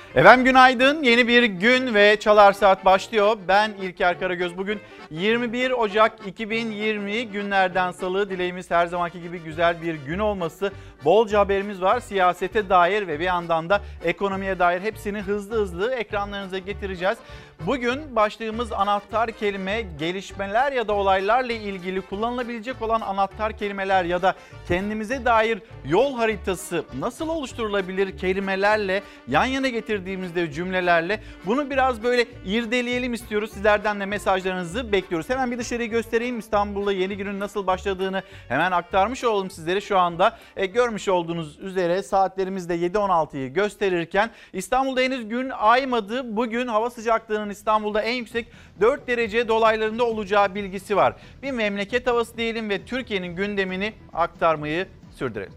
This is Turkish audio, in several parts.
Efendim günaydın. Yeni bir gün ve Çalar Saat başlıyor. Ben İlker Karagöz. Bugün 21 Ocak 2020 günlerden salı. Dileğimiz her zamanki gibi güzel bir gün olması. Bolca haberimiz var. Siyasete dair ve bir yandan da ekonomiye dair hepsini hızlı ekranlarınıza getireceğiz. Bugün başlığımız anahtar kelime, gelişmeler ya da olaylarla ilgili kullanılabilecek olan anahtar kelimeler ya da kendimize dair yol haritası nasıl oluşturulabilir kelimelerle yan yana getirdiğimizde cümlelerle bunu biraz böyle irdeleyelim istiyoruz. Sizlerden de mesajlarınızı bekliyoruz. Hemen bir dışarıyı göstereyim. İstanbul'da yeni günün nasıl başladığını hemen aktarmış olalım sizlere şu anda. Görmüş olduğunuz üzere saatlerimiz de 7.16'yı gösterirken İstanbul'da henüz gün aymadı. Bugün hava sıcaklığının İstanbul'da en yüksek 4 derece dolaylarında olacağı bilgisi var. Bir memleket havası diyelim ve Türkiye'nin gündemini aktarmayı sürdürelim.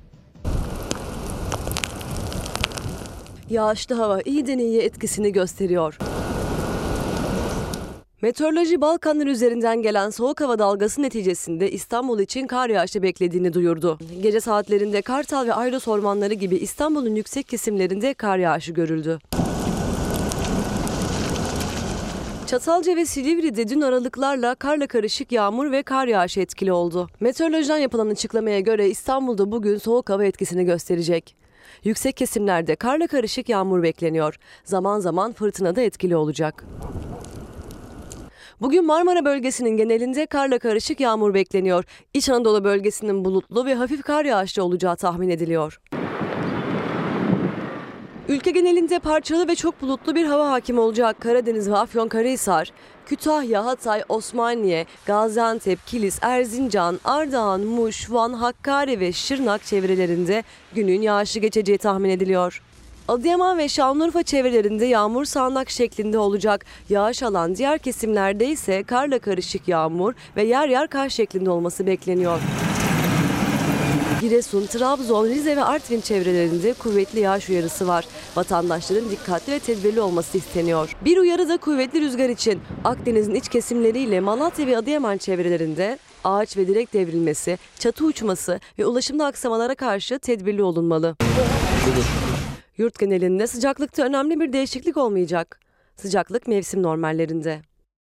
Yağışlı hava iyiden iyiye etkisini gösteriyor. Meteoroloji Balkanlar üzerinden gelen soğuk hava dalgası neticesinde İstanbul için kar yağışı beklediğini duyurdu. Gece saatlerinde Kartal ve Aydos ormanları gibi İstanbul'un yüksek kesimlerinde kar yağışı görüldü. Çatalca ve Silivri'de dün aralıklarla karla karışık yağmur ve kar yağışı etkili oldu. Meteorolojiden yapılan açıklamaya göre İstanbul'da bugün soğuk hava etkisini gösterecek. Yüksek kesimlerde karla karışık yağmur bekleniyor. Zaman zaman fırtına da etkili olacak. Bugün Marmara bölgesinin genelinde karla karışık yağmur bekleniyor. İç Anadolu bölgesinin bulutlu ve hafif kar yağışlı olacağı tahmin ediliyor. Ülke genelinde parçalı ve çok bulutlu bir hava hakim olacak. Karadeniz ve Afyonkarahisar, Kütahya, Hatay, Osmaniye, Gaziantep, Kilis, Erzincan, Ardahan, Muş, Van, Hakkari ve Şırnak çevrelerinde günün yağışlı geçeceği tahmin ediliyor. Adıyaman ve Şanlıurfa çevrelerinde yağmur sağanak şeklinde olacak. Yağış alan diğer kesimlerde ise karla karışık yağmur ve yer yer kar şeklinde olması bekleniyor. Giresun, Trabzon, Rize ve Artvin çevrelerinde kuvvetli yağış uyarısı var. Vatandaşların dikkatli ve tedbirli olması isteniyor. Bir uyarı da kuvvetli rüzgar için. Akdeniz'in iç kesimleriyle Malatya ve Adıyaman çevrelerinde ağaç ve direk devrilmesi, çatı uçması ve ulaşımda aksamalara karşı tedbirli olunmalı. Yurt genelinde sıcaklıkta önemli bir değişiklik olmayacak. Sıcaklık mevsim normallerinde.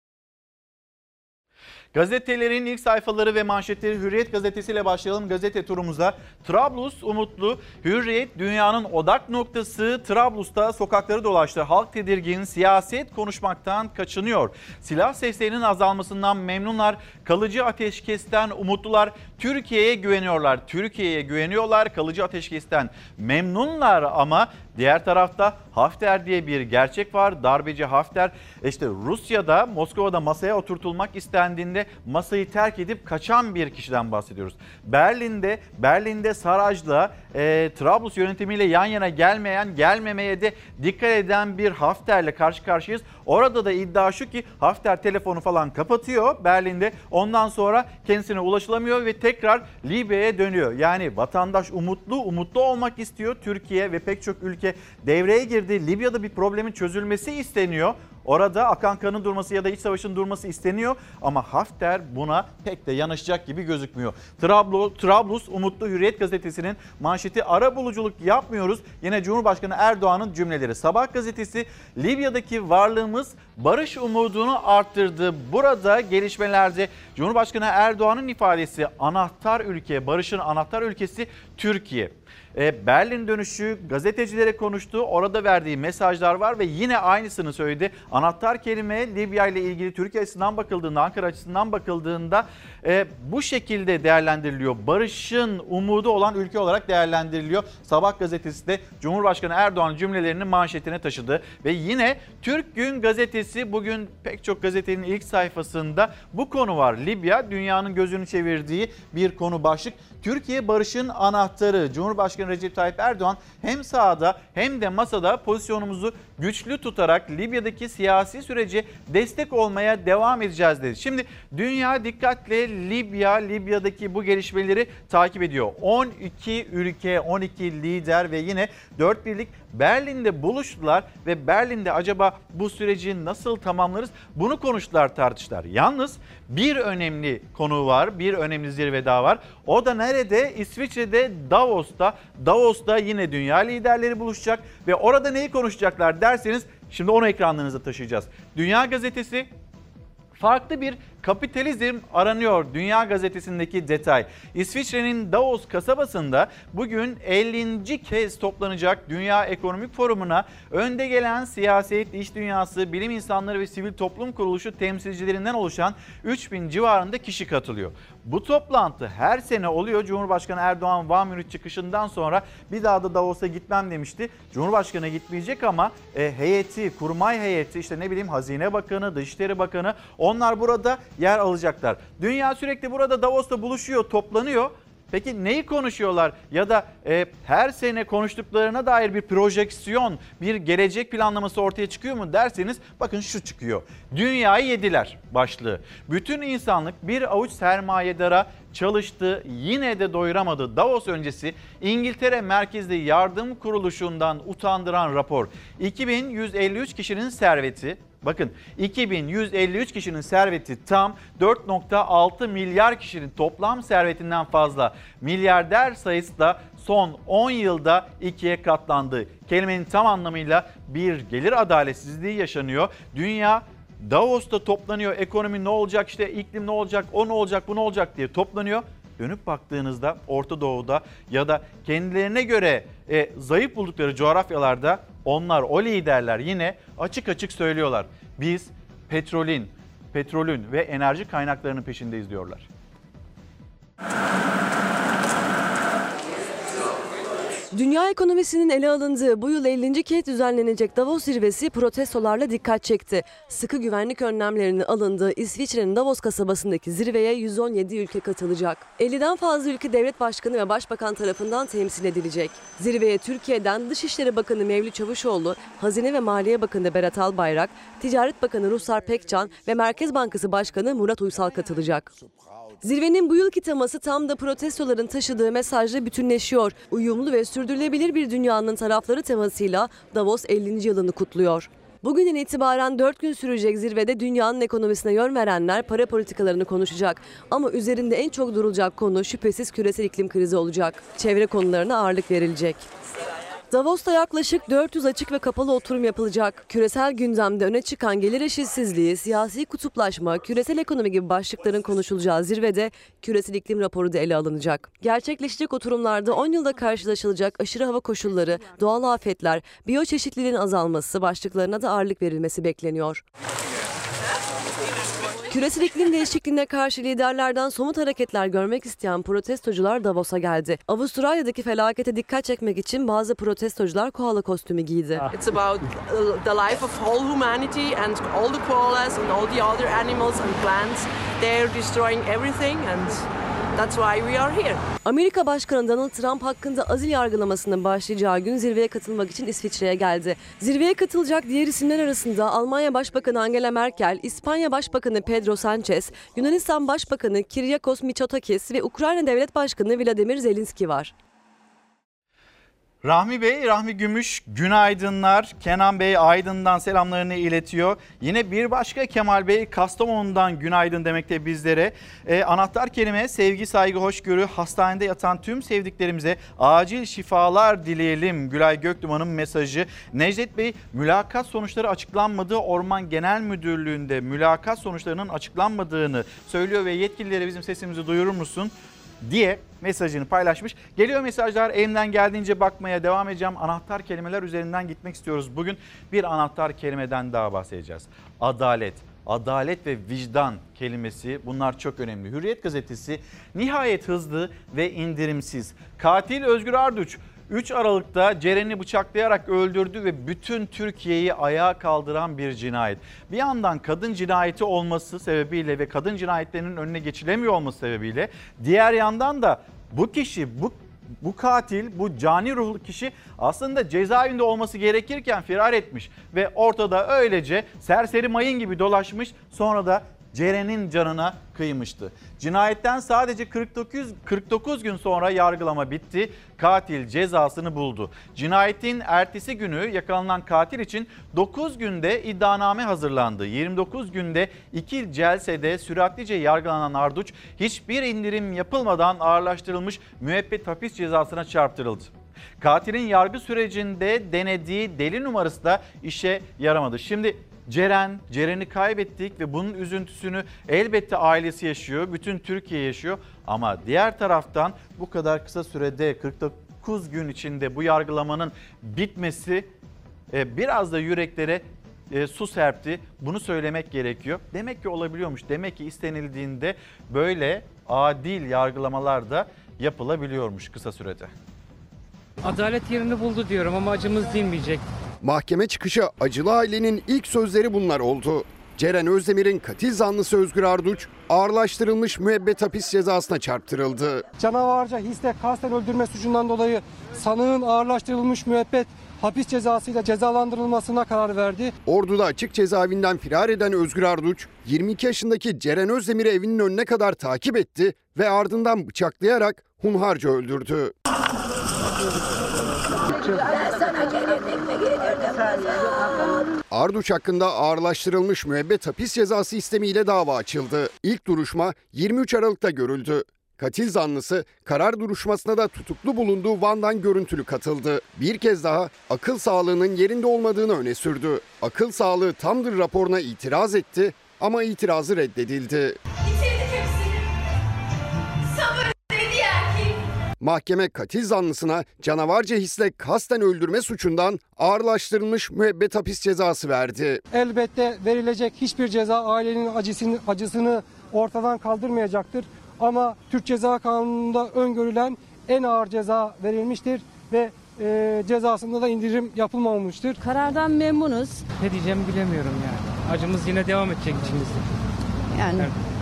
Gazetelerin ilk sayfaları ve manşetleri Hürriyet gazetesiyle başlayalım gazete turumuza. Trablus umutlu, Hürriyet dünyanın odak noktası. Trablus'ta sokakları dolaştı. Halk tedirgin, siyaset konuşmaktan kaçınıyor. Silah seslerinin azalmasından memnunlar, kalıcı ateşkesten umutlular. Türkiye'ye güveniyorlar, kalıcı ateşkesten memnunlar ama diğer tarafta Hafter diye bir gerçek var. Darbeci Hafter Rusya'da, Moskova'da masaya oturtulmak istendiğinde masayı terk edip kaçan bir kişiden bahsediyoruz. Berlin'de Saraj'la Trablus yönetimiyle yan yana gelmemeye de dikkat eden bir Hafter'le karşı karşıyayız. Orada da iddia şu ki Hafter telefonu falan kapatıyor Berlin'de. Ondan sonra kendisine ulaşılamıyor ve tekrar Libya'ya dönüyor. Yani vatandaş umutlu olmak istiyor. Türkiye ve pek çok ülke devreye girdi. Libya'da bir problemin çözülmesi isteniyor. Orada akan kanın durması ya da iç savaşın durması isteniyor ama Hafter buna pek de yanaşacak gibi gözükmüyor. Trablus umutlu Hürriyet gazetesinin manşeti arabuluculuk yapmıyoruz. Yine Cumhurbaşkanı Erdoğan'ın cümleleri. Sabah gazetesi Libya'daki varlığımız barış umudunu arttırdı. Burada gelişmelerde Cumhurbaşkanı Erdoğan'ın ifadesi anahtar ülke, barışın anahtar ülkesi Türkiye. Berlin dönüşü gazetecilere konuştu. Orada verdiği mesajlar var ve yine aynısını söyledi. Anahtar kelime Libya ile ilgili Türkiye açısından bakıldığında, Ankara açısından bakıldığında bu şekilde değerlendiriliyor. Barışın umudu olan ülke olarak değerlendiriliyor. Sabah gazetesi de Cumhurbaşkanı Erdoğan cümlelerini manşetine taşıdı. Ve yine Türk Gün gazetesi bugün pek çok gazetenin ilk sayfasında bu konu var. Libya dünyanın gözünü çevirdiği bir konu başlık. Türkiye barışın anahtarı. Cumhurbaşkanı Recep Tayyip Erdoğan hem sahada hem de masada pozisyonumuzu güçlü tutarak Libya'daki siyasi sürece destek olmaya devam edeceğiz dedi. Şimdi dünya dikkatle Libya'daki bu gelişmeleri takip ediyor. 12 ülke, 12 lider ve yine 4 birlik Berlin'de buluştular ve Berlin'de acaba bu süreci nasıl tamamlarız? Bunu konuştular, tartıştılar. Yalnız bir önemli konu var, bir önemli zirve daha var. O da nerede? İsviçre'de Davos'ta. Davos'ta yine dünya liderleri buluşacak ve orada neyi konuşacaklar derseniz şimdi onu ekranlarınıza taşıyacağız. Dünya Gazetesi farklı bir kapitalizm aranıyor. Dünya Gazetesi'ndeki detay. İsviçre'nin Davos kasabasında bugün 50. kez toplanacak Dünya Ekonomik Forumu'na önde gelen siyaset, iş dünyası, bilim insanları ve sivil toplum kuruluşu temsilcilerinden oluşan 3000 civarında kişi katılıyor. Bu toplantı her sene oluyor. Cumhurbaşkanı Erdoğan Van Münih çıkışından sonra bir daha da Davos'a gitmem demişti. Cumhurbaşkanı gitmeyecek ama heyeti, kurmay heyeti, işte ne bileyim Hazine Bakanı, Dışişleri Bakanı, onlar burada yer alacaklar. Dünya sürekli burada Davos'ta buluşuyor, toplanıyor. Peki neyi konuşuyorlar ya da her sene konuştuklarına dair bir projeksiyon, bir gelecek planlaması ortaya çıkıyor mu derseniz bakın şu çıkıyor. Dünyayı yediler başlığı. Bütün insanlık bir avuç sermayedara çalıştı, yine de doyuramadı. Davos öncesi İngiltere merkezli yardım kuruluşundan utandıran rapor. 2153 kişinin serveti, bakın 2153 kişinin serveti tam 4.6 milyar kişinin toplam servetinden fazla. Milyarder sayısı da son 10 yılda 2'ye katlandı. Kelimenin tam anlamıyla bir gelir adaletsizliği yaşanıyor. Dünya Davos'ta toplanıyor. Ekonomi ne olacak, işte iklim ne olacak, o ne olacak, bu ne olacak diye toplanıyor. Dönüp baktığınızda Orta Doğu'da ya da kendilerine göre zayıf buldukları coğrafyalarda onlar, o liderler yine açık açık söylüyorlar. Biz petrolün ve enerji kaynaklarının peşindeyiz diyorlar. Dünya ekonomisinin ele alındığı bu yıl 50. kez düzenlenecek Davos zirvesi protestolarla dikkat çekti. Sıkı güvenlik önlemlerinin alındığı İsviçre'nin Davos kasabasındaki zirveye 117 ülke katılacak. 50'den fazla ülke devlet başkanı ve başbakan tarafından temsil edilecek. Zirveye Türkiye'den Dışişleri Bakanı Mevlüt Çavuşoğlu, Hazine ve Maliye Bakanı Berat Albayrak, Ticaret Bakanı Ruhsar Pekcan ve Merkez Bankası Başkanı Murat Uysal katılacak. Zirvenin bu yılki teması tam da protestoların taşıdığı mesajla bütünleşiyor. Uyumlu ve sürdürülebilir bir dünyanın tarafları temasıyla Davos 50. yılını kutluyor. Bugünden itibaren 4 gün sürecek zirvede dünyanın ekonomisine yön verenler para politikalarını konuşacak. Ama üzerinde en çok durulacak konu şüphesiz küresel iklim krizi olacak. Çevre konularına ağırlık verilecek. Davos'ta yaklaşık 400 açık ve kapalı oturum yapılacak. Küresel gündemde öne çıkan gelir eşitsizliği, siyasi kutuplaşma, küresel ekonomi gibi başlıkların konuşulacağı zirvede küresel iklim raporu da ele alınacak. Gerçekleşecek oturumlarda 10 yılda karşılaşılacak aşırı hava koşulları, doğal afetler, biyoçeşitliliğin azalması başlıklarına da ağırlık verilmesi bekleniyor. Küresel iklim değişikliğine karşı liderlerden somut hareketler görmek isteyen protestocular Davos'a geldi. Avustralya'daki felakete dikkat çekmek için bazı protestocular koala kostümü giydi. It's about the life of whole humanity and all the koalas and all the other animals and plants. They're destroying everything and that's why we are here. Amerika Başkanı Donald Trump hakkında azil yargılamasının başlayacağı gün zirveye katılmak için İsviçre'ye geldi. Zirveye katılacak diğer isimler arasında Almanya Başbakanı Angela Merkel, İspanya Başbakanı Pedro Sanchez, Yunanistan Başbakanı Kyriakos Mitsotakis ve Ukrayna Devlet Başkanı Vladimir Zelenski var. Rahmi Bey, Rahmi Gümüş günaydınlar. Kenan Bey Aydın'dan selamlarını iletiyor. Yine bir başka Kemal Bey Kastamonu'dan günaydın demekte bizlere. Anahtar kelime sevgi, saygı, hoşgörü. Hastanede yatan tüm sevdiklerimize acil şifalar dileyelim. Gülay Göktuman'ın mesajı. Necdet Bey, mülakat sonuçları açıklanmadı. Orman Genel Müdürlüğü'nde mülakat sonuçlarının açıklanmadığını söylüyor ve yetkililere bizim sesimizi duyurur musun diye mesajını paylaşmış. Geliyor mesajlar, elimden geldiğince bakmaya devam edeceğim. Anahtar kelimeler üzerinden gitmek istiyoruz. Bugün bir anahtar kelimeden daha bahsedeceğiz. Adalet. Adalet ve vicdan kelimesi, bunlar çok önemli. Hürriyet gazetesi nihayet hızlı ve indirimsiz. Katil Özgür Arduç 3 Aralık'ta Ceren'i bıçaklayarak öldürdü ve bütün Türkiye'yi ayağa kaldıran bir cinayet. Bir yandan kadın cinayeti olması sebebiyle ve kadın cinayetlerinin önüne geçilemiyor olması sebebiyle, diğer yandan da bu kişi, bu Bu katil, bu cani ruhlu kişi aslında cezaevinde olması gerekirken firar etmiş ve ortada öylece serseri mayın gibi dolaşmış, sonra da Ceren'in canına kıymıştı. Cinayetten sadece 49 gün sonra yargılama bitti. Katil cezasını buldu. Cinayetin ertesi günü yakalanan katil için 9 günde iddianame hazırlandı. 29 günde 2 celsede süratlice yargılanan Arduç hiçbir indirim yapılmadan ağırlaştırılmış müebbet hapis cezasına çarptırıldı. Katilin yargı sürecinde denediği deli numarası da işe yaramadı. Şimdi Ceren'i kaybettik ve bunun üzüntüsünü elbette ailesi yaşıyor, bütün Türkiye yaşıyor. Ama diğer taraftan bu kadar kısa sürede 49 gün içinde bu yargılamanın bitmesi biraz da yüreklere su serpti. Bunu söylemek gerekiyor. Demek ki olabiliyormuş. Demek ki istenildiğinde böyle adil yargılamalar da yapılabiliyormuş kısa sürede. Adalet yerini buldu diyorum ama acımız dinmeyecek. Mahkeme çıkışı acılı ailenin ilk sözleri bunlar oldu. Ceren Özdemir'in katil zanlısı Özgür Arduç ağırlaştırılmış müebbet hapis cezasına çarptırıldı. Canavarca hisle kasten öldürme suçundan dolayı sanığın ağırlaştırılmış müebbet hapis cezasıyla cezalandırılmasına karar verdi. Ordu'da açık cezaevinden firar eden Özgür Arduç 22 yaşındaki Ceren Özdemir'i evinin önüne kadar takip etti ve ardından bıçaklayarak hunharca öldürdü. Arduç hakkında ağırlaştırılmış müebbet hapis cezası istemiyle dava açıldı. İlk duruşma 23 Aralık'ta görüldü. Katil zanlısı karar duruşmasına da tutuklu bulunduğu Van'dan görüntülü katıldı. Bir kez daha akıl sağlığının yerinde olmadığını öne sürdü. Akıl sağlığı tamdır raporuna itiraz etti ama itirazı reddedildi. Mahkeme katil zanlısına canavarca hisle kasten öldürme suçundan ağırlaştırılmış müebbet hapis cezası verdi. Elbette verilecek hiçbir ceza ailenin acısını ortadan kaldırmayacaktır. Ama Türk Ceza Kanunu'nda öngörülen en ağır ceza verilmiştir ve cezasında da indirim yapılmamıştır. Karardan memnunuz. Ne diyeceğimi bilemiyorum yani. Acımız yine devam edecek içimizde. Yani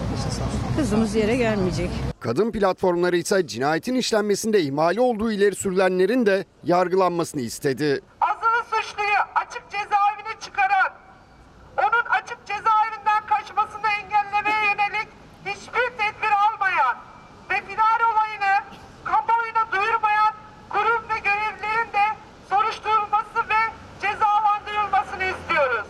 kızımız yere gelmeyecek. Kadın platformları ise cinayetin işlenmesinde ihmali olduğu ileri sürülenlerin de yargılanmasını istedi. Azılı suçluyu açık cezaevine çıkaran, onun açık cezaevinden kaçmasını engellemeye yönelik hiçbir tedbir almayan ve firar olayını kamuoyuna duyurmayan kurum ve görevlilerin de soruşturulması ve cezalandırılmasını istiyoruz.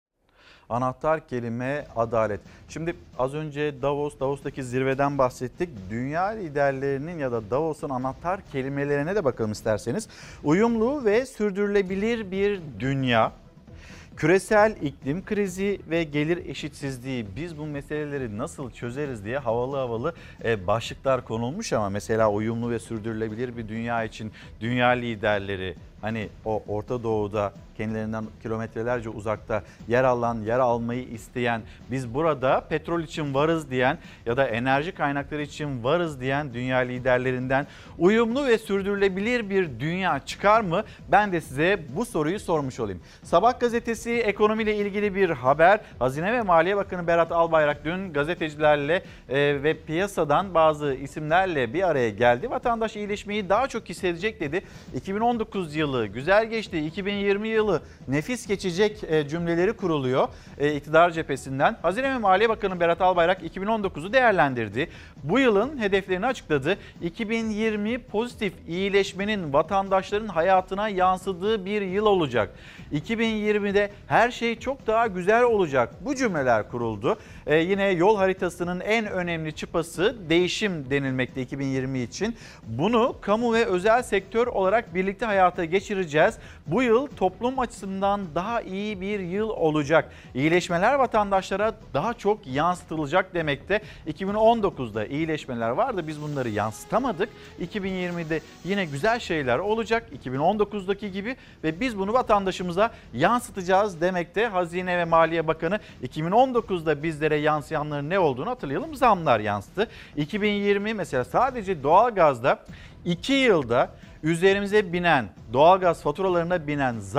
Anahtar kelime adalet. Şimdi az önce Davos'taki zirveden bahsettik. Dünya liderlerinin ya da Davos'un anahtar kelimelerine de bakalım isterseniz. Uyumlu ve sürdürülebilir bir dünya, küresel iklim krizi ve gelir eşitsizliği. Biz bu meseleleri nasıl çözeriz diye havalı başlıklar konulmuş ama mesela uyumlu ve sürdürülebilir bir dünya için dünya liderleri, hani o Orta Doğu'da kendilerinden kilometrelerce uzakta yer alan, yer almayı isteyen, biz burada petrol için varız diyen ya da enerji kaynakları için varız diyen dünya liderlerinden uyumlu ve sürdürülebilir bir dünya çıkar mı? Ben de size bu soruyu sormuş olayım. Sabah gazetesi ekonomiyle ilgili bir haber. Hazine ve Maliye Bakanı Berat Albayrak dün gazetecilerle ve piyasadan bazı isimlerle bir araya geldi. Vatandaş iyileşmeyi daha çok hissedecek dedi. 2019 yılı güzel geçti. 2020 yılı nefis geçecek cümleleri kuruluyor iktidar cephesinden. Hazine ve Maliye Bakanı Berat Albayrak 2019'u değerlendirdi. Bu yılın hedeflerini açıkladı. 2020 pozitif iyileşmenin vatandaşların hayatına yansıdığı bir yıl olacak. 2020'de her şey çok daha güzel olacak. Bu cümleler kuruldu. Yine yol haritasının en önemli çıpası değişim denilmekte 2020 için. Bunu kamu ve özel sektör olarak birlikte hayata geçireceğiz. Bu yıl toplum açısından daha iyi bir yıl olacak. İyileşmeler vatandaşlara daha çok yansıtılacak demekte. 2019'da iyileşmeler vardı. Biz bunları yansıtamadık. 2020'de yine güzel şeyler olacak 2019'daki gibi ve biz bunu vatandaşımıza yansıtacağız demekte. Hazine ve Maliye Bakanı 2019'da bizlere yansıyanların ne olduğunu hatırlayalım. Zamlar yansıdı. 2020 mesela sadece doğalgazda 2 yılda üzerimize binen, doğalgaz faturalarına binen zam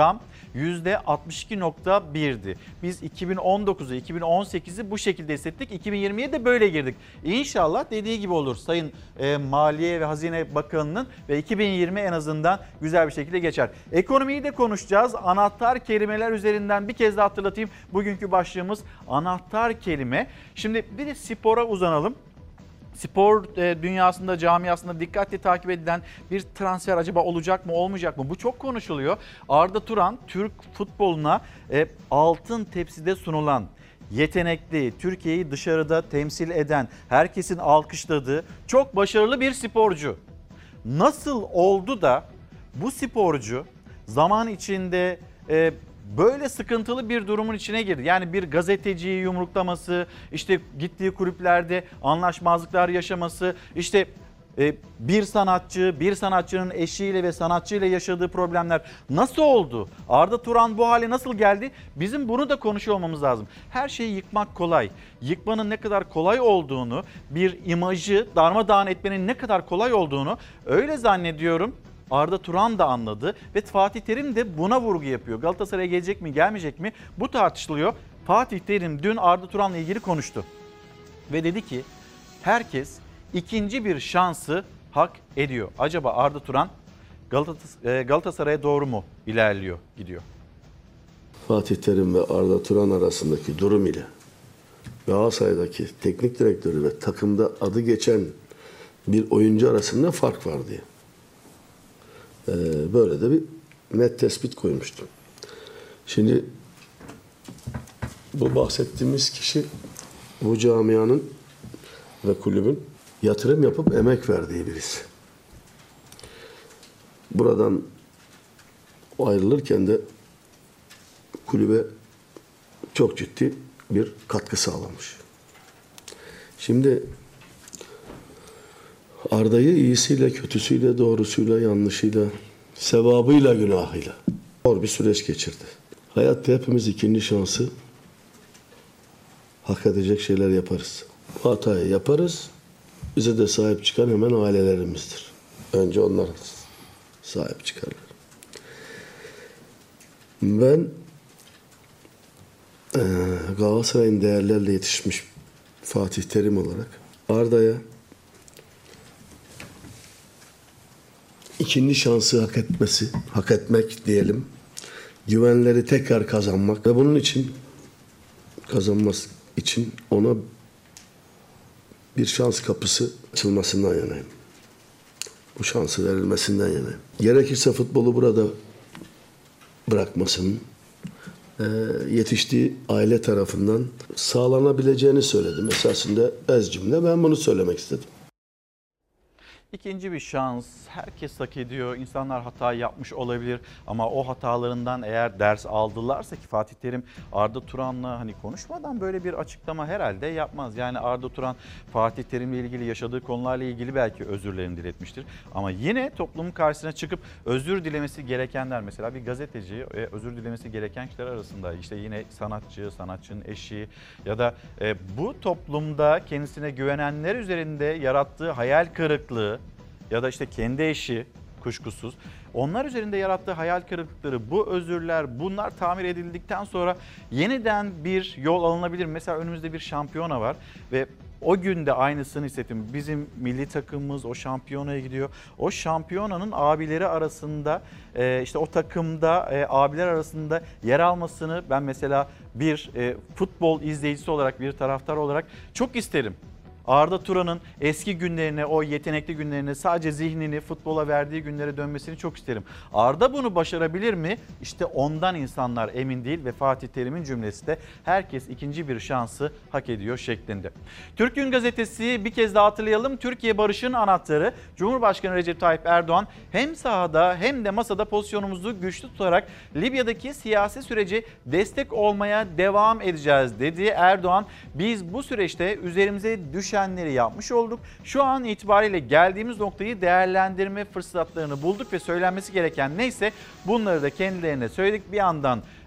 %62.1'di. Biz 2019'u, 2018'i bu şekilde hissettik. 2020'ye de böyle girdik. İnşallah dediği gibi olur Sayın Maliye ve Hazine Bakanı'nın ve 2020 en azından güzel bir şekilde geçer. Ekonomiyi de konuşacağız. Anahtar kelimeler üzerinden bir kez daha hatırlatayım. Bugünkü başlığımız anahtar kelime. Şimdi bir de spora uzanalım. Spor dünyasında, camiasında dikkatle takip edilen bir transfer acaba olacak mı, olmayacak mı? Bu çok konuşuluyor. Arda Turan, Türk futboluna altın tepside sunulan, yetenekli, Türkiye'yi dışarıda temsil eden, herkesin alkışladığı çok başarılı bir sporcu. Nasıl oldu da bu sporcu zaman içinde böyle sıkıntılı bir durumun içine girdi? Yani bir gazeteciyi yumruklaması, işte gittiği kulüplerde anlaşmazlıklar yaşaması, işte bir sanatçının eşiyle ve sanatçıyla yaşadığı problemler nasıl oldu? Arda Turan bu hale nasıl geldi? Bizim bunu da konuşuyor olmamız lazım. Her şeyi yıkmak kolay. Yıkmanın ne kadar kolay olduğunu, bir imajı darmadağın etmenin ne kadar kolay olduğunu öyle zannediyorum Arda Turan da anladı ve Fatih Terim de buna vurgu yapıyor. Galatasaray'a gelecek mi, gelmeyecek mi? Bu tartışılıyor. Fatih Terim dün Arda Turan'la ilgili konuştu ve dedi ki herkes ikinci bir şansı hak ediyor. Acaba Arda Turan Galatasaray'a doğru mu gidiyor? Fatih Terim ve Arda Turan arasındaki durum ile Galatasaray'daki teknik direktörü ve takımda adı geçen bir oyuncu arasında fark var diye. Böyle de bir net tespit koymuştum. Şimdi bu bahsettiğimiz kişi bu camianın ve kulübün yatırım yapıp emek verdiği birisi. Buradan ayrılırken de kulübe çok ciddi bir katkı sağlamış. Şimdi Arda'yı iyisiyle, kötüsüyle, doğrusuyla, yanlışıyla, sevabıyla, günahıyla zor bir süreç geçirdi. Hayatta hepimiz ikinci şansı hak edecek şeyler yaparız. Bu hatayı yaparız. Bize de sahip çıkan hemen ailelerimizdir. Önce onlar sahip çıkarlar. Ben Galatasaray'ın değerlerle yetişmiş Fatih Terim olarak Arda'ya ikinci şansı hak etmek diyelim, güvenleri tekrar kazanmak ve bunun için kazanması için ona bir şans kapısı açılmasından yanayım. Bu şansı verilmesinden yanayım. Gerekirse futbolu burada bırakmasının yetiştiği aile tarafından sağlanabileceğini söyledim. Esasında öz cümle ben bunu söylemek istedim. İkinci bir şans herkes hak ediyor. İnsanlar hata yapmış olabilir ama o hatalarından eğer ders aldılarsa ki Fatih Terim Arda Turan'la hani konuşmadan böyle bir açıklama herhalde yapmaz. Yani Arda Turan Fatih Terim'le ilgili yaşadığı konularla ilgili belki özürlerini diletmiştir. Ama yine toplumun karşısına çıkıp özür dilemesi gerekenler, mesela bir gazeteci özür dilemesi gereken kişiler arasında işte yine sanatçı, sanatçının eşi ya da bu toplumda kendisine güvenenler üzerinde yarattığı hayal kırıklığı ya da işte kendi eşi kuşkusuz. Onlar üzerinde yarattığı hayal kırıklıkları, bu özürler, bunlar tamir edildikten sonra yeniden bir yol alınabilir. Mesela önümüzde bir şampiyona var ve o gün de aynısını hissettim. Bizim milli takımımız o şampiyonaya gidiyor. O şampiyonanın abileri arasında işte o takımda abiler arasında yer almasını ben mesela bir futbol izleyicisi olarak, bir taraftar olarak çok isterim. Arda Turan'ın eski günlerine, o yetenekli günlerine, sadece zihnini futbola verdiği günlere dönmesini çok isterim. Arda bunu başarabilir mi? İşte ondan insanlar emin değil ve Fatih Terim'in cümlesi de herkes ikinci bir şansı hak ediyor şeklinde. Türk Gün Gazetesi bir kez daha hatırlayalım. Türkiye barışın anahtarı. Cumhurbaşkanı Recep Tayyip Erdoğan hem sahada hem de masada pozisyonumuzu güçlü tutarak Libya'daki siyasi sürece destek olmaya devam edeceğiz dedi. Erdoğan, biz bu süreçte üzerimize düşenleri yapmış olduk. Şu an itibariyle geldiğimiz noktayı değerlendirme fırsatlarını bulduk ve söylenmesi gereken neyse bunları da kendilerine söyledik. Bir yandan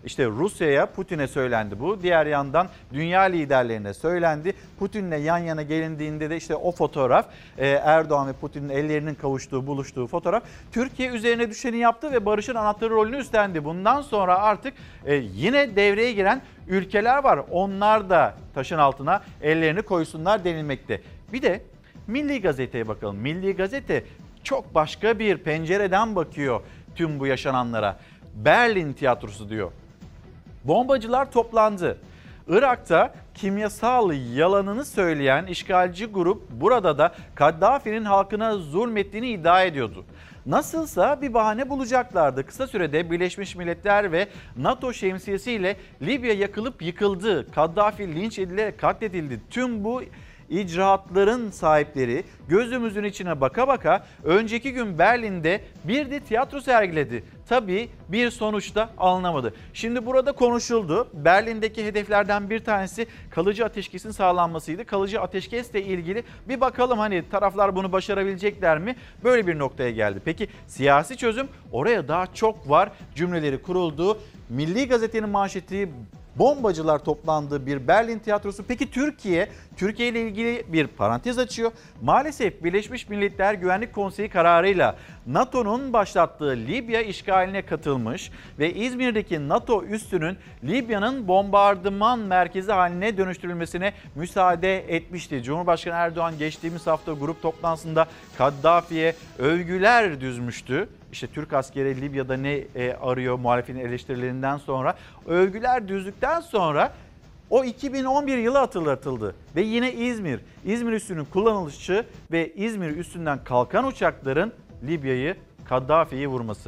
İşte Rusya'ya, Putin'e söylendi bu. Diğer yandan dünya liderlerine söylendi. Putin'le yan yana gelindiğinde de işte o fotoğraf, Erdoğan ve Putin'in ellerinin kavuştuğu, buluştuğu fotoğraf. Türkiye üzerine düşeni yaptı ve barışın anahtarı rolünü üstlendi. Bundan sonra artık yine devreye giren ülkeler var. Onlar da taşın altına ellerini koysunlar denilmekte. Bir de Milli Gazete'ye bakalım. Milli Gazete çok başka bir pencereden bakıyor tüm bu yaşananlara. Berlin Tiyatrosu diyor. Bombacılar toplandı. Irak'ta kimyasal yalanını söyleyen işgalci grup burada da Kaddafi'nin halkına zulmettiğini iddia ediyordu. Nasılsa bir bahane bulacaklardı. Kısa sürede Birleşmiş Milletler ve NATO şemsiyesiyle Libya yakılıp yıkıldı. Kaddafi linç edilerek katledildi. Tüm bu icraatların sahipleri gözümüzün içine baka baka önceki gün Berlin'de bir de tiyatro sergiledi. Tabii bir sonuç da alınamadı. Şimdi burada konuşuldu. Berlin'deki hedeflerden bir tanesi kalıcı ateşkesin sağlanmasıydı. Kalıcı ateşkesle ilgili bir bakalım hani taraflar bunu başarabilecekler mi? Böyle bir noktaya geldi. Peki siyasi çözüm oraya daha çok var cümleleri kuruldu. Milli Gazete'nin manşeti bombacılar toplandığı bir Berlin tiyatrosu. Peki Türkiye ile ilgili bir parantez açıyor. Maalesef Birleşmiş Milletler Güvenlik Konseyi kararıyla NATO'nun başlattığı Libya işgaline katılmış ve İzmir'deki NATO üssünün Libya'nın bombardıman merkezi haline dönüştürülmesine müsaade etmişti. Cumhurbaşkanı Erdoğan geçtiğimiz hafta grup toplantısında Kaddafi'ye övgüler düzmüştü. İşte Türk askeri Libya'da ne arıyor muhalefetin eleştirilerinden sonra. Övgüler düzdükten sonra o 2011 yılı hatırlatıldı. Ve yine İzmir üssünün kullanılışı ve İzmir üssünden kalkan uçakların Libya'yı, Kaddafi'yi vurması.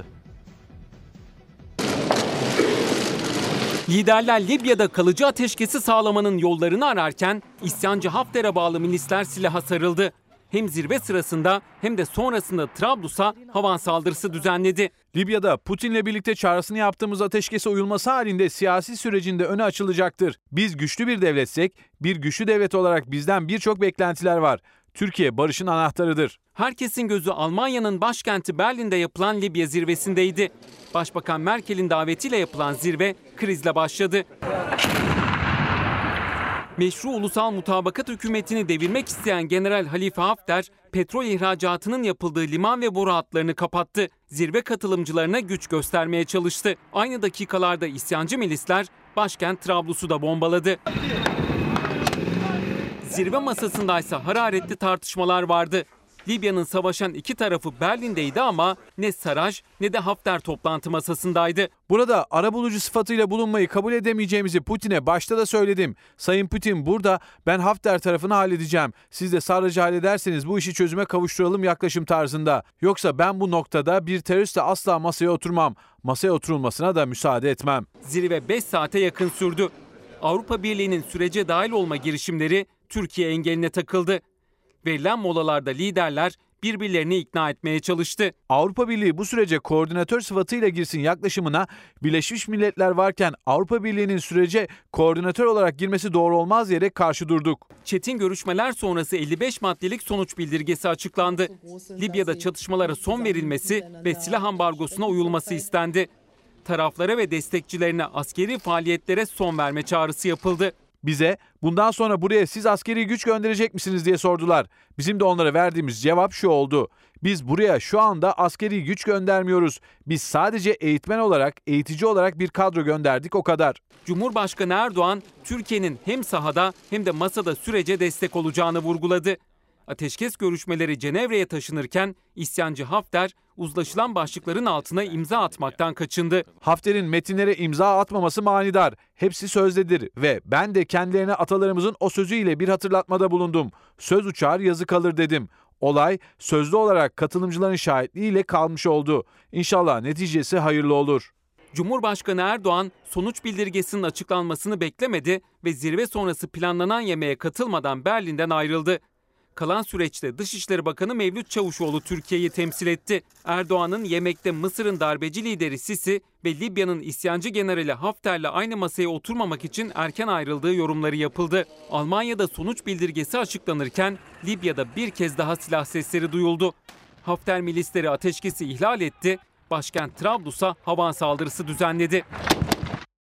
Liderler Libya'da kalıcı ateşkesi sağlamanın yollarını ararken isyancı Hafter'e bağlı milisler silaha sarıldı. Hem zirve sırasında hem de sonrasında Trablus'a havan saldırısı düzenledi. Libya'da Putin'le birlikte çağrısını yaptığımız ateşkese uyulması halinde siyasi sürecinde önü açılacaktır. Biz güçlü bir devletsek, bir güçlü devlet olarak bizden birçok beklentiler var. Türkiye barışın anahtarıdır. Herkesin gözü Almanya'nın başkenti Berlin'de yapılan Libya zirvesindeydi. Başbakan Merkel'in davetiyle yapılan zirve krizle başladı. Meşru ulusal mutabakat hükümetini devirmek isteyen General Halife Hafter, petrol ihracatının yapıldığı liman ve boru hatlarını kapattı. Zirve katılımcılarına güç göstermeye çalıştı. Aynı dakikalarda isyancı milisler başkent Trablus'u da bombaladı. Zirve masasındaysa hararetli tartışmalar vardı. Libya'nın savaşan iki tarafı Berlin'deydi ama ne Sarraj ne de Hafter toplantı masasındaydı. Burada arabulucu sıfatıyla bulunmayı kabul edemeyeceğimizi Putin'e başta da söyledim. Sayın Putin burada ben Hafter tarafını halledeceğim. Siz de Sarraj'ı hallederseniz bu işi çözüme kavuşturalım yaklaşım tarzında. Yoksa ben bu noktada bir teröristle asla masaya oturmam. Masaya oturulmasına da müsaade etmem. Zirve 5 saate yakın sürdü. Avrupa Birliği'nin sürece dahil olma girişimleri Türkiye engeline takıldı. Verilen molalarda liderler birbirlerini ikna etmeye çalıştı. Avrupa Birliği bu sürece koordinatör sıfatıyla girsin yaklaşımına Birleşmiş Milletler varken Avrupa Birliği'nin sürece koordinatör olarak girmesi doğru olmaz diyerek karşı durduk. Çetin görüşmeler sonrası 55 maddelik sonuç bildirgesi açıklandı. Libya'da çatışmalara son verilmesi ve silah ambargosuna uyulması istendi. Taraflara ve destekçilerine askeri faaliyetlere son verme çağrısı yapıldı. Bize bundan sonra buraya siz askeri güç gönderecek misiniz diye sordular. Bizim de onlara verdiğimiz cevap şu oldu. Biz buraya şu anda askeri güç göndermiyoruz. Biz sadece eğitmen olarak, eğitici olarak bir kadro gönderdik o kadar. Cumhurbaşkanı Erdoğan, Türkiye'nin hem sahada hem de masada sürece destek olacağını vurguladı. Ateşkes görüşmeleri Cenevre'ye taşınırken isyancı Hafter uzlaşılan başlıkların altına imza atmaktan kaçındı. Hafter'in metinlere imza atmaması manidar. Hepsi sözdedir ve ben de kendilerine atalarımızın o sözüyle bir hatırlatmada bulundum. Söz uçar yazı kalır dedim. Olay sözlü olarak katılımcıların şahitliğiyle kalmış oldu. İnşallah neticesi hayırlı olur. Cumhurbaşkanı Erdoğan sonuç bildirgesinin açıklanmasını beklemedi ve zirve sonrası planlanan yemeğe katılmadan Berlin'den ayrıldı. Kalan süreçte Dışişleri Bakanı Mevlüt Çavuşoğlu Türkiye'yi temsil etti. Erdoğan'ın yemekte Mısır'ın darbeci lideri Sisi ve Libya'nın isyancı generali Hafter'le aynı masaya oturmamak için erken ayrıldığı yorumları yapıldı. Almanya'da sonuç bildirgesi açıklanırken Libya'da bir kez daha silah sesleri duyuldu. Hafter milisleri ateşkesi ihlal etti, başkent Trablus'a havan saldırısı düzenledi.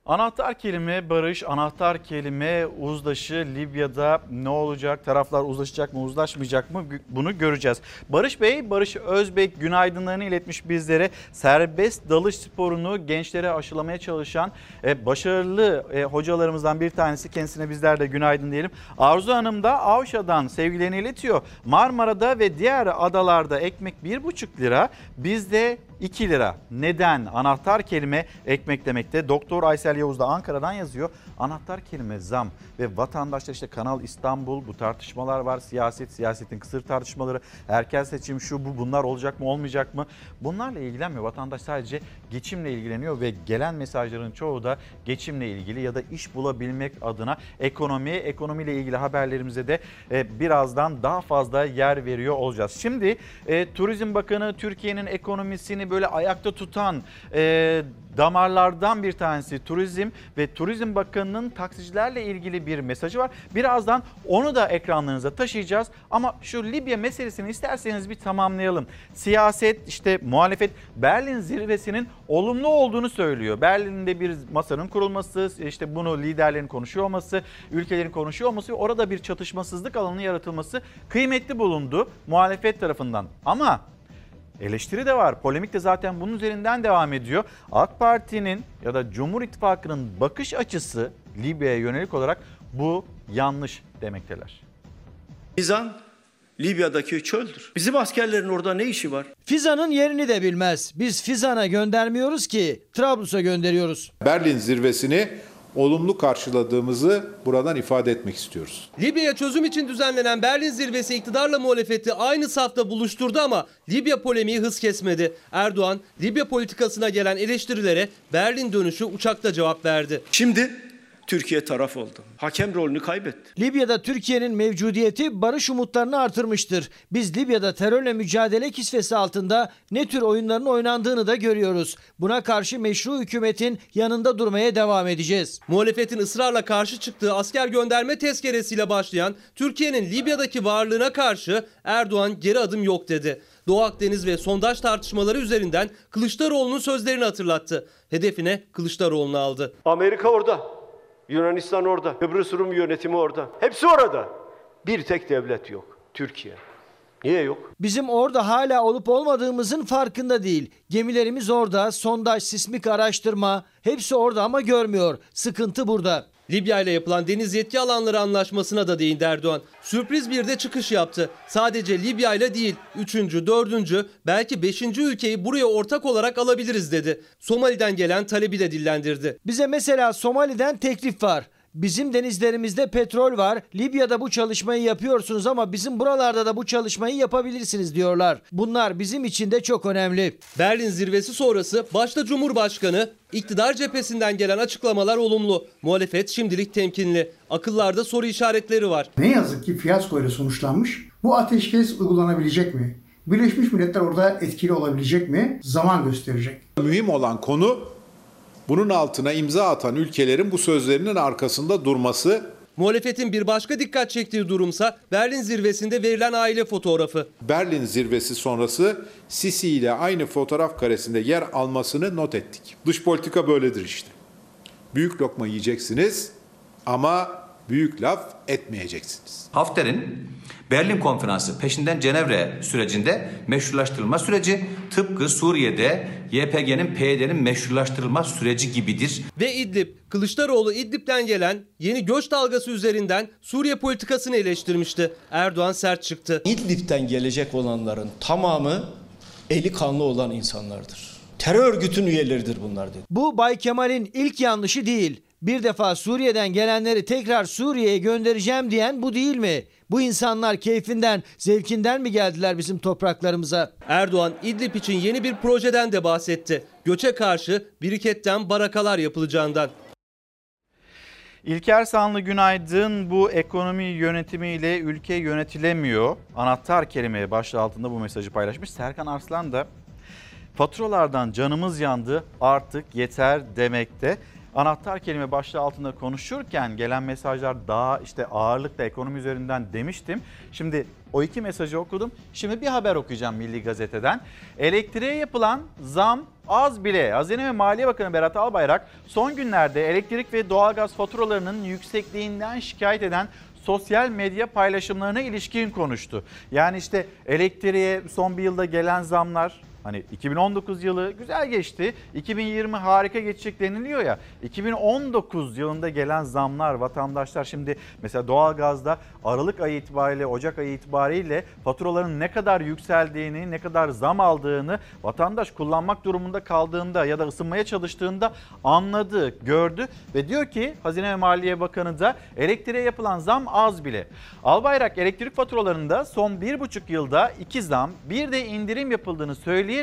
Anahtar kelime barış, anahtar kelime uzlaşı. Libya'da ne olacak? Taraflar uzlaşacak mı, uzlaşmayacak mı? Bunu göreceğiz. Barış Bey, Barış Özbek günaydınlarını iletmiş bizlere. Serbest dalış sporunu gençlere aşılamaya çalışan başarılı hocalarımızdan bir tanesi. Kendisine bizler de günaydın diyelim. Arzu Hanım da Avşa'dan sevgilerini iletiyor. Marmara'da ve diğer adalarda ekmek 1,5 lira, bizde 2 lira. Neden? Anahtar kelime ekmek demekte. Doktor Aysel Yavuz da Ankara'dan yazıyor. Anahtar kelime zam ve vatandaşlar işte Kanal İstanbul, bu tartışmalar var. Siyasetin kısır tartışmaları, erken seçim, şu bu, bunlar olacak mı olmayacak mı? Bunlarla ilgilenmiyor. Vatandaş sadece geçimle ilgileniyor ve gelen mesajların çoğu da geçimle ilgili ya da iş bulabilmek adına ekonomiyle ilgili haberlerimize de birazdan daha fazla yer veriyor olacağız. Şimdi Turizm Bakanı Türkiye'nin ekonomisini böyle ayakta tutan damarlardan bir tanesi turizm ve Turizm Bakanı'nın taksicilerle ilgili bir mesajı var. Birazdan onu da ekranlarınıza taşıyacağız ama şu Libya meselesini isterseniz bir tamamlayalım. Siyaset, işte muhalefet Berlin zirvesinin olumlu olduğunu söylüyor. Berlin'de bir masanın kurulması, işte bunu liderlerin konuşuyor olması, ülkelerin konuşuyor olması ve orada bir çatışmasızlık alanı yaratılması kıymetli bulundu muhalefet tarafından. Ama eleştiri de var. Polemik de zaten bunun üzerinden devam ediyor. AK Parti'nin ya da Cumhur İttifakı'nın bakış açısı Libya'ya yönelik olarak bu yanlış demekteler. Fizan Libya'daki çöldür. Bizim askerlerin orada ne işi var? Fizan'ın yerini de bilmez. Biz Fizan'a göndermiyoruz ki, Trablus'a gönderiyoruz. Berlin zirvesini olumlu karşıladığımızı buradan ifade etmek istiyoruz. Libya'ya çözüm için düzenlenen Berlin zirvesi iktidarla muhalefeti aynı safta buluşturdu ama Libya polemiği hız kesmedi. Erdoğan, Libya politikasına gelen eleştirilere Berlin dönüşü uçakta cevap verdi. Şimdi Türkiye taraf oldu. Hakem rolünü kaybetti. Libya'da Türkiye'nin mevcudiyeti barış umutlarını artırmıştır. Biz Libya'da terörle mücadele kisvesi altında ne tür oyunların oynandığını da görüyoruz. Buna karşı meşru hükümetin yanında durmaya devam edeceğiz. Muhalefetin ısrarla karşı çıktığı asker gönderme tezkeresiyle başlayan Türkiye'nin Libya'daki varlığına karşı Erdoğan geri adım yok dedi. Doğu Akdeniz ve sondaj tartışmaları üzerinden Kılıçdaroğlu'nun sözlerini hatırlattı. Hedefine Kılıçdaroğlu'nu aldı. Amerika orada. Yunanistan orada, Kıbrıs Rum yönetimi orada. Hepsi orada. Bir tek devlet yok. Türkiye. Niye yok? Bizim orada hala olup olmadığımızın farkında değil. Gemilerimiz orada, sondaj, sismik araştırma hepsi orada ama görmüyor. Sıkıntı burada. Libya ile yapılan deniz yetki alanları anlaşmasına da değindi Erdoğan. Sürpriz bir de çıkış yaptı. Sadece Libya ile değil, 3. 4. belki 5. ülkeyi buraya ortak olarak alabiliriz dedi. Somali'den gelen talebi de dillendirdi. Bize mesela Somali'den teklif var. Bizim denizlerimizde petrol var. Libya'da bu çalışmayı yapıyorsunuz ama bizim buralarda da bu çalışmayı yapabilirsiniz diyorlar. Bunlar bizim için de çok önemli. Berlin zirvesi sonrası başta Cumhurbaşkanı, iktidar cephesinden gelen açıklamalar olumlu. Muhalefet şimdilik temkinli. Akıllarda soru işaretleri var. Ne yazık ki fiyaskoyla sonuçlanmış. Bu ateşkes uygulanabilecek mi? Birleşmiş Milletler orada etkili olabilecek mi? Zaman gösterecek. Mühim olan konu bunun altına imza atan ülkelerin bu sözlerinin arkasında durması. Muhalefetin bir başka dikkat çektiği durumsa Berlin zirvesinde verilen aile fotoğrafı. Berlin zirvesi sonrası Sisi ile aynı fotoğraf karesinde yer almasını not ettik. Dış politika böyledir işte. Büyük lokma yiyeceksiniz ama büyük laf etmeyeceksiniz. Hafter'in Berlin Konferansı peşinden Cenevre sürecinde meşrulaştırılma süreci tıpkı Suriye'de YPG'nin PYD'nin meşrulaştırılma süreci gibidir. Ve İdlib, Kılıçdaroğlu İdlib'den gelen yeni göç dalgası üzerinden Suriye politikasını eleştirmişti. Erdoğan sert çıktı. İdlib'den gelecek olanların tamamı eli kanlı olan insanlardır. Terör örgütünün üyeleridir bunlar dedi. Bu Bay Kemal'in ilk yanlışı değil. Bir defa Suriye'den gelenleri tekrar Suriye'ye göndereceğim diyen bu değil mi? Bu insanlar keyfinden, zevkinden mi geldiler bizim topraklarımıza? Erdoğan İdlib için yeni bir projeden de bahsetti. Göçe karşı biriketten barakalar yapılacağından. İlker Sanlı günaydın. Bu ekonomi yönetimiyle ülke yönetilemiyor. Anahtar kelime başlığı altında bu mesajı paylaşmış. Serkan Arslan da faturalardan canımız yandı artık yeter demekte. anahtar kelime başlığı altında konuşurken gelen mesajlar daha işte ağırlıkla ekonomi üzerinden demiştim. Şimdi o iki mesajı okudum. Şimdi bir haber okuyacağım Milli Gazete'den. Elektriğe yapılan zam az bile. Hazine ve Maliye Bakanı Berat Albayrak son günlerde elektrik ve doğalgaz faturalarının yüksekliğinden şikayet eden sosyal medya paylaşımlarına ilişkin konuştu. Yani işte elektriğe son bir yılda gelen zamlar, hani 2019 yılı güzel geçti, 2020 harika geçecek deniliyor ya. 2019 yılında gelen zamlar, vatandaşlar şimdi mesela doğalgazda Aralık ayı itibariyle, Ocak ayı itibariyle faturaların ne kadar yükseldiğini, ne kadar zam aldığını vatandaş kullanmak durumunda kaldığında ya da ısınmaya çalıştığında anladı, gördü ve diyor ki Hazine ve Maliye Bakanı da elektriğe yapılan zam az bile. Albayrak elektrik faturalarında son 1,5 yılda 2 zam, bir de indirim yapıldığını söyleyerek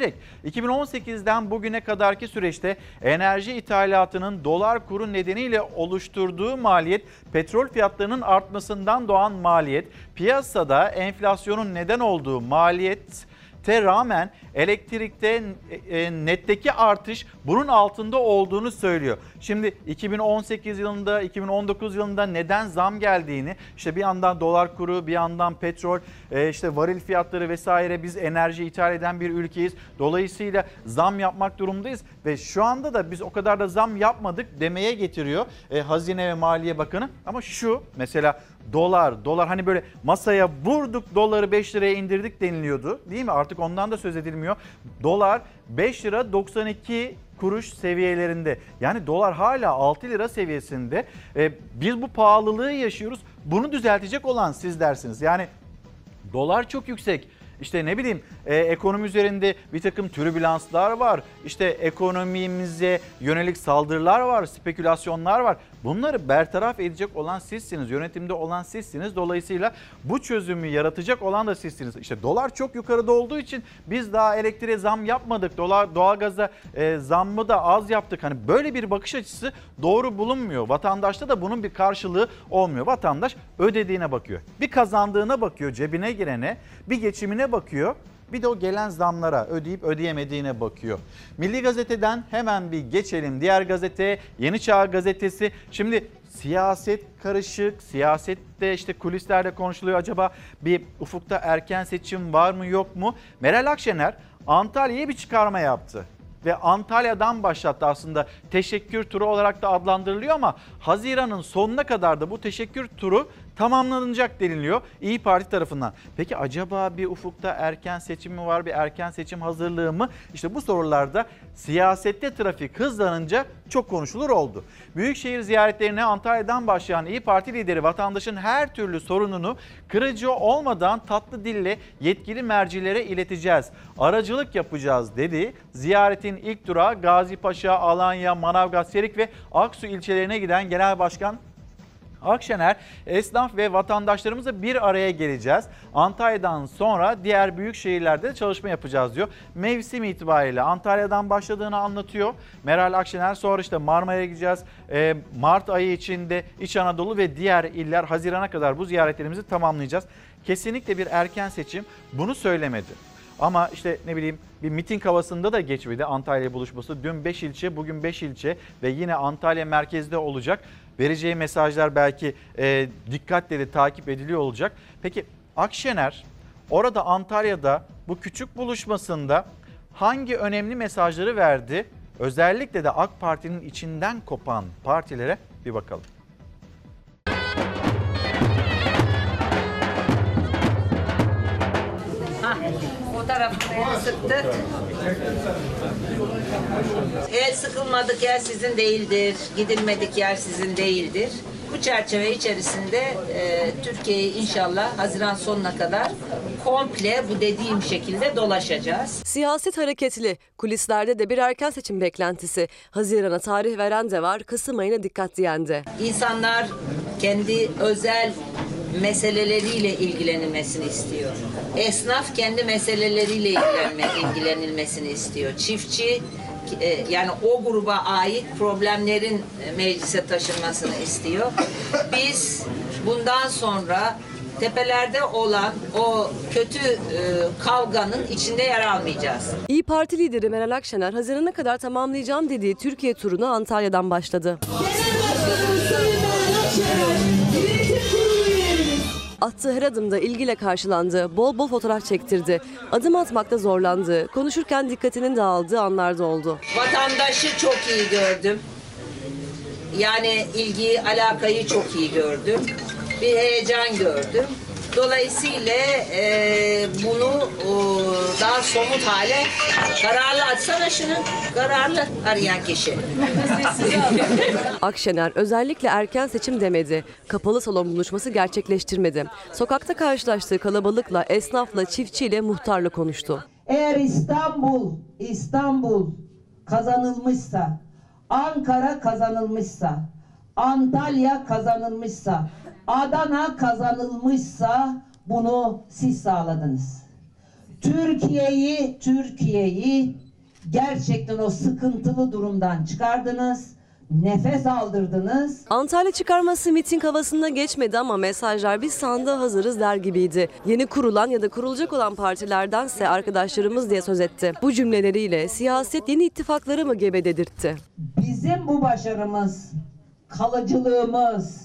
2018'den bugüne kadarki süreçte enerji ithalatının dolar kuru nedeniyle oluşturduğu maliyet, petrol fiyatlarının artmasından doğan maliyet, piyasada enflasyonun neden olduğu maliyete rağmen elektrikte netteki artış bunun altında olduğunu söylüyor. Şimdi 2018 yılında, 2019 yılında neden zam geldiğini, işte bir yandan dolar kuru, bir yandan petrol, işte varil fiyatları vesaire, biz enerji ithal eden bir ülkeyiz. Dolayısıyla zam yapmak durumundayız ve şu anda da biz o kadar da zam yapmadık demeye getiriyor Hazine ve Maliye Bakanı. Ama şu mesela dolar hani böyle masaya vurduk, doları 5 liraya indirdik deniliyordu değil mi? Artık ondan da söz edilmiyor. Dolar 5 lira 92 kuruş seviyelerinde. Yani dolar hala 6 lira seviyesinde. Biz bu pahalılığı yaşıyoruz. Bunu düzeltecek olan siz dersiniz. Yani dolar çok yüksek. İşte ne bileyim ekonomi üzerinde bir takım türbülanslar var. İşte ekonomimize yönelik saldırılar var, spekülasyonlar var. Bunları bertaraf edecek olan sizsiniz, yönetimde olan sizsiniz. Dolayısıyla bu çözümü yaratacak olan da sizsiniz. İşte dolar çok yukarıda olduğu için biz daha elektriğe zam yapmadık. Doğalgaza zammı da az yaptık. Hani böyle bir bakış açısı doğru bulunmuyor. Vatandaşta da bunun bir karşılığı olmuyor. Vatandaş ödediğine bakıyor. Bir kazandığına bakıyor, cebine girene, bir geçimine bakıyor. Bir de o gelen zamlara, ödeyip ödeyemediğine bakıyor. Milli Gazete'den hemen bir geçelim diğer gazeteye, Yeni Çağ Gazetesi. Şimdi siyaset karışık, siyasette işte kulislerde konuşuluyor. Acaba bir ufukta erken seçim var mı yok mu? Meral Akşener Antalya'ya bir çıkarma yaptı. Ve Antalya'dan başlattı, aslında teşekkür turu olarak da adlandırılıyor ama Haziran'ın sonuna kadar da bu teşekkür turu tamamlanacak deniliyor İYİ Parti tarafından. Peki acaba bir ufukta erken seçim mi var, bir erken seçim hazırlığı mı? İşte bu sorularda siyasette trafik hızlanınca çok konuşulur oldu. Büyükşehir ziyaretlerine Antalya'dan başlayan İYİ Parti lideri vatandaşın her türlü sorununu kırıcı olmadan tatlı dille yetkili mercilere ileteceğiz. Aracılık yapacağız dedi. Ziyaretin ilk durağı Gazipaşa, Alanya, Manavgat, Serik ve Aksu ilçelerine giden Genel Başkan Akşener, esnaf ve vatandaşlarımızla bir araya geleceğiz. Antalya'dan sonra diğer büyük şehirlerde de çalışma yapacağız diyor. Mevsim itibariyle Antalya'dan başladığını anlatıyor Meral Akşener. Sonra işte Marmara'ya gideceğiz. Mart ayı içinde İç Anadolu ve diğer iller, Haziran'a kadar bu ziyaretlerimizi tamamlayacağız. Kesinlikle bir erken seçim, bunu söylemedi. Ama işte ne bileyim bir miting havasında da geçmedi Antalya buluşması. Dün 5 ilçe, bugün 5 ilçe ve yine Antalya merkezde olacak. Vereceği mesajlar belki dikkatle de takip ediliyor olacak. Peki Akşener orada Antalya'da bu küçük buluşmasında hangi önemli mesajları verdi? Özellikle de AK Parti'nin içinden kopan partilere bir bakalım. O tarafını el sıktık. El sıkılmadık yer sizin değildir. Gidilmedik yer sizin değildir. Bu çerçeve içerisinde Türkiye'yi inşallah Haziran sonuna kadar komple bu dediğim şekilde dolaşacağız. Siyaset hareketli. Kulislerde de bir erken seçim beklentisi. Haziran'a tarih veren de var, Kasım ayına dikkat diyen de. İnsanlar kendi özel meseleleriyle ilgilenilmesini istiyor. Esnaf kendi meseleleriyle ilgilenilmesini istiyor. Çiftçi yani o gruba ait problemlerin meclise taşınmasını istiyor. Biz bundan sonra tepelerde olan o kötü kavganın içinde yer almayacağız. İYİ Parti lideri Meral Akşener Haziran'a kadar tamamlayacağım dediği Türkiye turunu Antalya'dan başladı. Attığı her adımda ilgiyle karşılandı, bol bol fotoğraf çektirdi. Adım atmakta zorlandı, konuşurken dikkatinin dağıldığı anlar da oldu. Vatandaşı çok iyi gördüm. Yani ilgiyi, alakayı çok iyi gördüm. Bir heyecan gördüm. Dolayısıyla bunu daha somut hale kararlı açsana şunu. Kararlı arayan kişi. Akşener özellikle erken seçim demedi. Kapalı salon buluşması gerçekleştirmedi. Sokakta karşılaştığı kalabalıkla, esnafla, çiftçiyle, muhtarla konuştu. Eğer İstanbul kazanılmışsa, Ankara kazanılmışsa, Antalya kazanılmışsa, Adana kazanılmışsa bunu siz sağladınız. Türkiye'yi gerçekten o sıkıntılı durumdan çıkardınız. Nefes aldırdınız. Antalya çıkarması miting havasında geçmedi ama mesajlar biz sandığa hazırız der gibiydi. Yeni kurulan ya da kurulacak olan partilerdense arkadaşlarımız diye söz etti. Bu cümleleriyle siyaset yeni ittifakları mı gebe dedirtti. Bizim bu başarımız, kalıcılığımız,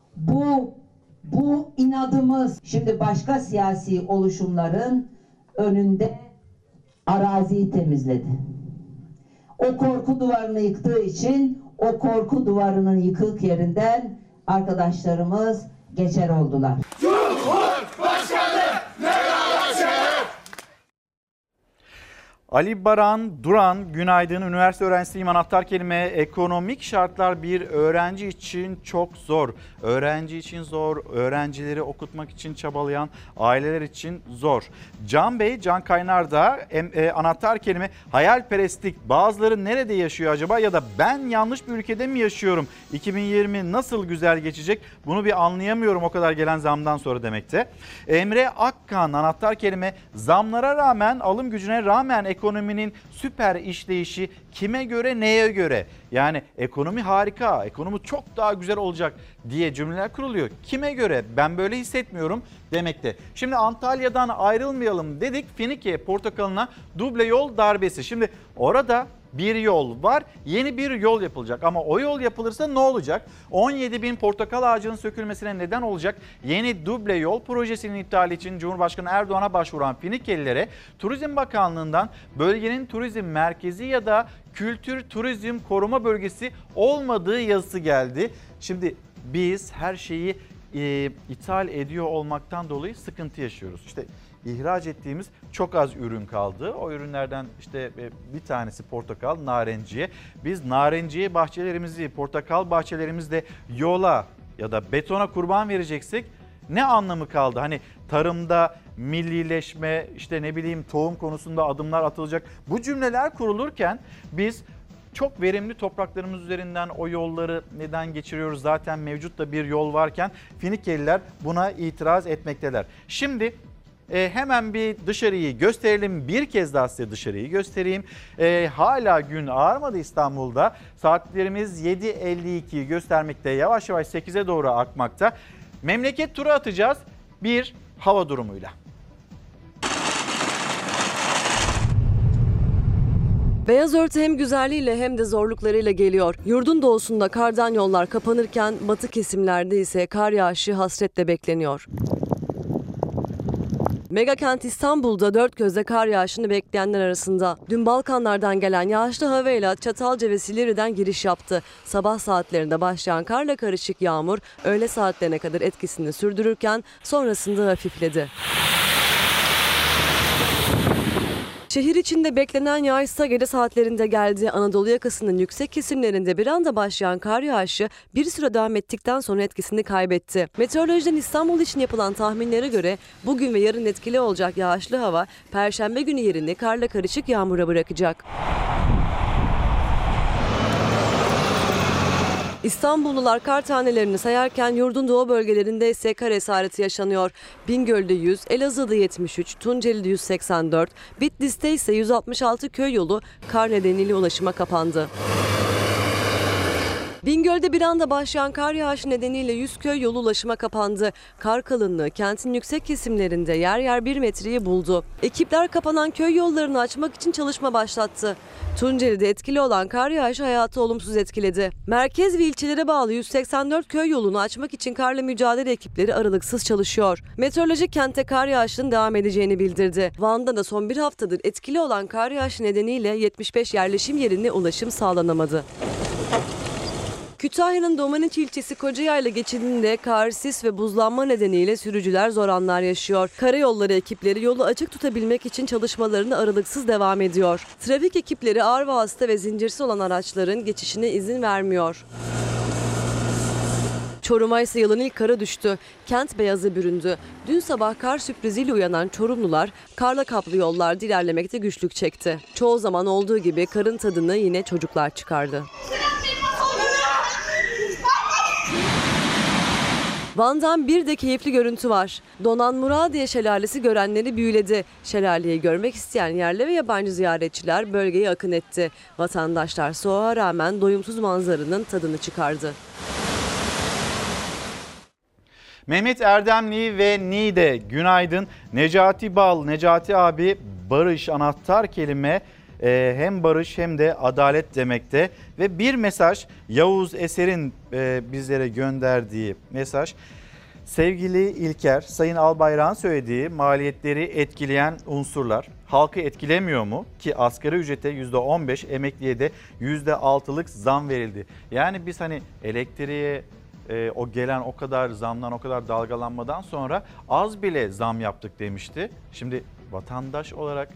bu inadımız şimdi başka siyasi oluşumların önünde araziyi temizledi. O korku duvarını yıktığı için o korku duvarının yıkık yerinden arkadaşlarımız geçer oldular. Ali Baran Duran, günaydın. Üniversite öğrencisiyim. Anahtar kelime ekonomik şartlar bir öğrenci için çok zor. Öğrenci için zor, öğrencileri okutmak için çabalayan aileler için zor. Can Bey, Can Kaynar da anahtar kelime hayalperestlik. Bazıları nerede yaşıyor acaba ya da ben yanlış bir ülkede mi yaşıyorum? 2020 nasıl güzel geçecek? Bunu bir anlayamıyorum o kadar gelen zamdan sonra demekte. Emre Akkan, anahtar kelime zamlara rağmen, alım gücüne rağmen ekonominin süper işleyişi kime göre, neye göre? Yani ekonomi harika, ekonomi çok daha güzel olacak diye cümleler kuruluyor. Kime göre? Ben böyle hissetmiyorum demekte. Şimdi Antalya'dan ayrılmayalım dedik. Finike Portakalı'na duble yol darbesi. Şimdi orada bir yol var, yeni bir yol yapılacak ama o yol yapılırsa ne olacak? 17.000 portakal ağacının sökülmesine neden olacak yeni duble yol projesinin iptali için Cumhurbaşkanı Erdoğan'a başvuran Finikellilere Turizm Bakanlığı'ndan bölgenin turizm merkezi ya da kültür turizm koruma bölgesi olmadığı yazısı geldi. Şimdi biz her şeyi ithal ediyor olmaktan dolayı sıkıntı yaşıyoruz. İşte ihraç ettiğimiz çok az ürün kaldı. O ürünlerden işte bir tanesi portakal, narenciye. Biz narenciye bahçelerimizi, portakal bahçelerimizde yola ya da betona kurban vereceksek ne anlamı kaldı? Hani tarımda millileşme, işte ne bileyim tohum konusunda adımlar atılacak. Bu cümleler kurulurken biz çok verimli topraklarımız üzerinden o yolları neden geçiriyoruz? Zaten mevcut da bir yol varken Finikeliler buna itiraz etmekteler. Şimdi hemen bir dışarıyı gösterelim. Bir kez daha size dışarıyı göstereyim. Hala gün ağarmadı İstanbul'da. Saatlerimiz 7.52'yi göstermekte. Yavaş yavaş 8'e doğru akmakta. Memleket turu atacağız bir hava durumuyla. Beyaz örtü hem güzelliğiyle hem de zorluklarıyla geliyor. Yurdun doğusunda kardan yollar kapanırken batı kesimlerde ise kar yağışı hasretle bekleniyor. Megakent İstanbul'da dört gözle kar yağışını bekleyenler arasında. Dün Balkanlardan gelen yağışlı havayla Çatalca ve Silivri'den giriş yaptı. Sabah saatlerinde başlayan karla karışık yağmur öğle saatlerine kadar etkisini sürdürürken sonrasında hafifledi. Şehir içinde beklenen yağışsa gece saatlerinde geldi. Anadolu yakasının yüksek kesimlerinde bir anda başlayan kar yağışı bir süre devam ettikten sonra etkisini kaybetti. Meteorolojiden İstanbul için yapılan tahminlere göre bugün ve yarın etkili olacak yağışlı hava Perşembe günü yerini karla karışık yağmura bırakacak. İstanbullular kar tanelerini sayarken yurdun doğu bölgelerinde ise kar esareti yaşanıyor. Bingöl'de 100, Elazığ'da 73, Tunceli'de 184, Bitlis'te ise 166 köy yolu kar nedeniyle ulaşıma kapandı. Bingöl'de bir anda başlayan kar yağışı nedeniyle 100 köy yolu ulaşıma kapandı. Kar kalınlığı kentin yüksek kesimlerinde yer yer 1 metreyi buldu. Ekipler kapanan köy yollarını açmak için çalışma başlattı. Tunceli'de etkili olan kar yağışı hayatı olumsuz etkiledi. Merkez ve ilçelere bağlı 184 köy yolunu açmak için karla mücadele ekipleri aralıksız çalışıyor. Meteoroloji kente kar yağışının devam edeceğini bildirdi. Van'da da son bir haftadır etkili olan kar yağışı nedeniyle 75 yerleşim yerine ulaşım sağlanamadı. Kütahya'nın Domaniç ilçesi Kocayayla geçidinde kar, sis ve buzlanma nedeniyle sürücüler zor anlar yaşıyor. Karayolları ekipleri yolu açık tutabilmek için çalışmalarını aralıksız devam ediyor. Trafik ekipleri ağır vasıta ve zincirsiz olan araçların geçişine izin vermiyor. Çorum'a ise yılın ilk karı düştü. Kent beyaza büründü. Dün sabah kar sürpriziyle uyanan Çorumlular karla kaplı yollarda ilerlemekte güçlük çekti. Çoğu zaman olduğu gibi karın tadını yine çocuklar çıkardı. Van'dan bir de keyifli görüntü var. Donan Muradiye Şelalesi görenleri büyüledi. Şelaleyi görmek isteyen yerli ve yabancı ziyaretçiler bölgeye akın etti. Vatandaşlar soğuğa rağmen doyumsuz manzaranın tadını çıkardı. Mehmet Erdemli ve Nide günaydın. Necati Bal, Necati abi barış anahtar kelime hem barış hem de adalet demekte. Ve bir mesaj Yavuz Eser'in bizlere gönderdiği mesaj. Sevgili İlker, Sayın Albayrak'ın söylediği maliyetleri etkileyen unsurlar halkı etkilemiyor mu? Ki asgari ücrete %15, emekliye de %6'lık zam verildi. Yani biz hani elektriğe o gelen o kadar zamdan, o kadar dalgalanmadan sonra az bile zam yaptık demişti. Şimdi vatandaş olarak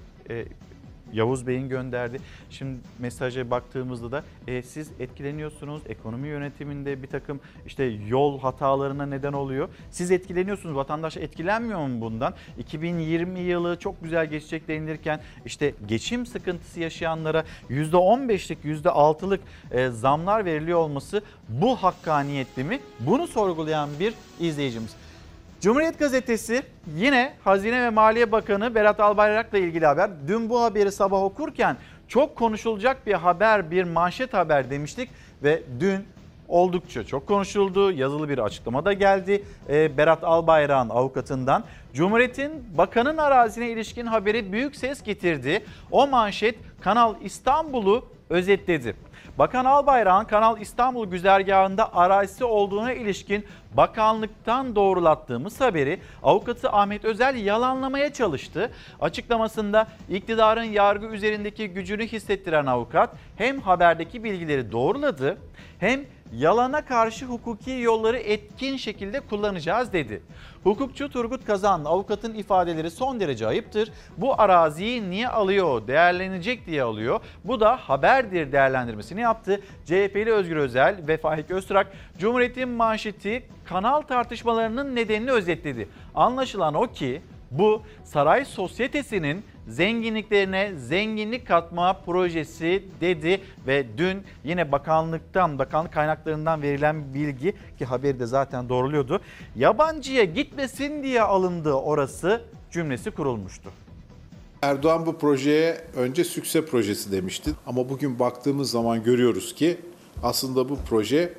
Yavuz Bey'in gönderdi. Şimdi mesaja baktığımızda da siz etkileniyorsunuz. Ekonomi yönetiminde bir takım işte yol hatalarına neden oluyor. Siz etkileniyorsunuz. Vatandaş etkilenmiyor mu bundan? 2020 yılı çok güzel geçecek denilirken işte geçim sıkıntısı yaşayanlara %15'lik, %6'lık zamlar veriliyor olması bu hakkaniyetli mi? Bunu sorgulayan bir izleyicimiz. Cumhuriyet Gazetesi yine Hazine ve Maliye Bakanı Berat Albayrak'la ilgili haber. Dün bu haberi sabah okurken çok konuşulacak bir haber, bir manşet haber demiştik ve dün oldukça çok konuşuldu. Yazılı bir açıklama da geldi Berat Albayrak'ın avukatından. Cumhuriyet'in bakanın arazine ilişkin haberi büyük ses getirdi. O manşet Kanal İstanbul'u özetledi. Bakan Albayrak'ın Kanal İstanbul güzergahında arazisi olduğuna ilişkin bakanlıktan doğrulattığımız haberi avukatı Ahmet Özel yalanlamaya çalıştı. Açıklamasında iktidarın yargı üzerindeki gücünü hissettiren avukat hem haberdeki bilgileri doğruladı hem yalana karşı hukuki yolları etkin şekilde kullanacağız dedi. Hukukçu Turgut Kazan avukatın ifadeleri son derece ayıptır. Bu araziyi niye alıyor, değerlenecek diye alıyor. Bu da haberdir değerlendirmesini yaptı. CHP'li Özgür Özel ve Faik Öztürk Cumhuriyet'in manşeti kanal tartışmalarının nedenini özetledi. Anlaşılan o ki bu saray sosyetesinin zenginliklerine zenginlik katma projesi dedi ve dün yine bakanlık kaynaklarından verilen bilgi ki haberi de zaten doğruluyordu. Yabancıya gitmesin diye alındı orası cümlesi kurulmuştu. Erdoğan bu projeye önce sükse projesi demişti ama bugün baktığımız zaman görüyoruz ki aslında bu proje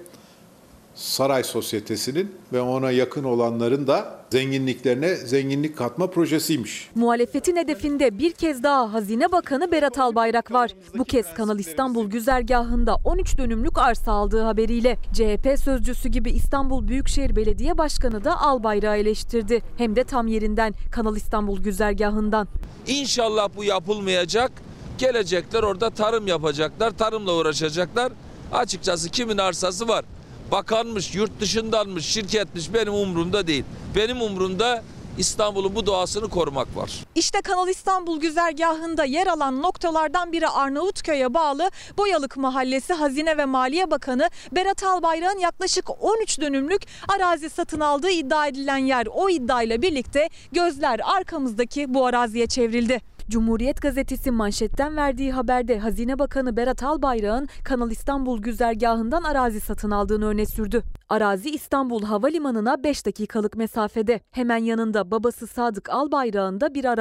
saray sosyetesinin ve ona yakın olanların da zenginliklerine zenginlik katma projesiymiş. Muhalefetin hedefinde bir kez daha Hazine Bakanı Berat Albayrak var. Bu kez Kanal İstanbul güzergahında 13 dönümlük arsa aldığı haberiyle CHP sözcüsü gibi İstanbul Büyükşehir Belediye Başkanı da Albayrak'ı eleştirdi. Hem de tam yerinden, Kanal İstanbul güzergahından. İnşallah bu yapılmayacak. Gelecekler orada tarım yapacaklar, tarımla uğraşacaklar. Açıkçası kimin arsası var? Bakanmış, yurt dışındanmış, şirketmiş benim umurumda değil. Benim umurumda İstanbul'un bu doğasını korumak var. İşte Kanal İstanbul güzergahında yer alan noktalardan biri Arnavutköy'e bağlı Boyalık Mahallesi. Hazine ve Maliye Bakanı Berat Albayrak'ın yaklaşık 13 dönümlük arazi satın aldığı iddia edilen yer. O iddiayla birlikte gözler arkamızdaki bu araziye çevrildi. Cumhuriyet Gazetesi manşetten verdiği haberde Hazine Bakanı Berat Albayrak'ın Kanal İstanbul güzergahından arazi satın aldığını öne sürdü. Arazi İstanbul Havalimanı'na 5 dakikalık mesafede. Hemen yanında babası Sadık Albayrak'ın da bir arazi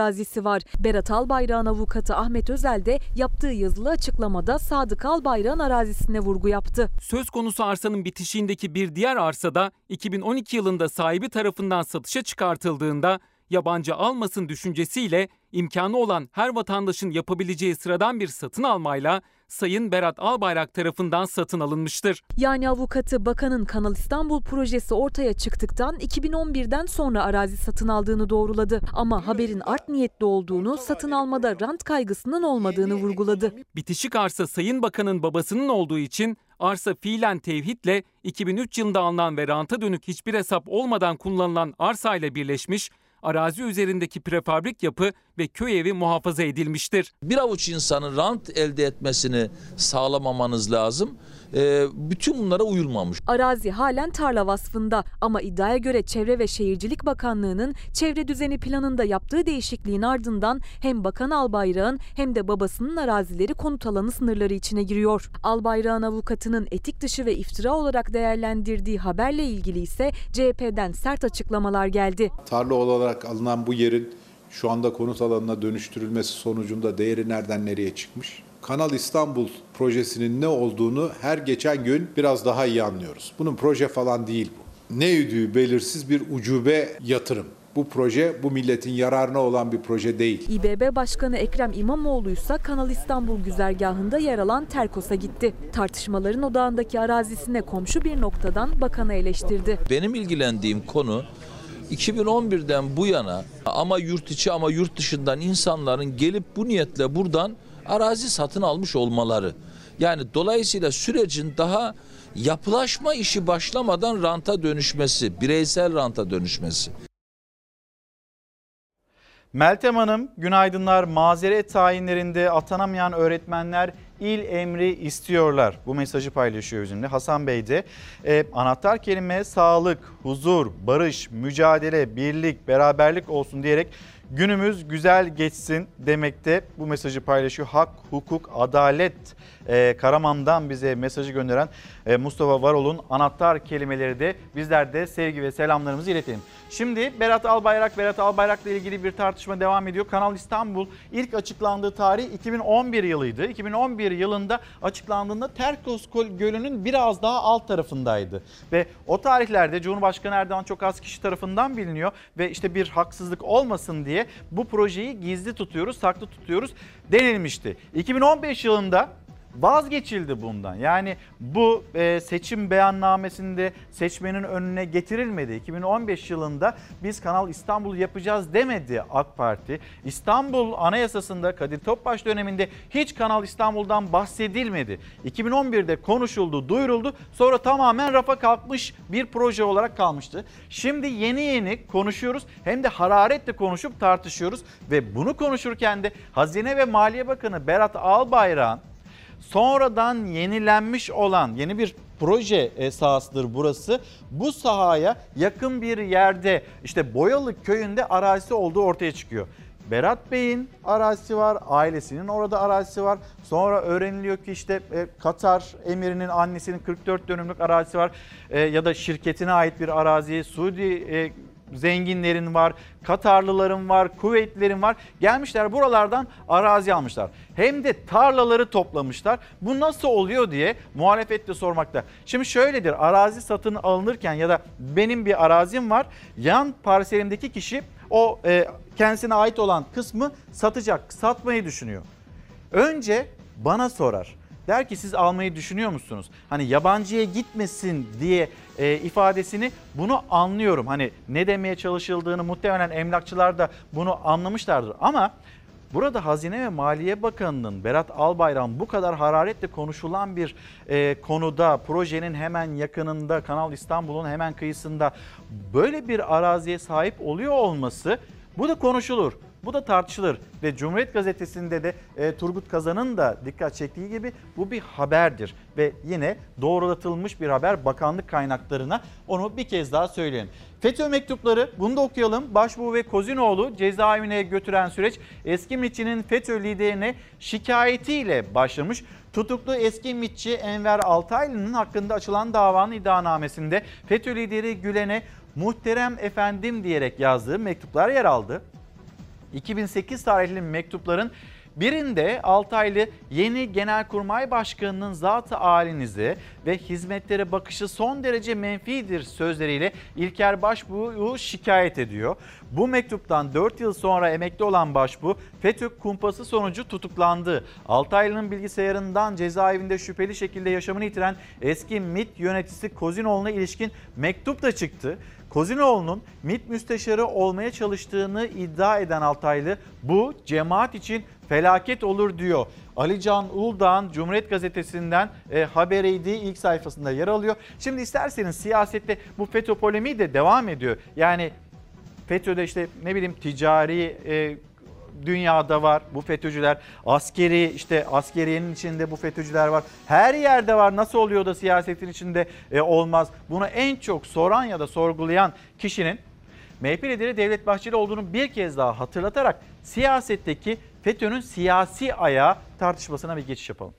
arazisi var. Berat Albayrak'ın avukatı Ahmet Özel de yaptığı yazılı açıklamada Sadık Albayrak'ın arazisine vurgu yaptı. Söz konusu arsanın bitişiğindeki bir diğer arsada 2012 yılında sahibi tarafından satışa çıkartıldığında yabancı almasın düşüncesiyle imkanı olan her vatandaşın yapabileceği sıradan bir satın almayla Sayın Berat Albayrak tarafından satın alınmıştır. Yani avukatı bakanın Kanal İstanbul projesi ortaya çıktıktan 2011'den sonra arazi satın aldığını doğruladı. Ama haberin art niyetli olduğunu, satın almada rant kaygısının olmadığını vurguladı. Bitişik arsa Sayın Bakan'ın babasının olduğu için arsa fiilen tevhidle 2003 yılında alınan ve ranta dönük hiçbir hesap olmadan kullanılan arsayla birleşmiş, arazi üzerindeki prefabrik yapı ve köy evi muhafaza edilmiştir. Bir avuç insanın rant elde etmesini sağlamamanız lazım. Bütün bunlara uyulmamış. Arazi halen tarla vasfında ama iddiaya göre Çevre ve Şehircilik Bakanlığı'nın çevre düzeni planında yaptığı değişikliğin ardından hem Bakan Albayrak'ın hem de babasının arazileri konut alanı sınırları içine giriyor. Albayrak'ın avukatının etik dışı ve iftira olarak değerlendirdiği haberle ilgili ise CHP'den sert açıklamalar geldi. Tarla olarak alınan bu yerin şu anda konut alanına dönüştürülmesi sonucunda değeri nereden nereye çıkmış? Kanal İstanbul projesinin ne olduğunu her geçen gün biraz daha iyi anlıyoruz. Bunun proje falan değil bu. Ne üdüğü belirsiz bir ucube yatırım. Bu proje bu milletin yararına olan bir proje değil. İBB Başkanı Ekrem İmamoğlu ise Kanal İstanbul güzergahında yer alan Terkos'a gitti. Tartışmaların odağındaki arazisine komşu bir noktadan bakanı eleştirdi. Benim ilgilendiğim konu 2011'den bu yana ama yurt içi ama yurt dışından insanların gelip bu niyetle buradan arazi satın almış olmaları. Yani dolayısıyla sürecin daha yapılaşma işi başlamadan ranta dönüşmesi, bireysel ranta dönüşmesi. Meltem Hanım, günaydınlar. Mazeret tayinlerinde atanamayan öğretmenler il emri istiyorlar. Bu mesajı paylaşıyor bizimle. Hasan Bey de anahtar kelime sağlık, huzur, barış, mücadele, birlik, beraberlik olsun diyerek günümüz güzel geçsin demekte, bu mesajı paylaşıyor. Hak, hukuk, adalet Karaman'dan bize mesajı gönderen Mustafa Varol'un anahtar kelimeleri de bizler de sevgi ve selamlarımızı iletelim. Şimdi Berat Albayrak'la ilgili bir tartışma devam ediyor. Kanal İstanbul ilk açıklandığı tarih 2011 yılıydı. 2011 yılında açıklandığında Terkos Gölü'nün biraz daha alt tarafındaydı. Ve o tarihlerde Cumhurbaşkanı Erdoğan çok az kişi tarafından biliniyor. Ve işte bir haksızlık olmasın diye bu projeyi gizli tutuyoruz, saklı tutuyoruz denilmişti. 2015 yılında vazgeçildi bundan. Yani bu seçim beyannamesinde seçmenin önüne getirilmedi. 2015 yılında biz Kanal İstanbul yapacağız demedi AK Parti. İstanbul Anayasası'nda Kadir Topbaş döneminde hiç Kanal İstanbul'dan bahsedilmedi. 2011'de konuşuldu, duyuruldu. Sonra tamamen rafa kalkmış bir proje olarak kalmıştı. Şimdi yeni konuşuyoruz. Hem de hararetle konuşup tartışıyoruz. Ve bunu konuşurken de Hazine ve Maliye Bakanı Berat Albayrak'ın sonradan yenilenmiş olan yeni bir proje sahasıdır burası. Bu sahaya yakın bir yerde işte Boyalı köyünde arazisi olduğu ortaya çıkıyor. Berat Bey'in arazisi var, ailesinin orada arazisi var. Sonra öğreniliyor ki işte Katar emirinin annesinin 44 dönümlük arazisi var. Ya da şirketine ait bir arazi, Suudi zenginlerin var, Katarlıların var, Kuveytlilerin var. Gelmişler buralardan arazi almışlar. Hem de tarlaları toplamışlar. Bu nasıl oluyor diye muhalefet de sormakta. Şimdi şöyledir, arazi satın alınırken ya da benim bir arazim var. Yan parselimdeki kişi o kendisine ait olan kısmı satacak, satmayı düşünüyor. Önce bana sorar. Der ki siz almayı düşünüyor musunuz? Hani yabancıya gitmesin diye ifadesini, bunu anlıyorum. Hani ne demeye çalışıldığını muhtemelen emlakçılar da bunu anlamışlardır. Ama burada Hazine ve Maliye Bakanı'nın, Berat Albayrak'ın bu kadar hararetle konuşulan bir konuda, projenin hemen yakınında, Kanal İstanbul'un hemen kıyısında böyle bir araziye sahip oluyor olması, bu da konuşulur. Bu da tartışılır ve Cumhuriyet Gazetesi'nde de Turgut Kazan'ın da dikkat çektiği gibi bu bir haberdir. Ve yine doğrulatılmış bir haber bakanlık kaynaklarına, onu bir kez daha söyleyelim. FETÖ mektupları, bunu da okuyalım. Başbuğ ve Kozinoğlu cezaevine götüren süreç eski MİT'çinin FETÖ liderine şikayetiyle başlamış. Tutuklu eski MİT'çi Enver Altaylı'nın hakkında açılan davanın iddianamesinde FETÖ lideri Gülen'e muhterem efendim diyerek yazdığı mektuplar yer aldı. 2008 tarihli mektupların birinde Altaylı yeni Genelkurmay Başkanı'nın zat-ı âlinize ve hizmetlere bakışı son derece menfidir sözleriyle İlker Başbuğ'u şikayet ediyor. Bu mektuptan 4 yıl sonra emekli olan Başbuğ FETÖ kumpası sonucu tutuklandı. Altaylı'nın bilgisayarından cezaevinde şüpheli şekilde yaşamını yitiren eski MİT yöneticisi Kozinoğlu'na ilişkin mektup da çıktı. Kozinoğlu'nun MİT müsteşarı olmaya çalıştığını iddia eden Altaylı bu cemaat için felaket olur diyor. Alican Uludağ'ın Cumhuriyet Gazetesi'nden haberiydi, ilk sayfasında yer alıyor. Şimdi isterseniz siyasette bu FETÖ polemiği de devam ediyor. Yani FETÖ'de işte ne bileyim ticari dünyada var bu FETÖ'cüler. Askeri işte askeriyenin içinde bu FETÖ'cüler var. Her yerde var. Nasıl oluyor da siyasetin içinde olmaz? Bunu en çok soran ya da sorgulayan kişinin MHP lideri Devlet Bahçeli olduğunu bir kez daha hatırlatarak siyasetteki FETÖ'nün siyasi ayağı tartışmasına bir geçiş yapalım.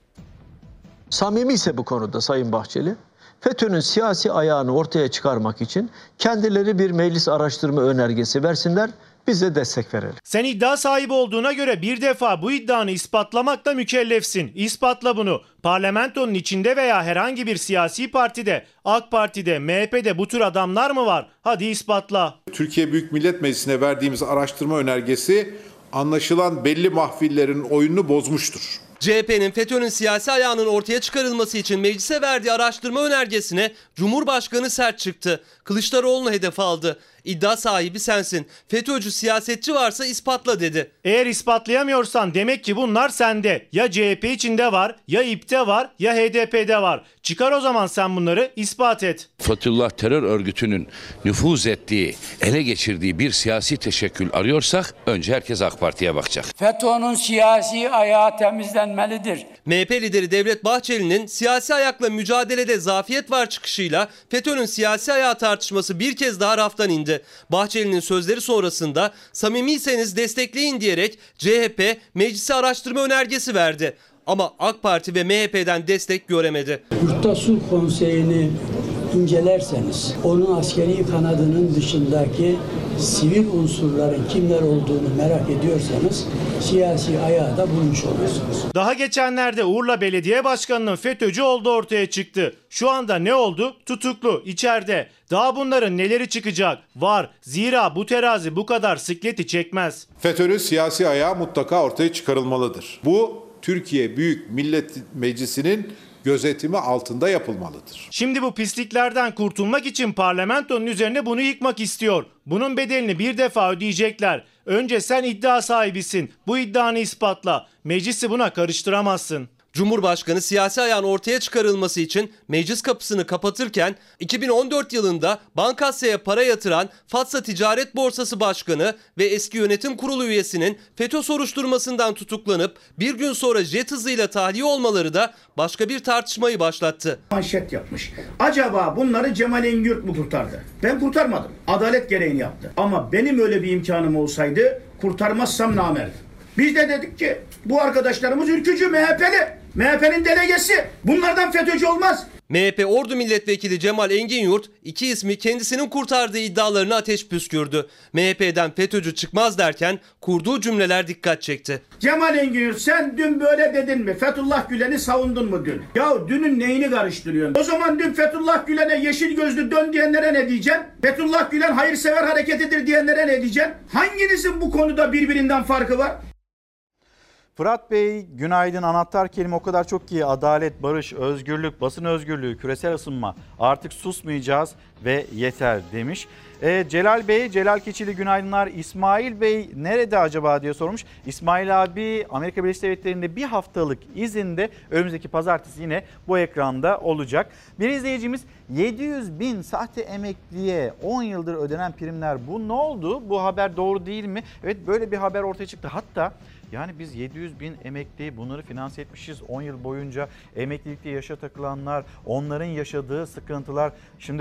Samimi ise bu konuda Sayın Bahçeli, FETÖ'nün siyasi ayağını ortaya çıkarmak için kendileri bir meclis araştırma önergesi versinler, biz de destek verelim. Sen iddia sahibi olduğuna göre bir defa bu iddianı ispatlamakla mükellefsin. İspatla bunu. Parlamentonun içinde veya herhangi bir siyasi partide, AK Parti'de, MHP'de bu tür adamlar mı var? Hadi ispatla. Türkiye Büyük Millet Meclisi'ne verdiğimiz araştırma önergesi anlaşılan belli mahfillerin oyununu bozmuştur. CHP'nin FETÖ'nün siyasi ayağının ortaya çıkarılması için meclise verdiği araştırma önergesine Cumhurbaşkanı sert çıktı. Kılıçdaroğlu'nu hedef aldı. İddia sahibi sensin. FETÖ'cü siyasetçi varsa ispatla dedi. Eğer ispatlayamıyorsan demek ki bunlar sende. Ya CHP içinde var, ya İP'te var, ya HDP'de var. Çıkar o zaman sen bunları ispat et. Fethullah terör örgütünün nüfuz ettiği, ele geçirdiği bir siyasi teşekkül arıyorsak önce herkes AK Parti'ye bakacak. FETÖ'nün siyasi ayağı temizlenmelidir. MHP lideri Devlet Bahçeli'nin siyasi ayakla mücadelede zafiyet var çıkışıyla FETÖ'nün siyasi ayağı tartışması bir kez daha raftan indi. Bahçeli'nin sözleri sonrasında samimiyseniz destekleyin diyerek CHP meclise araştırma önergesi verdi. Ama AK Parti ve MHP'den destek göremedi. Yurtta Sulh Konseyi'ni incelerseniz onun askeri kanadının dışındaki sivil unsurların kimler olduğunu merak ediyorsanız siyasi ayağı da bulmuş olursunuz. Daha geçenlerde Urla Belediye Başkanı'nın FETÖ'cü olduğu ortaya çıktı. Şu anda ne oldu? Tutuklu, içeride. Daha bunların neleri çıkacak? Var. Zira bu terazi bu kadar sikleti çekmez. FETÖ'nün siyasi ayağı mutlaka ortaya çıkarılmalıdır. Bu Türkiye Büyük Millet Meclisi'nin gözetimi altında yapılmalıdır. Şimdi bu pisliklerden kurtulmak için parlamentonun üzerine bunu yıkmak istiyor. Bunun bedelini bir defa ödeyecekler. Önce sen iddia sahibisin. Bu iddianı ispatla. Meclisi buna karıştıramazsın. Cumhurbaşkanı siyasi ayağın ortaya çıkarılması için meclis kapısını kapatırken 2014 yılında Bankasya'ya para yatıran Fatsa Ticaret Borsası Başkanı ve eski yönetim kurulu üyesinin FETÖ soruşturmasından tutuklanıp bir gün sonra jet hızıyla tahliye olmaları da başka bir tartışmayı başlattı. Manşet yapmış. Acaba bunları Cemal Engin mu kurtardı? Ben kurtarmadım. Adalet gereğini yaptı. Ama benim öyle bir imkanım olsaydı kurtarmazsam namerdim. Biz de dedik ki bu arkadaşlarımız ülkücü, MHP'li. MHP'nin delegesi. Bunlardan FETÖ'cü olmaz. MHP Ordu Milletvekili Cemal Enginyurt iki ismi kendisinin kurtardığı iddialarını ateş püskürdü. MHP'den FETÖ'cü çıkmaz derken kurduğu cümleler dikkat çekti. Cemal Enginyurt sen dün böyle dedin mi? Fethullah Gülen'i savundun mu dün? Ya dünün neyini karıştırıyorsun? O zaman dün Fethullah Gülen'e yeşil gözlü dön diyenlere ne diyeceksin? Fethullah Gülen hayırsever hareketidir diyenlere ne diyeceksin? Hanginizin bu konuda birbirinden farkı var? Fırat Bey günaydın. Anahtar kelime o kadar çok ki adalet, barış, özgürlük, basın özgürlüğü, küresel ısınma, artık susmayacağız ve yeter demiş. Celal Bey, Celal Keçili günaydınlar. İsmail Bey nerede acaba diye sormuş. İsmail abi Amerika Birleşik Devletleri'nde bir haftalık izinde, önümüzdeki pazartesi yine bu ekranda olacak. Bir izleyicimiz 700 bin sahte emekliye 10 yıldır ödenen primler, bu ne oldu? Bu haber doğru değil mi? Evet, böyle bir haber ortaya çıktı. Hatta yani biz 700 bin emekli bunları finanse etmişiz 10 yıl boyunca. Emeklilikte yaşa takılanlar, onların yaşadığı sıkıntılar. Şimdi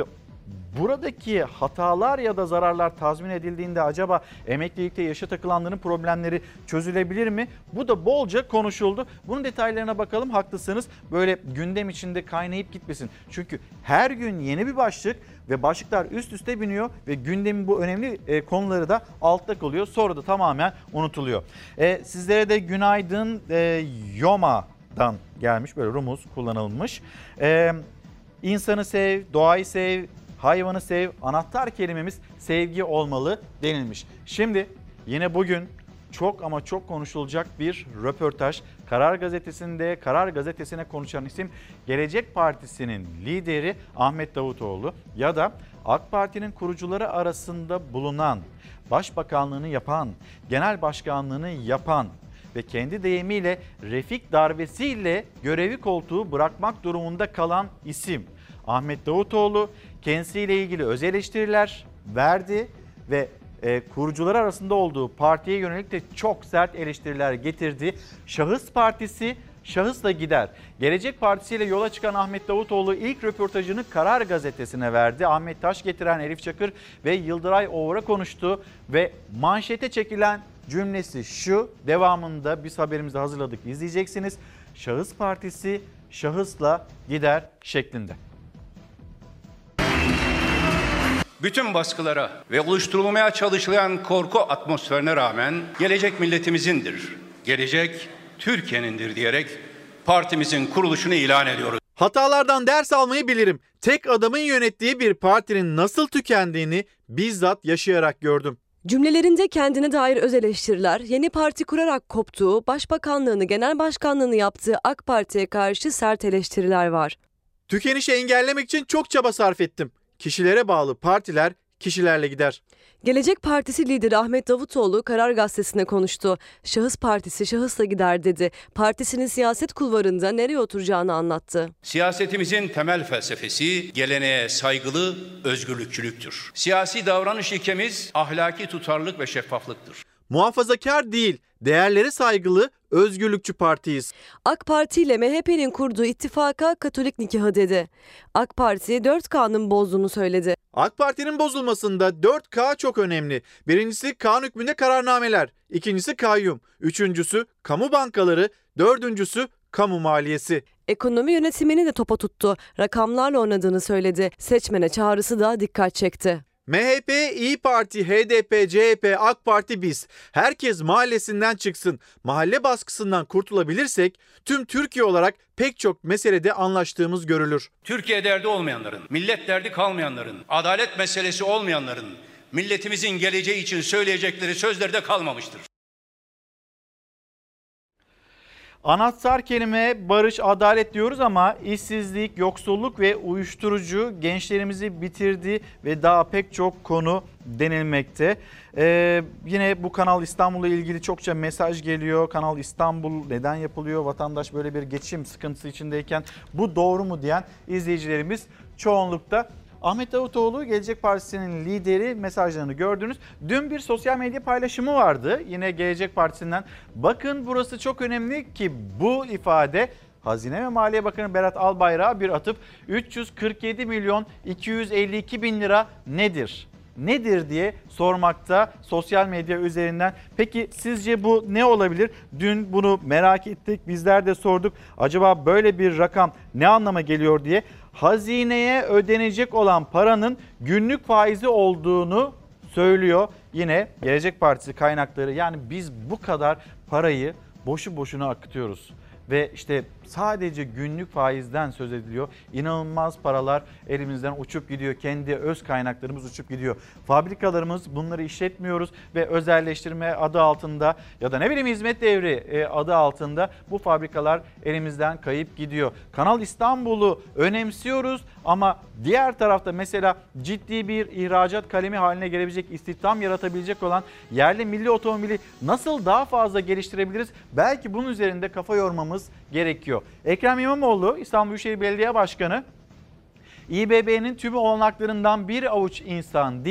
buradaki hatalar ya da zararlar tazmin edildiğinde acaba emeklilikte yaşa takılanların problemleri çözülebilir mi? Bu da bolca konuşuldu. Bunun detaylarına bakalım. Haklısınız. Böyle gündem içinde kaynayıp gitmesin. Çünkü her gün yeni bir başlık ve başlıklar üst üste biniyor ve gündemin bu önemli konuları da altta kalıyor. Sonra da tamamen unutuluyor. Sizlere de günaydın Yoma'dan gelmiş, böyle rumuz kullanılmış. İnsanı sev, doğayı sev, hayvanı sev, anahtar kelimemiz sevgi olmalı denilmiş. Şimdi yine bugün çok ama çok konuşulacak bir röportaj. Karar Gazetesi'nde, Karar Gazetesi'ne konuşan isim Gelecek Partisi'nin lideri Ahmet Davutoğlu ya da AK Parti'nin kurucuları arasında bulunan, başbakanlığını yapan, genel başkanlığını yapan ve kendi deyimiyle Refik darbesiyle görevi koltuğu bırakmak durumunda kalan isim Ahmet Davutoğlu. Kendisiyle ilgili öz eleştiriler verdi ve kurucular arasında olduğu partiye yönelik de çok sert eleştiriler getirdi. Şahıs partisi şahısla gider. Gelecek Partisi ile yola çıkan Ahmet Davutoğlu ilk röportajını Karar Gazetesi'ne verdi. Ahmet Taş getiren Elif Çakır ve Yıldıray Oğur'a konuştu ve manşete çekilen cümlesi şu, devamında biz haberimizde hazırladık, izleyeceksiniz. Şahıs partisi şahısla gider şeklinde. Bütün baskılara ve oluşturulmaya çalışılan korku atmosferine rağmen gelecek milletimizindir, gelecek Türkiye'nindir diyerek partimizin kuruluşunu ilan ediyoruz. Hatalardan ders almayı bilirim. Tek adamın yönettiği bir partinin nasıl tükendiğini bizzat yaşayarak gördüm. Cümlelerinde kendine dair öz eleştiriler, yeni parti kurarak koptuğu, başbakanlığını, genel başkanlığını yaptığı AK Parti'ye karşı sert eleştiriler var. Tükenişi engellemek için çok çaba sarf ettim. Kişilere bağlı partiler kişilerle gider. Gelecek Partisi lideri Ahmet Davutoğlu Karar Gazetesi'ne konuştu. Şahıs partisi şahısla gider dedi. Partisinin siyaset kulvarında nereye oturacağını anlattı. Siyasetimizin temel felsefesi geleneğe saygılı özgürlükçülüktür. Siyasi davranış ilkemiz ahlaki tutarlılık ve şeffaflıktır. Muhafazakar değil, değerlere saygılı, özgürlükçü partiyiz. AK Parti ile MHP'nin kurduğu ittifaka Katolik nikahı dedi. AK Parti 4K'nın bozduğunu söyledi. AK Parti'nin bozulmasında 4K çok önemli. Birincisi kanun hükmünde kararnameler, ikincisi kayyum, üçüncüsü kamu bankaları, dördüncüsü kamu maliyesi. Ekonomi yönetimini de topa tuttu. Rakamlarla oynadığını söyledi. Seçmene çağrısı da dikkat çekti. MHP, İYİ Parti, HDP, CHP, AK Parti biz. Herkes mahallesinden çıksın. Mahalle baskısından kurtulabilirsek tüm Türkiye olarak pek çok meselede anlaştığımız görülür. Türkiye derdi olmayanların, millet derdi kalmayanların, adalet meselesi olmayanların, milletimizin geleceği için söyleyecekleri sözlerde kalmamıştır. Anahtar kelime barış, adalet diyoruz ama işsizlik, yoksulluk ve uyuşturucu gençlerimizi bitirdi ve daha pek çok konu denilmekte. Yine bu Kanal İstanbul'la ilgili çokça mesaj geliyor. Kanal İstanbul neden yapılıyor? Vatandaş böyle bir geçim sıkıntısı içindeyken bu doğru mu diyen izleyicilerimiz çoğunlukta. Ahmet Davutoğlu Gelecek Partisi'nin lideri, mesajlarını gördünüz. Dün bir sosyal medya paylaşımı vardı yine Gelecek Partisi'nden. Bakın burası çok önemli ki bu ifade Hazine ve Maliye Bakanı Berat Albayrak'a bir atıp 347 milyon 252 bin lira nedir? Nedir diye sormakta sosyal medya üzerinden. Peki sizce bu ne olabilir? Dün bunu merak ettik, bizler de sorduk. Acaba böyle bir rakam ne anlama geliyor diye. Hazineye ödenecek olan paranın günlük faizi olduğunu söylüyor. Yine Gelecek Partisi kaynakları, yani biz bu kadar parayı boşu boşuna akıtıyoruz. Ve işte sadece günlük faizden söz ediliyor. İnanılmaz paralar elimizden uçup gidiyor. Kendi öz kaynaklarımız uçup gidiyor. Fabrikalarımız, bunları işletmiyoruz ve özelleştirme adı altında ya da ne bileyim hizmet devri adı altında bu fabrikalar elimizden kayıp gidiyor. Kanal İstanbul'u önemsiyoruz ama diğer tarafta mesela ciddi bir ihracat kalemi haline gelebilecek, istihdam yaratabilecek olan yerli milli otomobili nasıl daha fazla geliştirebiliriz? Belki bunun üzerinde kafa yormamız gerekiyor. Ekrem İmamoğlu, İstanbul Büyükşehir Belediye Başkanı, İBB'nin tüm olanaklarından bir avuç insan değil,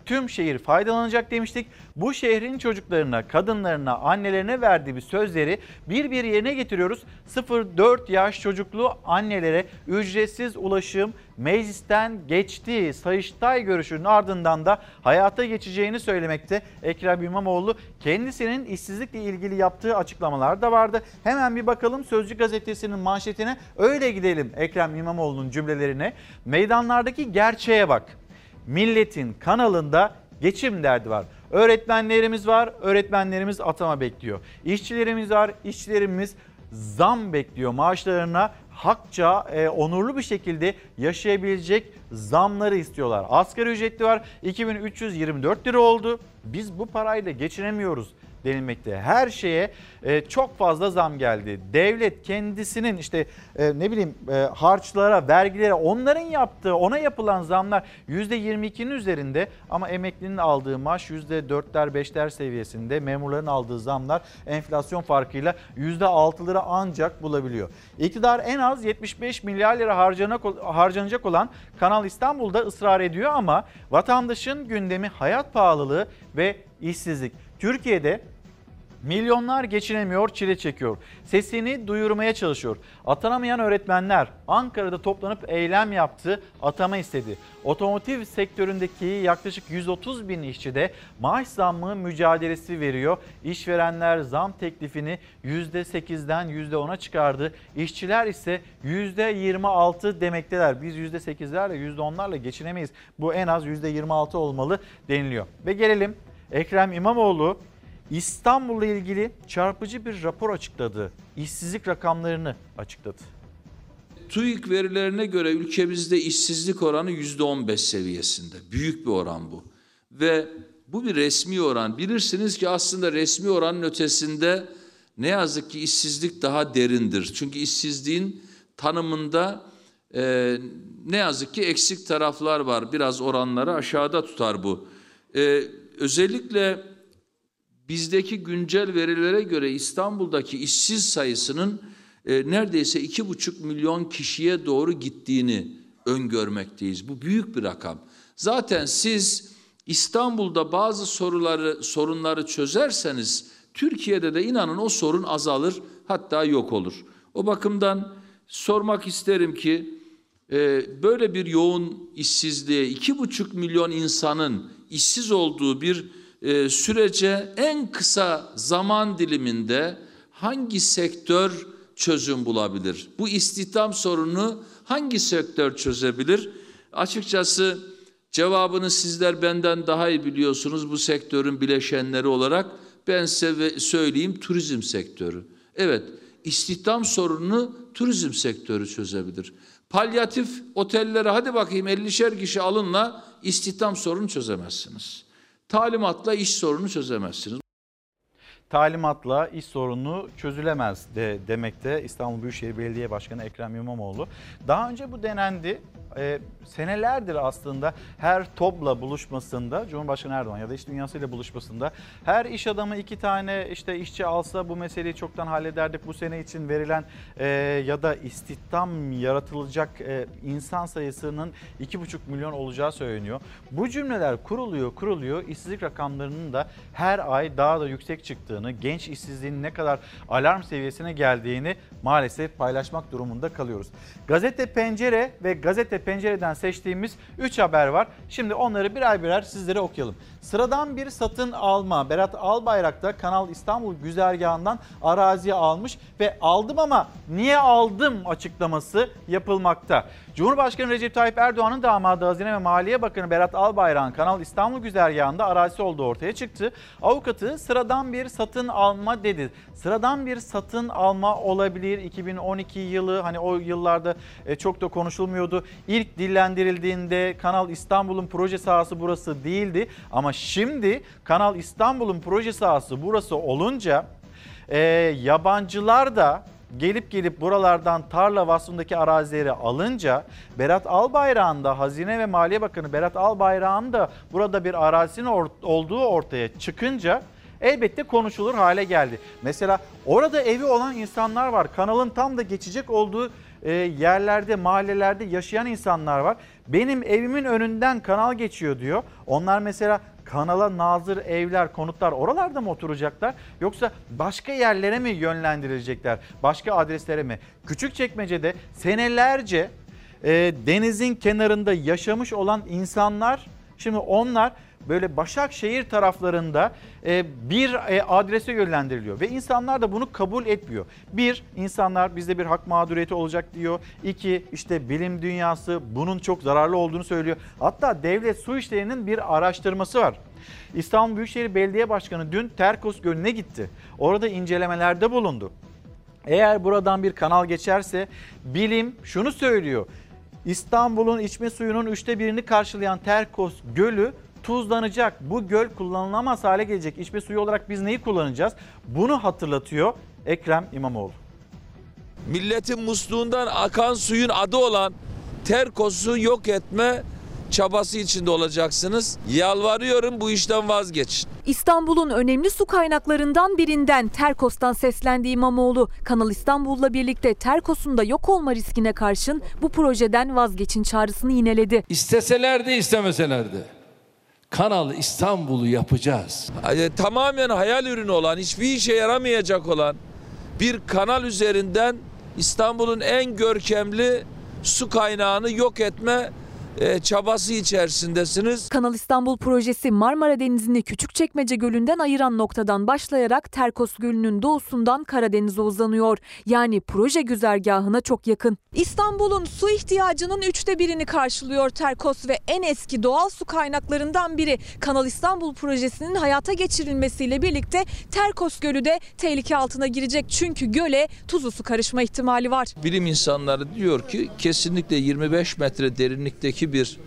tüm şehir faydalanacak demiştik. Bu şehrin çocuklarına, kadınlarına, annelerine verdiği bir sözleri bir yerine getiriyoruz. 0-4 yaş çocuklu annelere ücretsiz ulaşım meclisten geçti. Sayıştay görüşünün ardından da hayata geçeceğini söylemekte Ekrem İmamoğlu. Kendisinin işsizlikle ilgili yaptığı açıklamalar da vardı. Hemen bir bakalım Sözcü gazetesinin manşetine, öyle gidelim Ekrem İmamoğlu'nun cümlelerine. Meydanlardaki gerçeğe bak. Milletin kanalında geçim derdi var. Öğretmenlerimiz var, öğretmenlerimiz atama bekliyor. İşçilerimiz var, işçilerimiz zam bekliyor. Maaşlarına hakça, onurlu bir şekilde yaşayabilecek zamları istiyorlar. Asgari ücretli var, 2324 lira oldu. Biz bu parayla geçinemiyoruz denilmekte. Her şeye çok fazla zam geldi. Devlet kendisinin harçlara, vergilere, onların yaptığı, ona yapılan zamlar %22'nin üzerinde ama emeklinin aldığı maaş %4'ler 5'ler seviyesinde. Memurların aldığı zamlar enflasyon farkıyla %6'ları ancak bulabiliyor. İktidar en az 75 milyar lira harcanacak olan Kanal İstanbul'da ısrar ediyor ama vatandaşın gündemi hayat pahalılığı ve işsizlik. Türkiye'de milyonlar geçinemiyor, çile çekiyor. Sesini duyurmaya çalışıyor. Atanamayan öğretmenler Ankara'da toplanıp eylem yaptı, atama istedi. Otomotiv sektöründeki yaklaşık 130 bin işçi de maaş zammı mücadelesi veriyor. İşverenler zam teklifini %8'den %10'a çıkardı. İşçiler ise %26 demekteler. Biz %8'lerle %10'larla geçinemeyiz. Bu en az %26 olmalı deniliyor. Ve gelelim Ekrem İmamoğlu İstanbul'la ilgili çarpıcı bir rapor açıkladı. İşsizlik rakamlarını açıkladı. TÜİK verilerine göre ülkemizde işsizlik oranı %15 seviyesinde. Büyük bir oran bu. Ve bu bir resmi oran. Bilirsiniz ki aslında resmi oranın ötesinde ne yazık ki işsizlik daha derindir. Çünkü işsizliğin tanımında ne yazık ki eksik taraflar var. Biraz oranları aşağıda tutar bu. Özellikle bizdeki güncel verilere göre İstanbul'daki işsiz sayısının neredeyse 2,5 milyon kişiye doğru gittiğini öngörmekteyiz. Bu büyük bir rakam. Zaten siz İstanbul'da bazı sorunları çözerseniz Türkiye'de de inanın o sorun azalır, hatta yok olur. O bakımdan sormak isterim ki böyle bir yoğun işsizliğe, 2,5 milyon insanın işsiz olduğu bir sürece en kısa zaman diliminde hangi sektör çözüm bulabilir? Bu istihdam sorununu hangi sektör çözebilir? Açıkçası cevabını sizler benden daha iyi biliyorsunuz bu sektörün bileşenleri olarak. Ben size söyleyeyim, turizm sektörü. Evet, istihdam sorununu turizm sektörü çözebilir. Palyatif otellere hadi bakayım 50'şer kişi alınla istihdam sorunu çözemezsiniz. Talimatla iş sorunu çözemezsiniz. Talimatla iş sorunu çözülemez demekte İstanbul Büyükşehir Belediye Başkanı Ekrem İmamoğlu. Daha önce bu denendi. Senelerdir aslında her TOB'la buluşmasında, Cumhurbaşkanı Erdoğan ya da iş dünyasıyla buluşmasında her iş adamı 2 tane işçi alsa bu meseleyi çoktan hallederdik. Bu sene için verilen ya da istihdam yaratılacak insan sayısının 2,5 milyon olacağı söyleniyor. Bu cümleler kuruluyor. İşsizlik rakamlarının da her ay daha da yüksek çıktığını, genç işsizliğinin ne kadar alarm seviyesine geldiğini maalesef paylaşmak durumunda kalıyoruz. Gazete Pencere ve Gazete Pencere'den seçtiğimiz 3 haber var. Şimdi onları birer birer sizlere okuyalım. Sıradan bir satın alma. Berat Albayrak da Kanal İstanbul güzergahından arazi almış ve aldım ama niye aldım açıklaması yapılmakta. Cumhurbaşkanı Recep Tayyip Erdoğan'ın damadı Hazine ve Maliye Bakanı Berat Albayrak'ın Kanal İstanbul güzergahında arazisi olduğu ortaya çıktı. Avukatı sıradan bir satın alma dedi. Sıradan bir satın alma olabilir. 2012 yılı, hani o yıllarda çok da konuşulmuyordu. İlk dillendirildiğinde Kanal İstanbul'un proje sahası burası değildi. Ama şimdi Kanal İstanbul'un proje sahası burası olunca yabancılar da gelip buralardan tarla vasfındaki arazileri alınca Berat Albayrak'ın da Hazine ve Maliye Bakanı Berat Albayrak'ın da burada bir arazinin olduğu ortaya çıkınca elbette konuşulur hale geldi. Mesela orada evi olan insanlar var. Kanalın tam da geçecek olduğu yerlerde, mahallelerde yaşayan insanlar var. Benim evimin önünden kanal geçiyor diyor. Onlar mesela kanala nazır evler, konutlar oralarda mı oturacaklar? Yoksa başka yerlere mi yönlendirilecekler? Başka adreslere mi? Küçükçekmece'de senelerce denizin kenarında yaşamış olan insanlar, şimdi onlar böyle Başakşehir taraflarında bir adrese yönlendiriliyor ve insanlar da bunu kabul etmiyor. Bir, insanlar bizde bir hak mağduriyeti olacak diyor. İki, işte bilim dünyası bunun çok zararlı olduğunu söylüyor. Hatta Devlet Su İşleri'nin bir araştırması var. İstanbul Büyükşehir Belediye Başkanı dün Terkos Gölü'ne gitti. Orada incelemelerde bulundu. Eğer buradan bir kanal geçerse bilim şunu söylüyor. İstanbul'un içme suyunun 1/3'ünü karşılayan Terkos Gölü tuzlanacak. Bu göl kullanılamaz hale gelecek. İçme suyu olarak biz neyi kullanacağız? Bunu hatırlatıyor Ekrem İmamoğlu. Milletin musluğundan akan suyun adı olan Terkos'u yok etme çabası içinde olacaksınız. Yalvarıyorum, bu işten vazgeçin. İstanbul'un önemli su kaynaklarından birinden Terkos'tan seslendi İmamoğlu. Kanal İstanbul'la birlikte Terkos'un da yok olma riskine karşın bu projeden vazgeçin çağrısını yineledi. İsteseler de istemeseler de Kanal İstanbul'u yapacağız. Tamamen hayal ürünü olan, hiçbir işe yaramayacak olan bir kanal üzerinden İstanbul'un en görkemli su kaynağını yok etme çabası içerisindesiniz. Kanal İstanbul projesi Marmara Denizi'ni Küçükçekmece Gölü'nden ayıran noktadan başlayarak Terkos Gölü'nün doğusundan Karadeniz'e uzanıyor. Yani proje güzergahına çok yakın. İstanbul'un su ihtiyacının 1/3'ünü karşılıyor Terkos ve en eski doğal su kaynaklarından biri. Kanal İstanbul projesinin hayata geçirilmesiyle birlikte Terkos Gölü de tehlike altına girecek. Çünkü göle tuzlu su karışma ihtimali var. Bilim insanları diyor ki kesinlikle 25 metre derinlikteki bir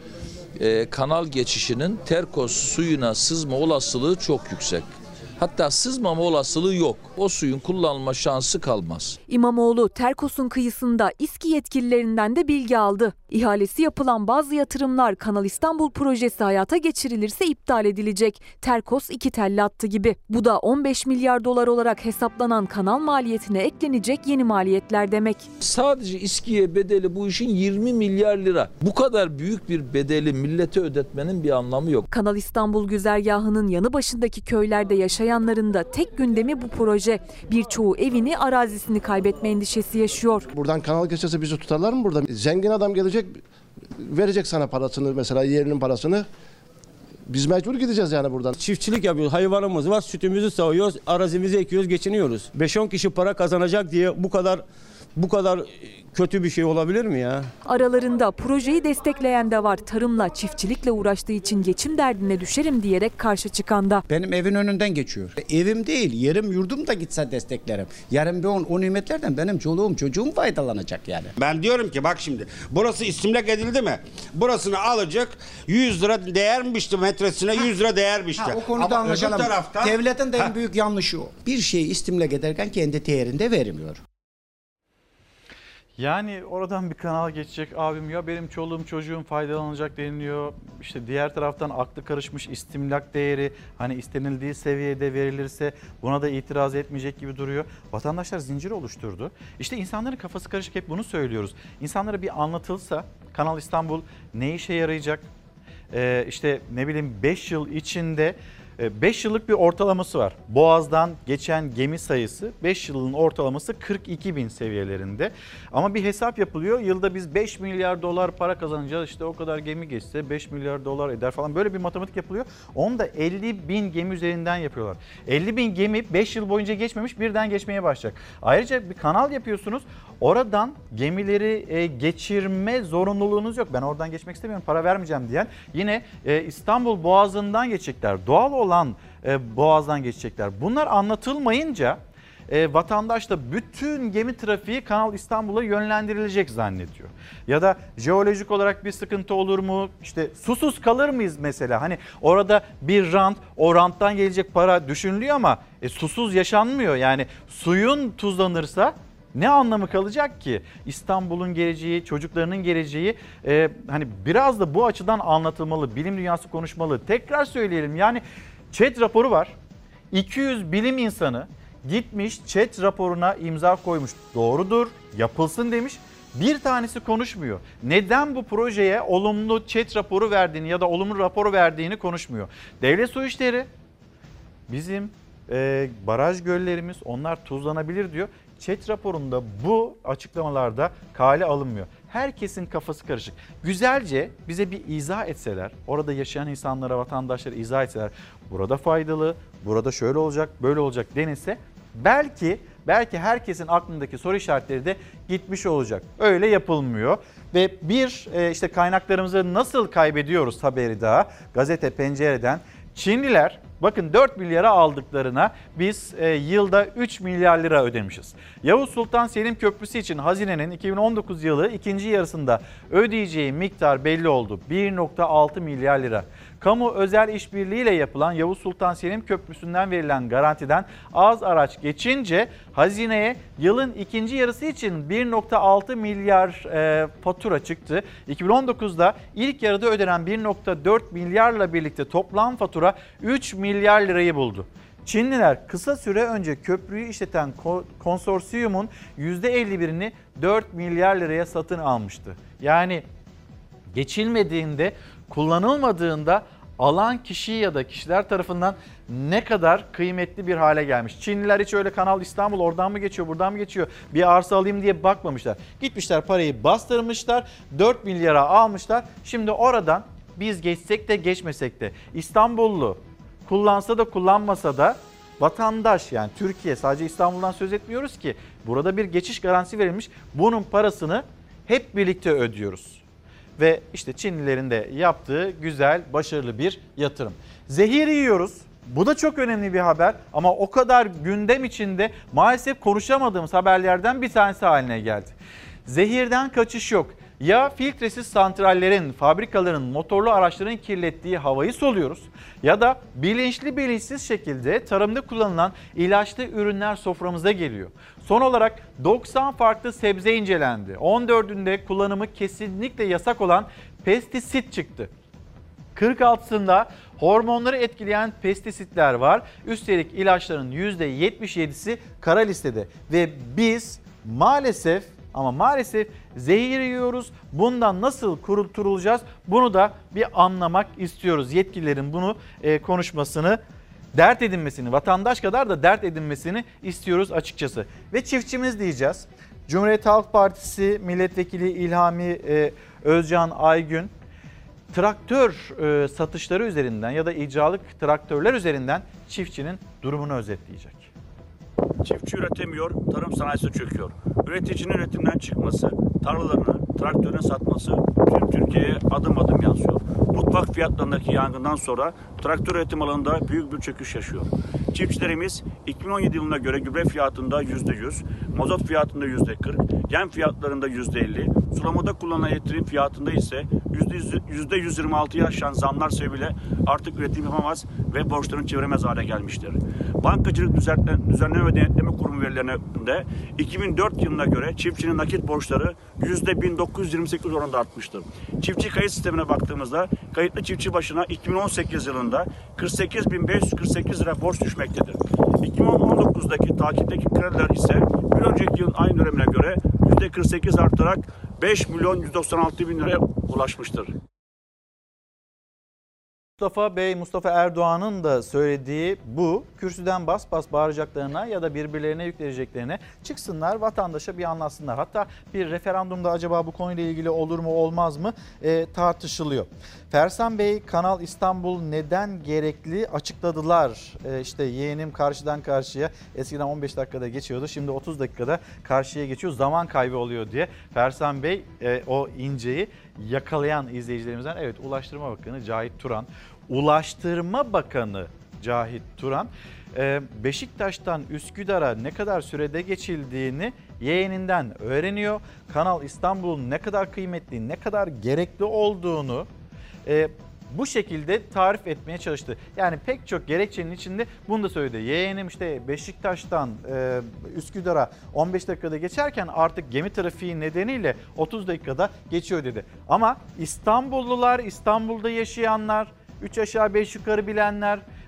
kanal geçişinin Terkos suyuna sızma olasılığı çok yüksek. Hatta sızmama olasılığı yok. O suyun kullanılma şansı kalmaz. İmamoğlu Terkos'un kıyısında İSKİ yetkililerinden de bilgi aldı. İhalesi yapılan bazı yatırımlar Kanal İstanbul projesi hayata geçirilirse iptal edilecek. Terkos 2 telli attı gibi. Bu da 15 milyar dolar olarak hesaplanan kanal maliyetine eklenecek yeni maliyetler demek. Sadece İSKİ'ye bedeli bu işin 20 milyar lira. Bu kadar büyük bir bedeli millete ödetmenin bir anlamı yok. Kanal İstanbul güzergahının yanı başındaki köylerde yaşayanların da tek gündemi bu proje. Birçoğu evini, arazisini kaybetme endişesi yaşıyor. Buradan kanal geçerse bizi tutarlar mı burada? Zengin adam gelecek, verecek sana parasını, mesela yerinin parasını. Biz mecbur gideceğiz yani buradan. Çiftçilik yapıyoruz, hayvanımız var, sütümüzü sağıyoruz, arazimizi ekiyoruz, geçiniyoruz. 5-10 kişi para kazanacak diye bu kadar kötü bir şey olabilir mi ya? Aralarında projeyi destekleyen de var. Tarımla, çiftçilikle uğraştığı için geçim derdine düşerim diyerek karşı çıkan da. Benim evin önünden geçiyor. Evim değil, yerim yurdum da gitse desteklerim. Yarın o nimetlerden benim çoluğum çocuğum faydalanacak yani. Ben diyorum ki bak şimdi burası istimlak edildi mi? Burasını alacak 100 lira değermişti metresine 100 lira değermişti. O konuda anlaşalım. Taraftan, devletin de en büyük yanlışı o. Bir şeyi istimlak ederken kendi değerinde vermiyor. Yani oradan bir kanal geçecek abim ya benim çoluğum çocuğum faydalanacak deniliyor. İşte diğer taraftan aklı karışmış istimlak değeri hani istenildiği seviyede verilirse buna da itiraz etmeyecek gibi duruyor. Vatandaşlar zincir oluşturdu. İşte insanların kafası karışık hep bunu söylüyoruz. İnsanlara bir anlatılsa Kanal İstanbul ne işe yarayacak? İşte ne bileyim 5 yıl içinde 5 yıllık bir ortalaması var. Boğaz'dan geçen gemi sayısı 5 yılın ortalaması 42 bin seviyelerinde. Ama bir hesap yapılıyor. Yılda biz 5 milyar dolar para kazanacağız. İşte o kadar gemi geçse 5 milyar dolar eder falan. Böyle bir matematik yapılıyor. Onu da 50 bin gemi üzerinden yapıyorlar. 50 bin gemi 5 yıl boyunca geçmemiş birden geçmeye başlayacak. Ayrıca bir kanal yapıyorsunuz. Oradan gemileri geçirme zorunluluğunuz yok. Ben oradan geçmek istemiyorum, para vermeyeceğim diyen yine İstanbul Boğazı'ndan geçecekler. Doğal olan Boğaz'dan geçecekler. Bunlar anlatılmayınca vatandaş da bütün gemi trafiği Kanal İstanbul'a yönlendirilecek zannediyor. Ya da jeolojik olarak bir sıkıntı olur mu? İşte susuz kalır mıyız mesela? Hani orada bir rant, o ranttan gelecek para düşünülüyor ama susuz yaşanmıyor. Yani suyun tuzlanırsa ne anlamı kalacak ki? İstanbul'un geleceği, çocuklarının geleceği hani biraz da bu açıdan anlatılmalı. Bilim dünyası konuşmalı. Tekrar söyleyelim yani ÇED raporu var. 200 bilim insanı gitmiş ÇED raporuna imza koymuş. Doğrudur, yapılsın demiş. Bir tanesi konuşmuyor. Neden bu projeye olumlu ÇED raporu verdiğini ya da olumlu raporu verdiğini konuşmuyor. Devlet Su İşleri bizim baraj göllerimiz onlar tuzlanabilir diyor. ÇED raporunda bu açıklamalarda kale alınmıyor. Herkesin kafası karışık. Güzelce bize bir izah etseler, orada yaşayan insanlara, vatandaşlara izah etseler, burada faydalı, burada şöyle olacak, böyle olacak denilse belki herkesin aklındaki soru işaretleri de gitmiş olacak. Öyle yapılmıyor ve işte kaynaklarımızı nasıl kaybediyoruz haberi daha Gazete Pencere'den. Çinliler bakın 4 milyara aldıklarına biz yılda 3 milyar lira ödemişiz. Yavuz Sultan Selim Köprüsü için hazinenin 2019 yılı ikinci yarısında ödeyeceği miktar belli oldu. 1,6 milyar lira. Kamu özel işbirliğiyle yapılan Yavuz Sultan Selim Köprüsü'nden verilen garantiden az araç geçince hazineye yılın ikinci yarısı için 1,6 milyar fatura çıktı. 2019'da ilk yarıda ödenen 1,4 milyarla birlikte toplam fatura 3 milyar lirayı buldu. Çinliler kısa süre önce köprüyü işleten konsorsiyumun %51'ini 4 milyar liraya satın almıştı. Yani geçilmediğinde, kullanılmadığında alan kişi ya da kişiler tarafından ne kadar kıymetli bir hale gelmiş. Çinliler hiç öyle Kanal İstanbul oradan mı geçiyor, buradan mı geçiyor, bir arsa alayım diye bakmamışlar. Gitmişler parayı bastırmışlar, 4 milyara almışlar. Şimdi oradan biz geçsek de geçmesek de İstanbullu kullansa da kullanmasa da vatandaş yani Türkiye sadece İstanbul'dan söz etmiyoruz ki. Burada bir geçiş garantisi verilmiş. Bunun parasını hep birlikte ödüyoruz. Ve işte Çinlilerin de yaptığı güzel, başarılı bir yatırım. Zehir yiyoruz. Bu da çok önemli bir haber ama o kadar gündem içinde maalesef konuşamadığımız haberlerden bir tanesi haline geldi. Zehirden kaçış yok. Ya filtresiz santrallerin, fabrikaların, motorlu araçların kirlettiği havayı soluyoruz ya da bilinçli bilinçsiz şekilde tarımda kullanılan ilaçlı ürünler soframıza geliyor. Son olarak 90 farklı sebze incelendi. 14'ünde kullanımı kesinlikle yasak olan pestisit çıktı. 46'sında hormonları etkileyen pestisitler var. Üstelik ilaçların %77'si kara listede ve biz maalesef zehir yiyoruz. Bundan nasıl kurtulacağız? Bunu da bir anlamak istiyoruz. Yetkililerin bunu konuşmasını, dert edinmesini, vatandaş kadar da dert edinmesini istiyoruz açıkçası. Ve çiftçimiz diyeceğiz. Cumhuriyet Halk Partisi Milletvekili İlhami Özcan Aygün, traktör satışları üzerinden ya da icralık traktörler üzerinden çiftçinin durumunu özetleyecek. Çiftçi üretemiyor, tarım sanayisi çöküyor. Üreticinin üretimden çıkması, tarlalarını, traktörünü satması tüm Türkiye'ye adım adım yansıyor. Mutfak fiyatlarındaki yangından sonra traktör üretim alanında büyük bir çöküş yaşıyor. Çiftçilerimiz 2017 yılına göre gübre fiyatında %100, mazot fiyatında %40, yem fiyatlarında %50, sulamada kullanılan elektriğin fiyatında ise %126'yı aşan zamlar sebebiyle artık üretim yapamaz ve borçlarını çeviremez hale gelmiştir. Bankacılık Düzenleme ve Denetleme Kurumu verilerinde 2004 yılına göre çiftçinin nakit borçları %1928 oranında artmıştır. Çiftçi kayıt sistemine baktığımızda kayıtlı çiftçi başına 2018 yılında 48.548 lira borç düşmektedir. 2019'daki takipteki krediler ise bir önceki yılın aynı dönemine göre %48 artarak 5.196.000 liraya ulaşmıştır. Mustafa Erdoğan'ın da söylediği bu. Kürsüden bas bas bağıracaklarına ya da birbirlerine yükleneceklerine çıksınlar, vatandaşa bir anlatsınlar. Hatta bir referandumda acaba bu konuyla ilgili olur mu olmaz mı tartışılıyor. Fersan Bey, Kanal İstanbul neden gerekli açıkladılar. İşte yeğenim karşıdan karşıya eskiden 15 dakikada geçiyordu, şimdi 30 dakikada karşıya geçiyor, zaman kaybı oluyor diye. Fersan Bey o inceyi yakalayan izleyicilerimizden, evet, Ulaştırma Bakanı Cahit Turan. Ulaştırma Bakanı Cahit Turan Beşiktaş'tan Üsküdar'a ne kadar sürede geçildiğini yeğeninden öğreniyor. Kanal İstanbul'un ne kadar kıymetli, ne kadar gerekli olduğunu bu şekilde tarif etmeye çalıştı. Yani pek çok gerekçenin içinde bunu da söyledi. Yeğenim işte Beşiktaş'tan Üsküdar'a 15 dakikada geçerken artık gemi trafiği nedeniyle 30 dakikada geçiyor dedi. Ama İstanbullular, İstanbul'da yaşayanlar, 3 aşağı 5 yukarı bilenler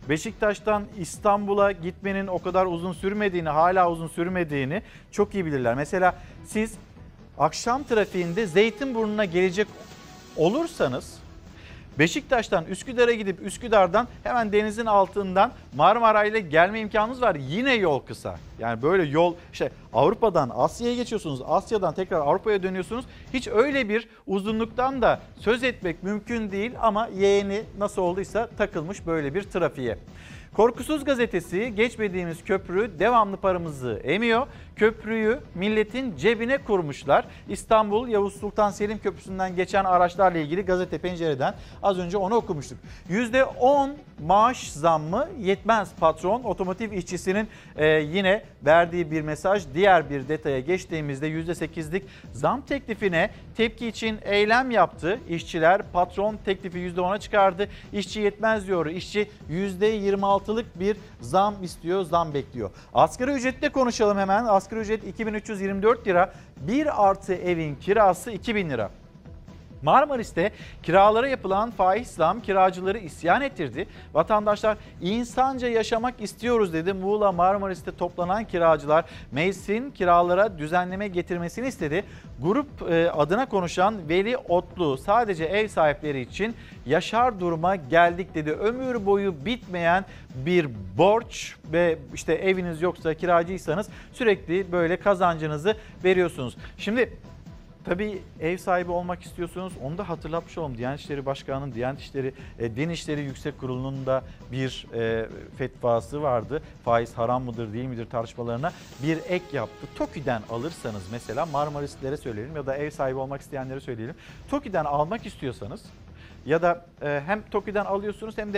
Beşiktaş'tan İstanbul'a gitmenin o kadar uzun sürmediğini, hala uzun sürmediğini çok iyi bilirler. Mesela siz akşam trafiğinde Zeytinburnu'na gelecek olursanız Beşiktaş'tan Üsküdar'a gidip Üsküdar'dan hemen denizin altından Marmara ile gelme imkanınız var. Yine yol kısa. Yani böyle yol işte Avrupa'dan Asya'ya geçiyorsunuz. Asya'dan tekrar Avrupa'ya dönüyorsunuz. Hiç öyle bir uzunluktan da söz etmek mümkün değil ama yeğeni nasıl olduysa takılmış böyle bir trafiğe. Korkusuz gazetesi geçmediğimiz köprü devamlı paramızı emiyor. Köprüyü milletin cebine kurmuşlar. İstanbul Yavuz Sultan Selim Köprüsü'nden geçen araçlarla ilgili gazete pencereden az önce onu okumuştuk. %10 maaş zammı yetmez patron. Otomotiv işçisinin yine verdiği bir mesaj. Diğer bir detaya geçtiğimizde %8'lik zam teklifine tepki için eylem yaptı. İşçiler patron teklifi %10'a çıkardı. İşçi yetmez diyor. İşçi %26'lık bir zam istiyor, zam bekliyor. Asgari ücretle konuşalım hemen. Asgari ücret 2324 lira. 1 artı evin kirası 2000 lira. Marmaris'te kiralara yapılan faiz zam kiracıları isyan ettirdi. Vatandaşlar insanca yaşamak istiyoruz dedi. Muğla Marmaris'te toplanan kiracılar meclisin kiralara düzenleme getirmesini istedi. Grup adına konuşan Veli Otlu sadece ev sahipleri için yaşar duruma geldik dedi. Ömür boyu bitmeyen bir borç ve işte eviniz yoksa kiracıysanız sürekli böyle kazancınızı veriyorsunuz. Şimdi tabii ev sahibi olmak istiyorsunuz. Onu da hatırlatmış olalım. Diyanet İşleri Başkanı'nın, Diyanet İşleri, Din İşleri Yüksek Kurulu'nun da bir fetvası vardı. Faiz haram mıdır değil midir tartışmalarına bir ek yaptı. TOKİ'den alırsanız mesela Marmarislilere söyleyelim ya da ev sahibi olmak isteyenlere söyleyelim. TOKİ'den almak istiyorsanız ya da hem TOKİ'den alıyorsunuz hem de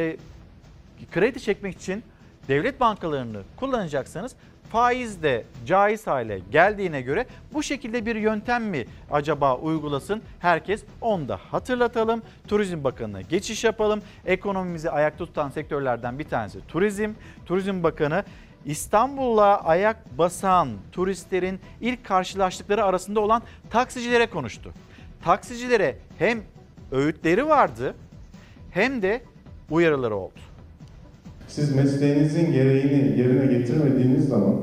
kredi çekmek için devlet bankalarını kullanacaksanız faiz de caiz hale geldiğine göre bu şekilde bir yöntem mi acaba uygulasın herkes, onu da hatırlatalım. Turizm Bakanı'na geçiş yapalım. Ekonomimizi ayakta tutan sektörlerden bir tanesi turizm. Turizm Bakanı İstanbul'a ayak basan turistlerin ilk karşılaştıkları arasında olan taksicilere konuştu. Taksicilere hem öğütleri vardı hem de uyarıları oldu. Siz mesleğinizin gereğini yerine getirmediğiniz zaman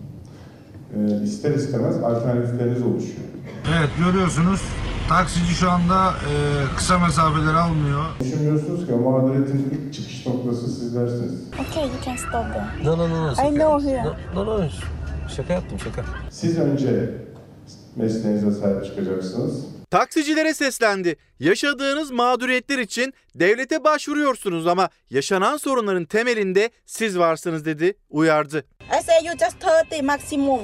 ister istemez alternatifleriniz oluşuyor. Evet, görüyorsunuz taksici şu anda kısa mesafeleri almıyor. Düşünmüyorsunuz ki o mağduriyetin ilk çıkış noktası sizlersiniz. Okay, you can stop there. No. I know here. No. Şaka yaptım, şaka. Siz önce mesleğinize sahip çıkacaksınız. Taksicilere seslendi. Yaşadığınız mağduriyetler için devlete başvuruyorsunuz ama yaşanan sorunların temelinde siz varsınız dedi, uyardı. I say you just 30 maximum.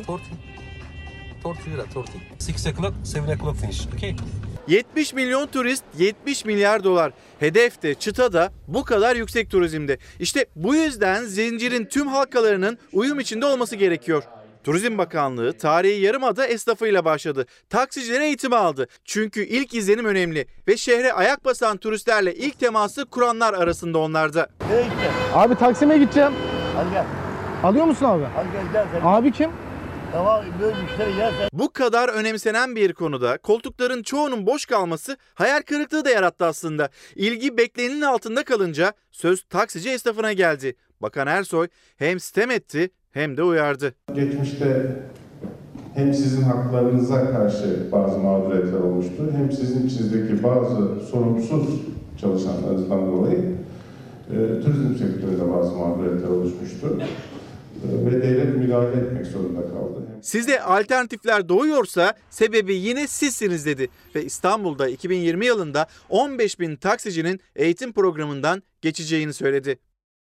30 lira, 30. 6 o'clock, 7 o'clock finish, okay? 70 milyon turist, 70 milyar dolar. Hedef de çıta da bu kadar yüksek turizmde. İşte bu yüzden zincirin tüm halkalarının uyum içinde olması gerekiyor. Turizm Bakanlığı tarihi Yarımada esnafıyla başladı. Taksicilere eğitim aldı. Çünkü ilk izlenim önemli ve şehre ayak basan turistlerle ilk teması kuranlar arasında onlarda. Abi Taksim'e gideceğim. Hadi gel. Alıyor musun abi? Hadi gel. Abi kim? Tamam, böyle müşteri gelsen. Bu kadar önemsenen bir konuda koltukların çoğunun boş kalması hayal kırıklığı da yarattı aslında. İlgi beklenenin altında kalınca söz taksici esnafına geldi. Bakan Ersoy hem sitem etti hem de uyardı. Geçmişte hem sizin haklarınıza karşı bazı mağduriyetler olmuştu, hem sizin içinizdeki bazı sorumsuz çalışanlarınızdan dolayı turizm sektöründe bazı mağduriyetler oluşmuştu. Ve devlet müdahale etmek zorunda kaldı. Size alternatifler doğuyorsa sebebi yine sizsiniz dedi. Ve İstanbul'da 2020 yılında 15.000 taksicinin eğitim programından geçeceğini söyledi.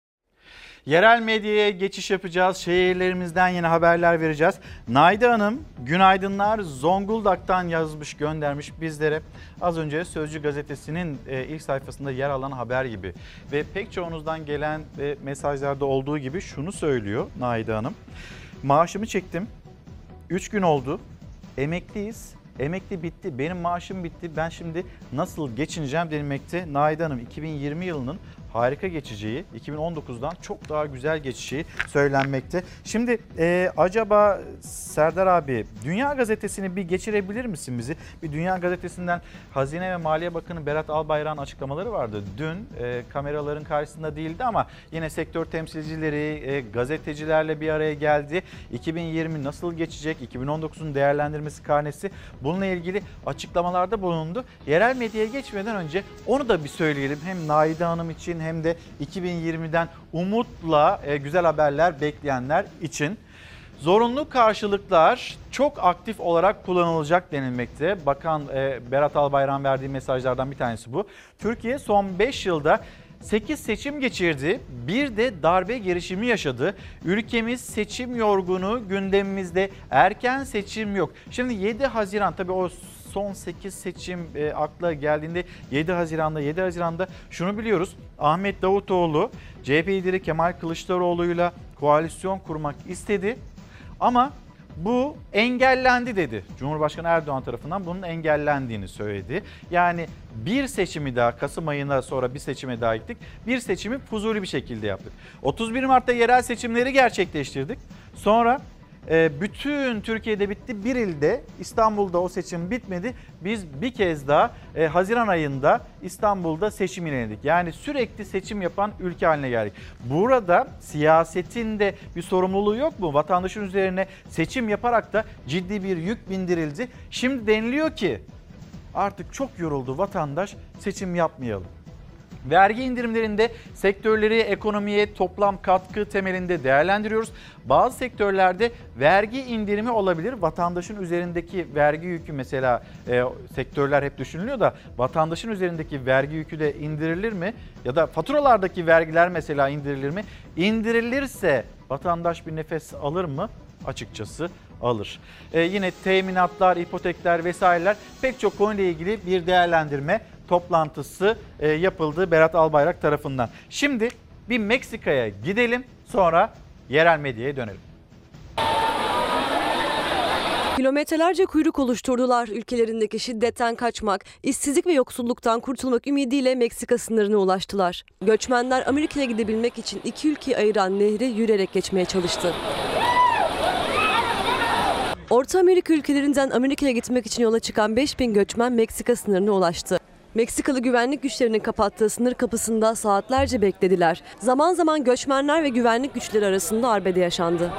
Yerel medyaya geçiş yapacağız. Şehirlerimizden yine haberler vereceğiz. Nayda Hanım, günaydınlar. Zonguldak'tan yazmış, göndermiş bizlere. Az önce Sözcü gazetesinin ilk sayfasında yer alan haber gibi. Ve pek çoğunuzdan gelen mesajlarda olduğu gibi şunu söylüyor Nayda Hanım. Maaşımı çektim. 3 gün oldu. Emekliyiz. Emekli bitti. Benim maaşım bitti. Ben şimdi nasıl geçineceğim denilmekte. Nayda Hanım 2020 yılının harika geçeceği, 2019'dan çok daha güzel geçeceği söylenmekte. Şimdi acaba Serdar abi, Dünya Gazetesi'ni bir geçirebilir misin bizi? Bir Dünya Gazetesi'nden Hazine ve Maliye Bakanı Berat Albayrak'ın açıklamaları vardı. Dün kameraların karşısında değildi ama yine sektör temsilcileri, gazetecilerle bir araya geldi. 2020 nasıl geçecek? 2019'un değerlendirmesi karnesi. Bununla ilgili açıklamalarda bulundu. Yerel medyaya geçmeden önce onu da bir söyleyelim. Hem Naide Hanım için hem de 2020'den umutla güzel haberler bekleyenler için. Zorunlu karşılıklar çok aktif olarak kullanılacak denilmekte. Bakan Berat Albayrak'ın verdiği mesajlardan bir tanesi bu. Türkiye son 5 yılda 8 seçim geçirdi, bir de darbe girişimi yaşadı. Ülkemiz seçim yorgunu, gündemimizde erken seçim yok. Şimdi 7 Haziran tabii o son 8 seçim akla geldiğinde 7 Haziran'da şunu biliyoruz. Ahmet Davutoğlu CHP lideri Kemal Kılıçdaroğlu'yla koalisyon kurmak istedi ama bu engellendi dedi. Cumhurbaşkanı Erdoğan tarafından bunun engellendiğini söyledi. Yani bir seçimi daha, Kasım ayına sonra bir seçime daha gittik. Bir seçimi fuzuli bir şekilde yaptık. 31 Mart'ta yerel seçimleri gerçekleştirdik. Sonra bütün Türkiye'de bitti. Bir ilde, İstanbul'da o seçim bitmedi. Biz bir kez daha Haziran ayında İstanbul'da seçim ilerledik. Yani sürekli seçim yapan ülke haline geldik. Burada siyasetin de bir sorumluluğu yok mu? Vatandaşın üzerine seçim yaparak da ciddi bir yük bindirildi. Şimdi deniliyor ki artık çok yoruldu vatandaş, seçim yapmayalım. Vergi indirimlerinde sektörleri ekonomiye toplam katkı temelinde değerlendiriyoruz. Bazı sektörlerde vergi indirimi olabilir. Vatandaşın üzerindeki vergi yükü mesela sektörler hep düşünülüyor da vatandaşın üzerindeki vergi yükü de indirilir mi? Ya da faturalardaki vergiler mesela indirilir mi? İndirilirse vatandaş bir nefes alır mı? Açıkçası alır. Yine teminatlar, ipotekler vesaireler pek çok konuyla ilgili bir değerlendirme toplantısı yapıldı Berat Albayrak tarafından. Şimdi bir Meksika'ya gidelim, sonra yerel medyaya dönelim. Kilometrelerce kuyruk oluşturdular. Ülkelerindeki şiddetten kaçmak, işsizlik ve yoksulluktan kurtulmak ümidiyle Meksika sınırına ulaştılar. Göçmenler Amerika'ya gidebilmek için iki ülkeyi ayıran nehri yürüyerek geçmeye çalıştı. Orta Amerika ülkelerinden Amerika'ya gitmek için yola çıkan 5000 göçmen Meksika sınırına ulaştı. Meksikalı güvenlik güçlerinin kapattığı sınır kapısında saatlerce beklediler. Zaman zaman göçmenler ve güvenlik güçleri arasında arbede yaşandı.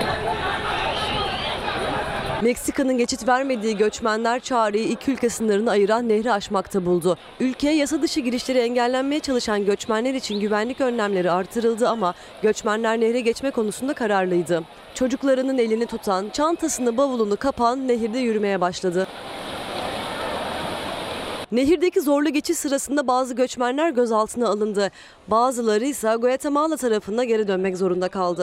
Meksika'nın geçit vermediği göçmenler çareyi iki ülke sınırını ayıran nehri aşmakta buldu. Ülkeye yasa dışı girişleri engellenmeye çalışan göçmenler için güvenlik önlemleri artırıldı ama göçmenler nehre geçme konusunda kararlıydı. Çocuklarının elini tutan, çantasını, bavulunu kapan nehirde yürümeye başladı. Nehirdeki zorlu geçiş sırasında bazı göçmenler gözaltına alındı. Bazıları ise Guatemala tarafına geri dönmek zorunda kaldı.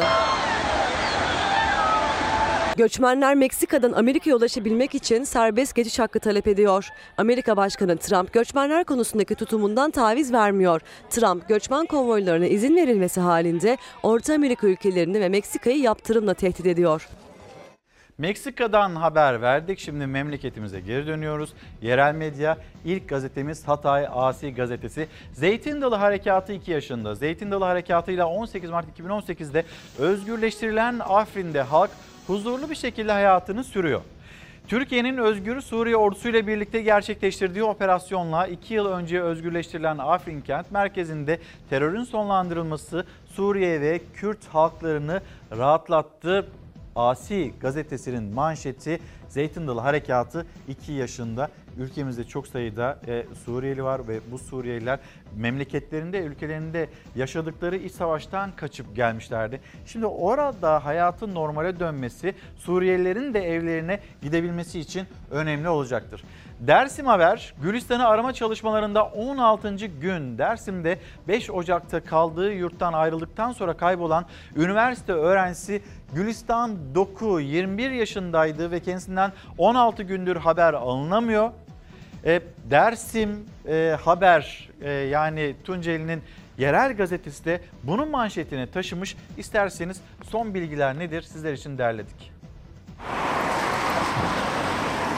Göçmenler Meksika'dan Amerika'ya ulaşabilmek için serbest geçiş hakkı talep ediyor. Amerika Başkanı Trump göçmenler konusundaki tutumundan taviz vermiyor. Trump göçmen konvoylarına izin verilmesi halinde Orta Amerika ülkelerini ve Meksika'yı yaptırımla tehdit ediyor. Meksika'dan haber verdik. Şimdi memleketimize geri dönüyoruz. Yerel medya, ilk gazetemiz Hatay Asi gazetesi. Zeytin Dalı Harekatı 2 yaşında. Zeytin Dalı Harekatı ile 18 Mart 2018'de özgürleştirilen Afrin'de halk huzurlu bir şekilde hayatını sürüyor. Türkiye'nin Özgür Suriye Ordusu ile birlikte gerçekleştirdiği operasyonla 2 yıl önce özgürleştirilen Afrin kent merkezinde terörün sonlandırılması Suriye ve Kürt halklarını rahatlattı. Asi gazetesinin manşeti Zeytin Dalı Harekatı 2 yaşında. Ülkemizde çok sayıda Suriyeli var ve bu Suriyeliler memleketlerinde, ülkelerinde yaşadıkları iç savaştan kaçıp gelmişlerdi. Şimdi orada hayatın normale dönmesi Suriyelilerin de evlerine gidebilmesi için önemli olacaktır. Dersim Haber, Gülistan'ı arama çalışmalarında 16. gün Dersim'de 5 Ocak'ta kaldığı yurttan ayrıldıktan sonra kaybolan üniversite öğrencisi Gülistan Doku 21 yaşındaydı ve kendisinden 16 gündür haber alınamıyor. Dersim Haber yani Tunceli'nin yerel gazetesi de bunun manşetini taşımış. İsterseniz son bilgiler nedir sizler için derledik.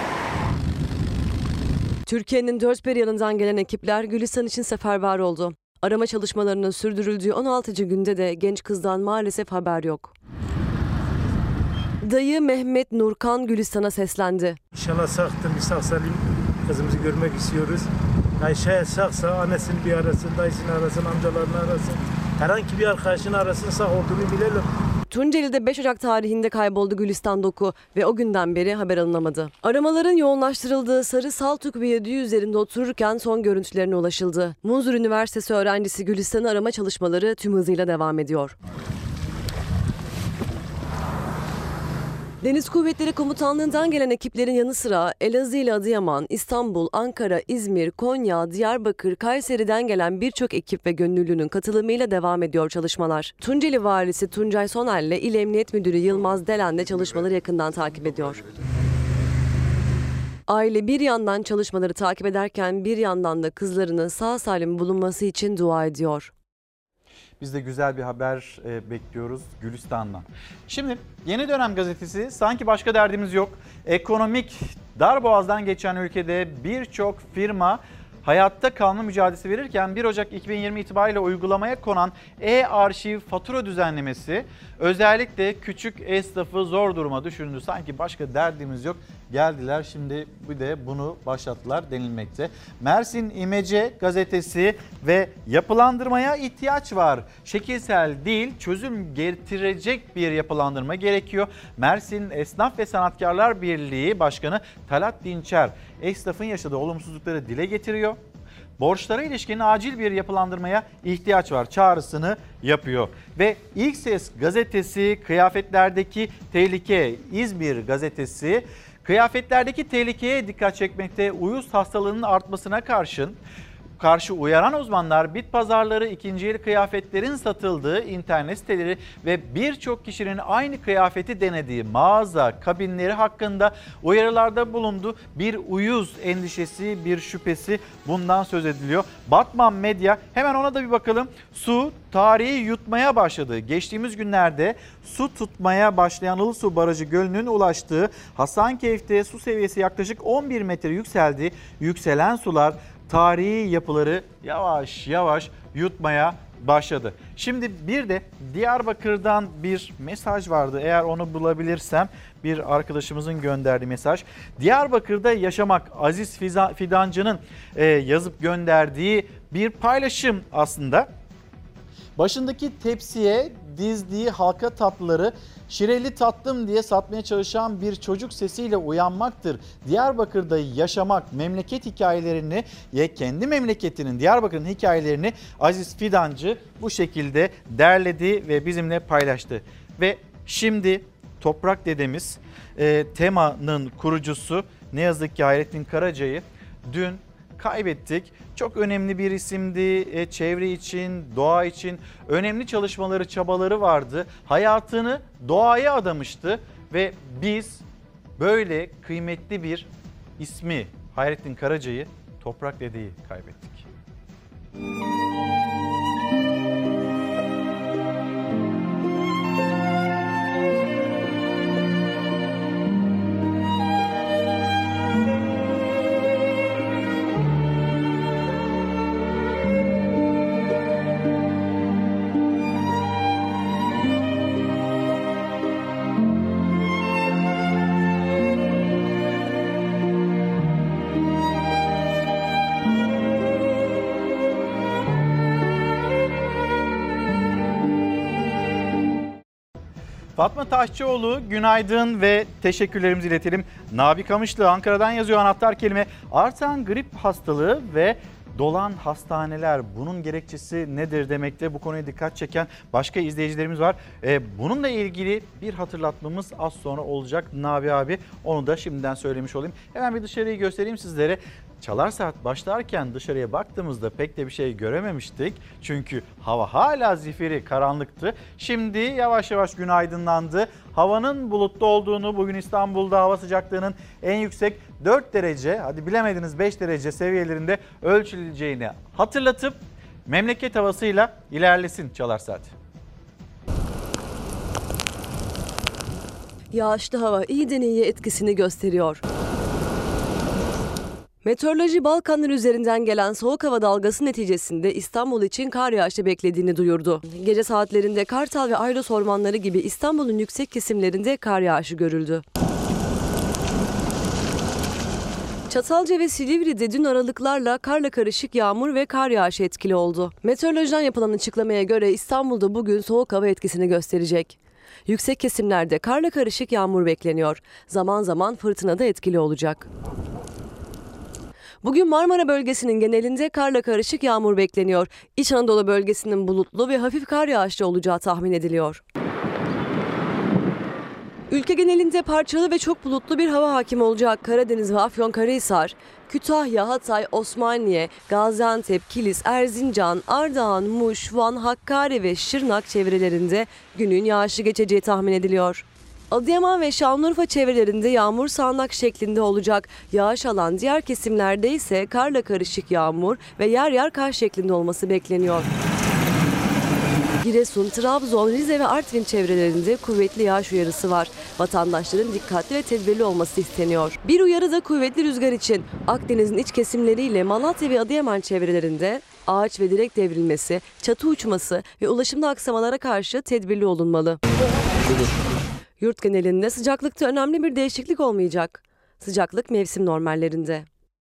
Türkiye'nin dört bir yanından gelen ekipler Gülistan için seferber oldu. Arama çalışmalarının sürdürüldüğü 16. günde de genç kızdan maalesef haber yok. Dayı Mehmet Nurkan Gülistan'a seslendi. İnşallah sağ salim kızımızı görmek istiyoruz. Yani şayet sağsa annesini bir arasın, dayısını arasın, amcalarını arasın. Herhangi bir arkadaşını arasın, sağ olduğunu bilelim. Tunceli'de 5 Ocak tarihinde kayboldu Gülistan Doku ve o günden beri haber alınamadı. Aramaların yoğunlaştırıldığı Sarı Saltuk Viyadüğü üzerinde otururken son görüntülerine ulaşıldı. Munzur Üniversitesi öğrencisi Gülistan'ı arama çalışmaları tüm hızıyla devam ediyor. Deniz Kuvvetleri Komutanlığı'ndan gelen ekiplerin yanı sıra Elazığ ile Adıyaman, İstanbul, Ankara, İzmir, Konya, Diyarbakır, Kayseri'den gelen birçok ekip ve gönüllünün katılımıyla devam ediyor çalışmalar. Tunceli Valisi Tuncay Soner ile İl Emniyet Müdürü Yılmaz Delen de çalışmaları yakından takip ediyor. Aile bir yandan çalışmaları takip ederken bir yandan da kızlarının sağ salim bulunması için dua ediyor. Biz de güzel bir haber bekliyoruz Gülistan'dan. Şimdi Yeni Dönem gazetesi sanki başka derdimiz yok. Ekonomik darboğazdan geçen ülkede birçok firma hayatta kalma mücadelesi verirken 1 Ocak 2020 itibariyle uygulamaya konan e-arşiv fatura düzenlemesi özellikle küçük esnafı zor duruma düşürdü. Sanki başka derdimiz yok. Geldiler şimdi bir de bunu başlattılar denilmekte. Mersin İmece gazetesi ve yapılandırmaya ihtiyaç var. Şekilsel değil, çözüm getirecek bir yapılandırma gerekiyor. Mersin Esnaf ve Sanatkarlar Birliği Başkanı Talat Dinçer esnafın yaşadığı olumsuzlukları dile getiriyor. Borçlara ilişkin acil bir yapılandırmaya ihtiyaç var çağrısını yapıyor. Ve İlk Ses gazetesi kıyafetlerdeki tehlike, İzmir gazetesi kıyafetlerdeki tehlikeye dikkat çekmekte. Uyuz hastalığının artmasına karşı uyaran uzmanlar bit pazarları, ikinci el kıyafetlerin satıldığı internet siteleri ve birçok kişinin aynı kıyafeti denediği mağaza kabinleri hakkında uyarılarda bulundu. Bir uyuz endişesi, bir şüphesi bundan söz ediliyor. Batman Medya, hemen ona da bir bakalım. Su tarihi yutmaya başladı. Geçtiğimiz günlerde su tutmaya başlayan Ilısu Barajı Gölü'nün ulaştığı Hasankeyf'te su seviyesi yaklaşık 11 metre yükseldi. Yükselen sular tarihi yapıları yavaş yavaş yutmaya başladı. Şimdi bir de Diyarbakır'dan bir mesaj vardı. Eğer onu bulabilirsem, bir arkadaşımızın gönderdiği mesaj. Diyarbakır'da yaşamak, Aziz Fidancı'nın yazıp gönderdiği bir paylaşım aslında. Başındaki tepsiye dizdiği halka tatlıları şireli tatlım diye satmaya çalışan bir çocuk sesiyle uyanmaktır. Diyarbakır'da yaşamak, memleket hikayelerini ya kendi memleketinin, Diyarbakır'ın hikayelerini Aziz Fidancı bu şekilde derledi ve bizimle paylaştı. Ve şimdi Toprak dedemiz, TEMA'nın kurucusu ne yazık ki Hayrettin Karaca'yı dün kaybettik. Çok önemli bir isimdi. Çevre için, doğa için önemli çalışmaları, çabaları vardı. Hayatını doğaya adamıştı ve biz böyle kıymetli bir ismi Hayrettin Karaca'yı, Toprak Dede'yi kaybettik. Fatma Taşçıoğlu günaydın ve teşekkürlerimizi iletelim. Nabi Kamışlı Ankara'dan yazıyor anahtar kelime. Artan grip hastalığı ve dolan hastaneler, bunun gerekçesi nedir demekte. Bu konuya dikkat çeken başka izleyicilerimiz var. Bununla ilgili bir hatırlatmamız az sonra olacak Nabi abi. Onu da şimdiden söylemiş olayım. Hemen bir dışarıyı göstereyim sizlere. Çalar Saat başlarken dışarıya baktığımızda pek de bir şey görememiştik. Çünkü hava hala zifiri karanlıktı. Şimdi yavaş yavaş gün aydınlandı. Havanın bulutlu olduğunu, bugün İstanbul'da hava sıcaklığının en yüksek 4 derece, hadi bilemediniz 5 derece seviyelerinde ölçüleceğini hatırlatıp memleket havasıyla ilerlesin Çalar Saat. Yağışlı hava iyiden iyiye etkisini gösteriyor. Meteoroloji Balkanlar üzerinden gelen soğuk hava dalgası neticesinde İstanbul için kar yağışı beklediğini duyurdu. Gece saatlerinde Kartal ve Aydos ormanları gibi İstanbul'un yüksek kesimlerinde kar yağışı görüldü. Çatalca ve Silivri'de dün aralıklarla karla karışık yağmur ve kar yağışı etkili oldu. Meteorolojiden yapılan açıklamaya göre İstanbul'da bugün soğuk hava etkisini gösterecek. Yüksek kesimlerde karla karışık yağmur bekleniyor. Zaman zaman fırtına da etkili olacak. Bugün Marmara bölgesinin genelinde karla karışık yağmur bekleniyor. İç Anadolu bölgesinin bulutlu ve hafif kar yağışlı olacağı tahmin ediliyor. Ülke genelinde parçalı ve çok bulutlu bir hava hakim olacak. Karadeniz ve Afyonkarahisar, Kütahya, Hatay, Osmaniye, Gaziantep, Kilis, Erzincan, Ardahan, Muş, Van, Hakkari ve Şırnak çevrelerinde günün yağışı geçeceği tahmin ediliyor. Adıyaman ve Şanlıurfa çevrelerinde yağmur sağanak şeklinde olacak. Yağış alan diğer kesimlerde ise karla karışık yağmur ve yer yer kar şeklinde olması bekleniyor. Giresun, Trabzon, Rize ve Artvin çevrelerinde kuvvetli yağış uyarısı var. Vatandaşların dikkatli ve tedbirli olması isteniyor. Bir uyarı da kuvvetli rüzgar için. Akdeniz'in iç kesimleriyle Malatya ve Adıyaman çevrelerinde ağaç ve direk devrilmesi, çatı uçması ve ulaşımda aksamalara karşı tedbirli olunmalı. Yurt genelinde sıcaklıkta önemli bir değişiklik olmayacak. Sıcaklık mevsim normallerinde.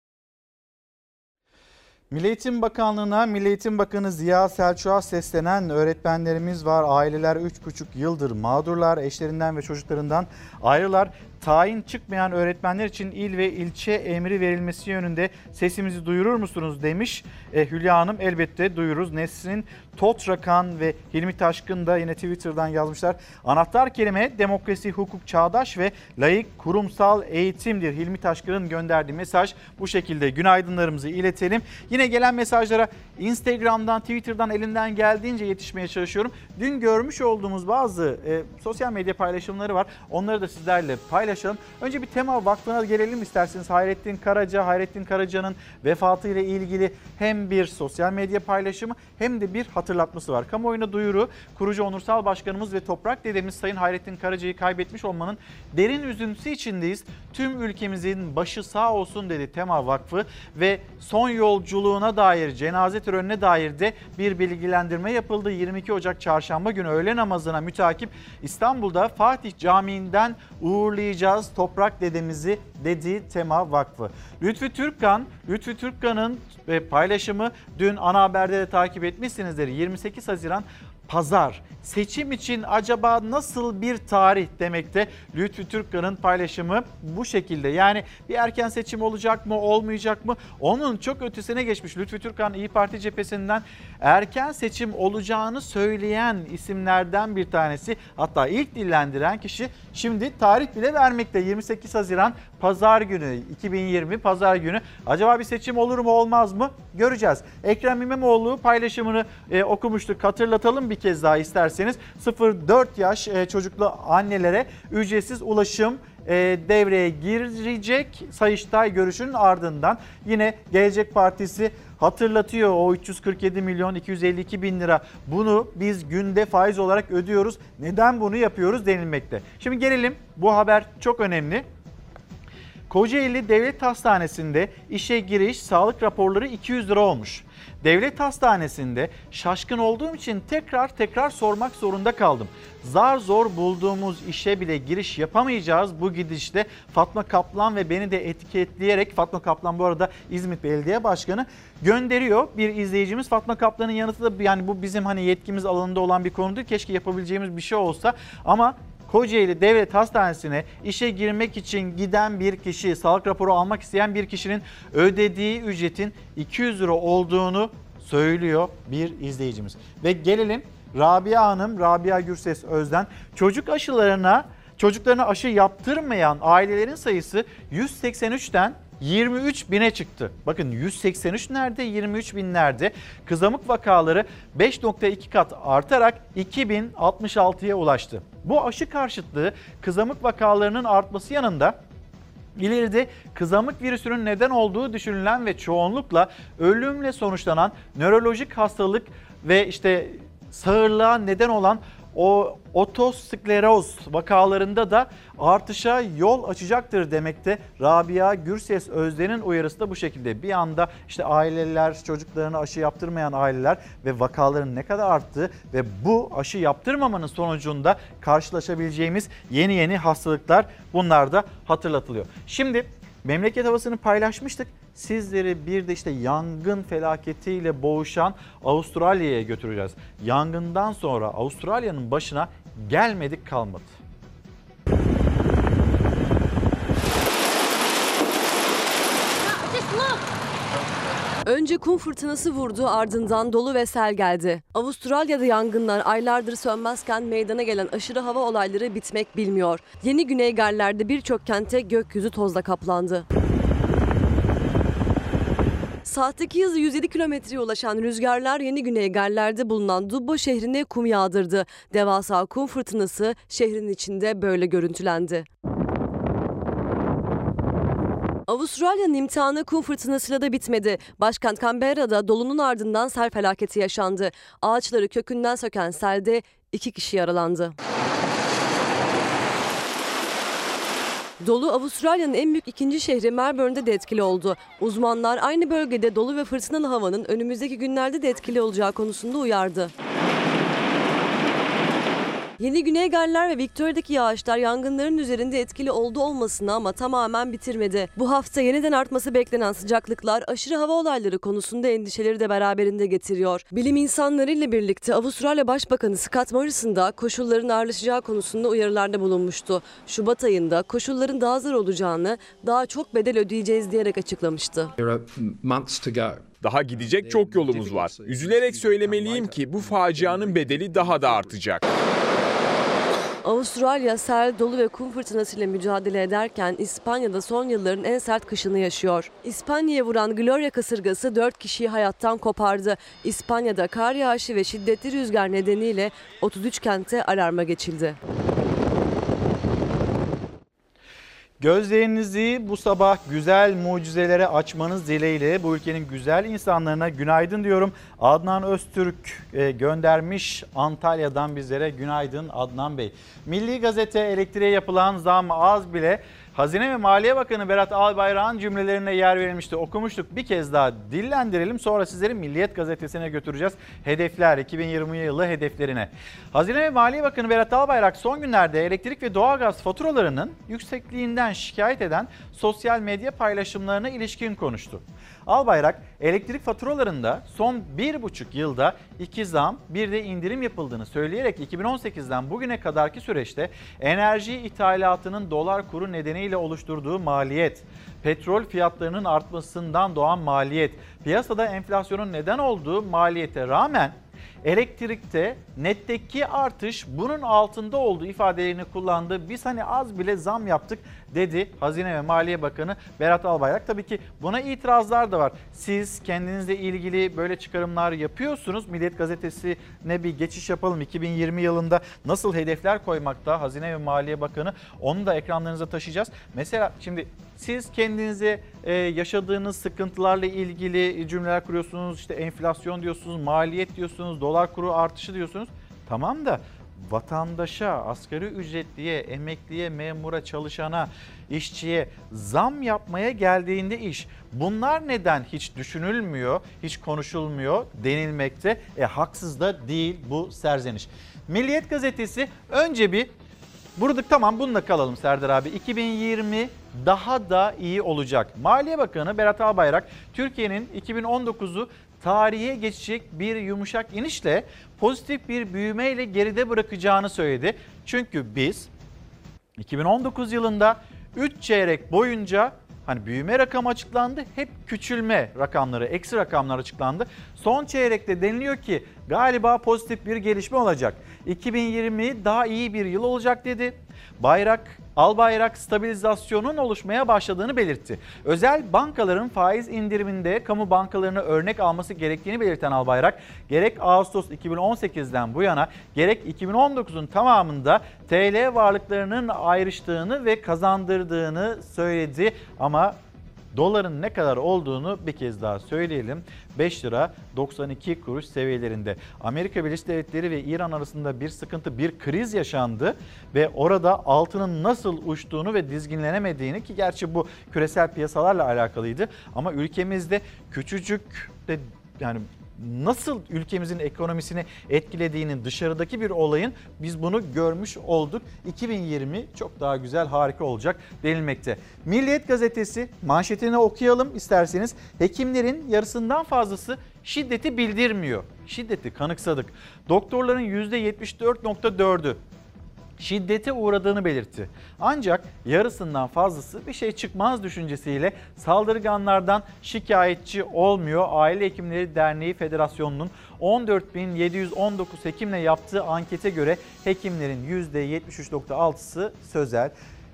Milli Eğitim Bakanlığı'na Milli Eğitim Bakanı Ziya Selçuk'a seslenen öğretmenlerimiz var. Aileler 3,5 yıldır mağdurlar, eşlerinden ve çocuklarından ayrılar. Tayin çıkmayan öğretmenler için il ve ilçe emri verilmesi yönünde sesimizi duyurur musunuz demiş. Hülya Hanım, elbette duyururuz. Nesrin Totrakan ve Hilmi Taşkın da yine Twitter'dan yazmışlar. Anahtar kelime demokrasi, hukuk, çağdaş ve layık kurumsal eğitimdir. Hilmi Taşkın'ın gönderdiği mesaj bu şekilde. Günaydınlarımızı iletelim. Yine gelen mesajlara Instagram'dan, Twitter'dan elinden geldiğince yetişmeye çalışıyorum. Dün görmüş olduğumuz bazı sosyal medya paylaşımları var. Onları da sizlerle paylaşalım. Önce bir Tema Vakfı'na gelelim isterseniz. Hayrettin Karaca'nın vefatıyla ilgili hem bir sosyal medya paylaşımı hem de bir hatırlatması var. Kamuoyuna duyuru, kurucu onursal başkanımız ve toprak dedemiz Sayın Hayrettin Karaca'yı kaybetmiş olmanın derin üzüntüsü içindeyiz. Tüm ülkemizin başı sağ olsun dedi Tema Vakfı ve son yolculuğuna dair, cenaze törenine dair de bir bilgilendirme yapıldı. 22 Ocak Çarşamba günü öğle namazına mütakip İstanbul'da Fatih Camii'nden uğurlayacağız toprak dedemizi dedi Tema Vakfı. Lütfü Türkkan'ın paylaşımı dün ana haberde de takip etmişsinizdir. 28 Haziran Pazar. Seçim için acaba nasıl bir tarih demekte? Lütfü Türkkan'ın paylaşımı bu şekilde. Yani bir erken seçim olacak mı, olmayacak mı? Onun çok ötesine geçmiş. Lütfü Türkkan İYİ Parti cephesinden erken seçim olacağını söyleyen isimlerden bir tanesi. Hatta ilk dillendiren kişi şimdi tarih bile vermekte. 28 Haziran Pazar günü, 2020 Pazar günü. Acaba bir seçim olur mu, olmaz mı? Göreceğiz. Ekrem İmamoğlu paylaşımını okumuştuk. Hatırlatalım bir kez daha isterseniz. 0-4 yaş çocuklu annelere ücretsiz ulaşım devreye girecek. Sayıştay görüşünün ardından yine Gelecek Partisi hatırlatıyor o 347 milyon 252 bin lira. Bunu biz günde faiz olarak ödüyoruz. Neden bunu yapıyoruz denilmekte. Şimdi gelelim, bu haber çok önemli. Kocaeli Devlet Hastanesi'nde işe giriş sağlık raporları 200 lira olmuş. Devlet Hastanesi'nde şaşkın olduğum için tekrar sormak zorunda kaldım. Zar zor bulduğumuz işe bile giriş yapamayacağız bu gidişte. Fatma Kaplan ve beni de etiketleyerek, Fatma Kaplan bu arada İzmit Belediye Başkanı, gönderiyor bir izleyicimiz. Fatma Kaplan'ın yanıtı da, yani bu bizim hani yetkimiz alanında olan bir konu değil. Keşke yapabileceğimiz bir şey olsa ama Kocaeli Devlet Hastanesi'ne işe girmek için giden bir kişi, sağlık raporu almak isteyen bir kişinin ödediği ücretin 200 lira olduğunu söylüyor bir izleyicimiz. Ve gelelim Rabia Hanım, Rabia Gürses Özden, çocuklarına aşı yaptırmayan ailelerin sayısı 183'ten 23 bine çıktı. Bakın 183 nerede, 23 bin nerede? Kızamık vakaları 5.2 kat artarak 2066'ya ulaştı. Bu aşı karşıtlığı kızamık vakalarının artması yanında ileride kızamık virüsünün neden olduğu düşünülen ve çoğunlukla ölümle sonuçlanan nörolojik hastalık ve sağırlığa neden olan o otoskleroz vakalarında da artışa yol açacaktır demekte. Rabia Gürses Özden'in uyarısı da bu şekilde. Bir anda işte aileler, çocuklarına aşı yaptırmayan aileler ve vakaların ne kadar arttığı ve bu aşı yaptırmamanın sonucunda karşılaşabileceğimiz yeni hastalıklar, bunlar da hatırlatılıyor. Şimdi memleket havasını paylaşmıştık. Sizleri bir de işte yangın felaketiyle boğuşan Avustralya'ya götüreceğiz. Yangından sonra Avustralya'nın başına gelmedik kalmadı. Önce kum fırtınası vurdu, ardından dolu ve sel geldi. Avustralya'da yangınlar aylardır sönmezken meydana gelen aşırı hava olayları bitmek bilmiyor. Yeni Güney Galler'de birçok kente gökyüzü tozla kaplandı. Saatteki hızı 107 kilometreye ulaşan rüzgarlar Yeni Güney Galler'de bulunan Dubbo şehrine kum yağdırdı. Devasa kum fırtınası şehrin içinde böyle görüntülendi. Avustralya'nın imtihanı kum fırtınasıyla da bitmedi. Başkent Canberra'da dolunun ardından sel felaketi yaşandı. Ağaçları kökünden söken selde 2 kişi yaralandı. Dolu Avustralya'nın en büyük ikinci şehri Melbourne'de de etkili oldu. Uzmanlar aynı bölgede dolu ve fırtınalı havanın önümüzdeki günlerde de etkili olacağı konusunda uyardı. Yeni Güney Galler ve Victoria'daki yağışlar yangınların üzerinde etkili oldu olmasına ama tamamen bitirmedi. Bu hafta yeniden artması beklenen sıcaklıklar aşırı hava olayları konusunda endişeleri de beraberinde getiriyor. Bilim insanlarıyla birlikte Avustralya Başbakanı Scott Morrison da koşulların ağırlaşacağı konusunda uyarılarda bulunmuştu. Şubat ayında koşulların daha zor olacağını, daha çok bedel ödeyeceğiz diyerek açıklamıştı. Daha gidecek çok yolumuz var. Üzülerek söylemeliyim ki bu facianın bedeli daha da artacak. Avustralya sel, dolu ve kum fırtınasıyla mücadele ederken İspanya'da son yılların en sert kışını yaşıyor. İspanya'ya vuran Gloria kasırgası 4 kişiyi hayattan kopardı. İspanya'da kar yağışı ve şiddetli rüzgar nedeniyle 33 kente alarma geçildi. Gözlerinizi bu sabah güzel mucizelere açmanız dileğiyle bu ülkenin güzel insanlarına günaydın diyorum. Adnan Öztürk göndermiş Antalya'dan bizlere. Günaydın Adnan Bey. Milli Gazete elektriğe yapılan zam az bile. Hazine ve Maliye Bakanı Berat Albayrak'ın cümlelerine yer verilmişti. Okumuştuk, bir kez daha dillendirelim. Sonra sizleri Milliyet Gazetesi'ne götüreceğiz. Hedefler, 2020 yılı hedeflerine. Hazine ve Maliye Bakanı Berat Albayrak son günlerde elektrik ve doğalgaz faturalarının yüksekliğinden şikayet eden sosyal medya paylaşımlarına ilişkin konuştu. Albayrak, elektrik faturalarında son 1,5 yılda 2 zam, bir de indirim yapıldığını söyleyerek 2018'den bugüne kadarki süreçte enerji ithalatının dolar kuru nedeniyle oluşturduğu maliyet, petrol fiyatlarının artmasından doğan maliyet, piyasada enflasyonun neden olduğu maliyete rağmen elektrikte netteki artış bunun altında olduğu ifadelerini kullandı. Biz hani az bile zam yaptık dedi Hazine ve Maliye Bakanı Berat Albayrak. Tabii ki buna itirazlar da var. Siz kendinizle ilgili böyle çıkarımlar yapıyorsunuz. Milliyet Gazetesi'ne bir geçiş yapalım. 2020 yılında nasıl hedefler koymakta Hazine ve Maliye Bakanı, onu da ekranlarınıza taşıyacağız. Mesela şimdi siz kendinize yaşadığınız sıkıntılarla ilgili cümleler kuruyorsunuz. İşte enflasyon diyorsunuz, maliyet diyorsunuz, dolar kuru artışı diyorsunuz. Tamam da vatandaşa, asgari ücretliye, emekliye, memura, çalışana, işçiye zam yapmaya geldiğinde iş, bunlar neden hiç düşünülmüyor, hiç konuşulmuyor denilmekte? Haksız da değil bu serzeniş. Milliyet Gazetesi önce bir burada, tamam bununla kalalım Serdar abi. 2020 daha da iyi olacak. Maliye Bakanı Berat Albayrak, Türkiye'nin 2019'u tarihe geçecek bir yumuşak inişle pozitif bir büyümeyle geride bırakacağını söyledi. Çünkü biz 2019 yılında 3 çeyrek boyunca hani büyüme rakamı açıklandı, hep küçülme rakamları, eksi rakamlar açıklandı. Son çeyrekte deniliyor ki galiba pozitif bir gelişme olacak. 2020 daha iyi bir yıl olacak dedi. Albayrak stabilizasyonun oluşmaya başladığını belirtti. Özel bankaların faiz indiriminde kamu bankalarına örnek alması gerektiğini belirten Albayrak, gerek Ağustos 2018'den bu yana gerek 2019'un tamamında TL varlıklarının ayrıştığını ve kazandırdığını söyledi. Ama Doların ne kadar olduğunu bir kez daha söyleyelim. 5 lira 92 kuruş seviyelerinde. Amerika Birleşik Devletleri ve İran arasında bir sıkıntı, bir kriz yaşandı ve orada altının nasıl uçtuğunu ve dizginlenemediğini, ki gerçi bu küresel piyasalarla alakalıydı ama ülkemizde küçücük de, yani nasıl ülkemizin ekonomisini etkilediğinin, dışarıdaki bir olayın biz bunu görmüş olduk. 2020 çok daha güzel, harika olacak denilmekte. Milliyet gazetesi manşetini okuyalım isterseniz. Hekimlerin yarısından fazlası şiddeti bildirmiyor. Şiddeti kanıksadık. Doktorların %74.4'ü şiddete uğradığını belirtti. Ancak yarısından fazlası bir şey çıkmaz düşüncesiyle saldırganlardan şikayetçi olmuyor. Aile Hekimleri Derneği Federasyonu'nun 14.719 hekimle yaptığı ankete göre hekimlerin %73.6'sı sözel,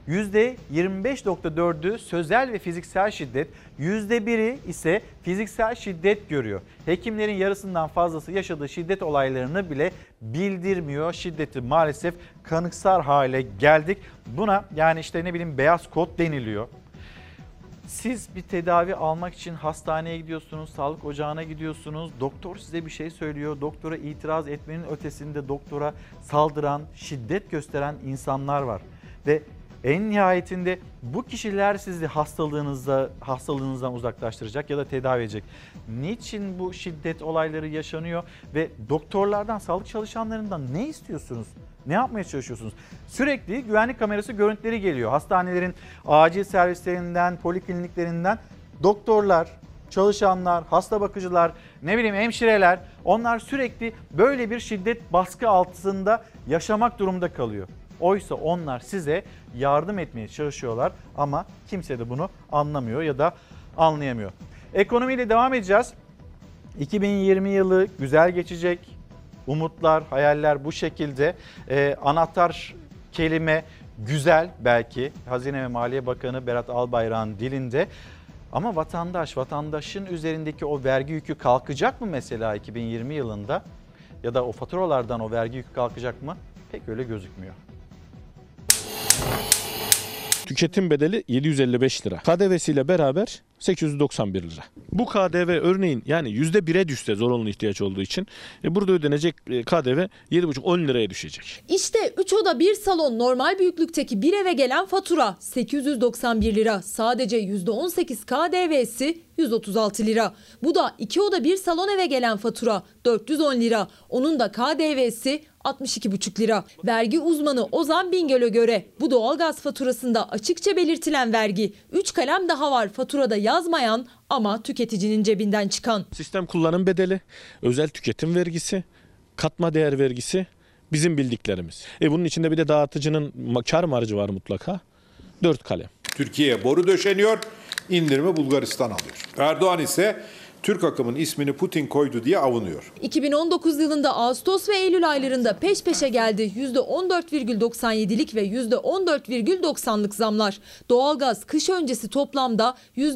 %25.4'ü sözel ve fiziksel şiddet, %1'i ise fiziksel şiddet görüyor. Hekimlerin yarısından fazlası yaşadığı şiddet olaylarını bile bildirmiyor. Şiddeti maalesef kanıksar hale geldik. Buna yani işte ne bileyim beyaz kod deniliyor. Siz bir tedavi almak için hastaneye gidiyorsunuz, sağlık ocağına gidiyorsunuz. Doktor size bir şey söylüyor. Doktora itiraz etmenin ötesinde doktora saldıran, şiddet gösteren insanlar var. Ve en nihayetinde bu kişiler sizi hastalığınızdan uzaklaştıracak ya da tedavi edecek. Niçin bu şiddet olayları yaşanıyor ve doktorlardan, sağlık çalışanlarından ne istiyorsunuz? Ne yapmaya çalışıyorsunuz? Sürekli güvenlik kamerası görüntüleri geliyor. Hastanelerin acil servislerinden, polikliniklerinden doktorlar, çalışanlar, hasta bakıcılar, ne bileyim hemşireler, onlar sürekli böyle bir şiddet baskı altında yaşamak durumunda kalıyor. Oysa onlar size yardım etmeye çalışıyorlar ama kimse de bunu anlamıyor ya da anlayamıyor. Ekonomiyle devam edeceğiz. 2020 yılı güzel geçecek. Umutlar, hayaller bu şekilde. Anahtar kelime güzel belki. Hazine ve Maliye Bakanı Berat Albayrak'ın dilinde. Ama vatandaşın üzerindeki o vergi yükü kalkacak mı mesela 2020 yılında? Ya da o faturalardan o vergi yükü kalkacak mı? Pek öyle gözükmüyor. Tüketim bedeli 755 lira. KDV'siyle beraber 891 lira. Bu KDV örneğin yani %1'e düşse zorunlu ihtiyaç olduğu için burada ödenecek KDV 7,5-10 liraya düşecek. İşte 3 oda 1 salon normal büyüklükteki bir eve gelen fatura 891 lira. Sadece %18 KDV'si 136 lira. Bu da 2 oda 1 salon eve gelen fatura 410 lira. Onun da KDV'si 62,5 lira. Vergi uzmanı Ozan Bingöl'e göre bu doğalgaz faturasında açıkça belirtilen vergi 3 kalem daha var faturada yazmayan ama tüketicinin cebinden çıkan. Sistem kullanım bedeli, özel tüketim vergisi, katma değer vergisi bizim bildiklerimiz. Bunun içinde bir de dağıtıcının kar marjı var mutlaka. 4 kalem. Türkiye'ye boru döşeniyor, indirimi Bulgaristan alıyor. Erdoğan ise Türk akımın ismini Putin koydu diye avunuyor. 2019 yılında Ağustos ve Eylül aylarında peş peşe geldi %14,97'lik ve %14,90'lık zamlar. Doğalgaz kış öncesi toplamda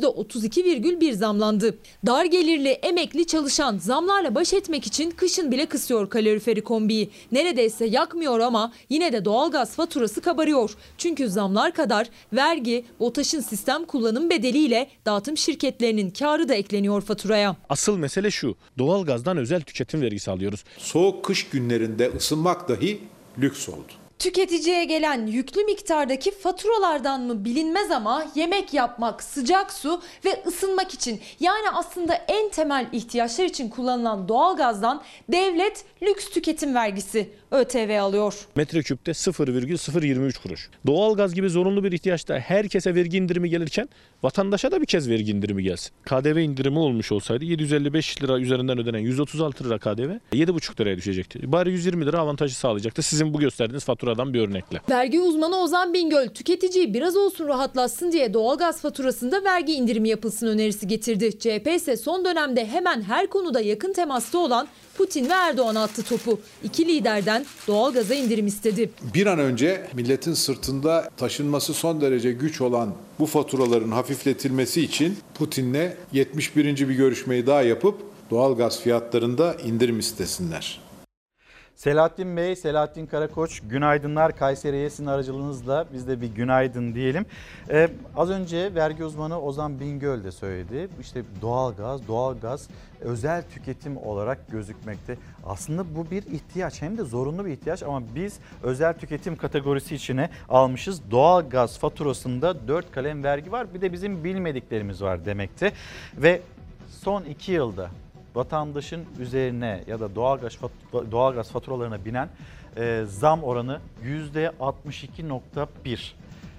%32,1 zamlandı. Dar gelirli, emekli, çalışan zamlarla baş etmek için kışın bile kısıyor kaloriferi kombiyi. Neredeyse yakmıyor ama yine de doğalgaz faturası kabarıyor. Çünkü zamlar kadar vergi, BOTAŞ'ın sistem kullanım bedeliyle dağıtım şirketlerinin karı da ekleniyor faturaya. Asıl mesele şu, doğalgazdan özel tüketim vergisi alıyoruz. Soğuk kış günlerinde ısınmak dahi lüks oldu. Tüketiciye gelen yüklü miktardaki faturalardan mı bilinmez ama yemek yapmak, sıcak su ve ısınmak için yani aslında en temel ihtiyaçlar için kullanılan doğalgazdan devlet lüks tüketim vergisi ÖTV alıyor. Metreküpte 0,023 kuruş. Doğalgaz gibi zorunlu bir ihtiyaçta herkese vergi indirimi gelirken vatandaşa da bir kez vergi indirimi gelsin. KDV indirimi olmuş olsaydı 755 lira üzerinden ödenen 136 lira KDV 7,5 liraya düşecekti. Bari 120 lira avantajı sağlayacaktı. Sizin bu gösterdiğiniz faturadan bir örnekle. Vergi uzmanı Ozan Bingöl tüketiciyi biraz olsun rahatlatsın diye doğalgaz faturasında vergi indirimi yapılsın önerisi getirdi. CHP ise son dönemde hemen her konuda yakın temasta olan Putin ve Erdoğan attı topu. İki liderden doğalgaza indirim istedi. Bir an önce milletin sırtında taşınması son derece güç olan bu faturaların hafifletilmesi için Putin'le 71. bir görüşmeyi daha yapıp doğalgaz fiyatlarında indirim istesinler. Selahattin Bey, Selahattin Karakoç, günaydınlar. Kayseri'ye sizin aracılığınızla biz de bir günaydın diyelim. Az önce vergi uzmanı Ozan Bingöl de söyledi. İşte doğalgaz özel tüketim olarak gözükmekte. Aslında bu bir ihtiyaç, hem de zorunlu bir ihtiyaç ama biz özel tüketim kategorisi içine almışız. Doğalgaz faturasında 4 kalem vergi var, bir de bizim bilmediklerimiz var demekte. Ve son 2 yılda vatandaşın üzerine ya da doğalgaz faturalarına binen zam oranı %62.1.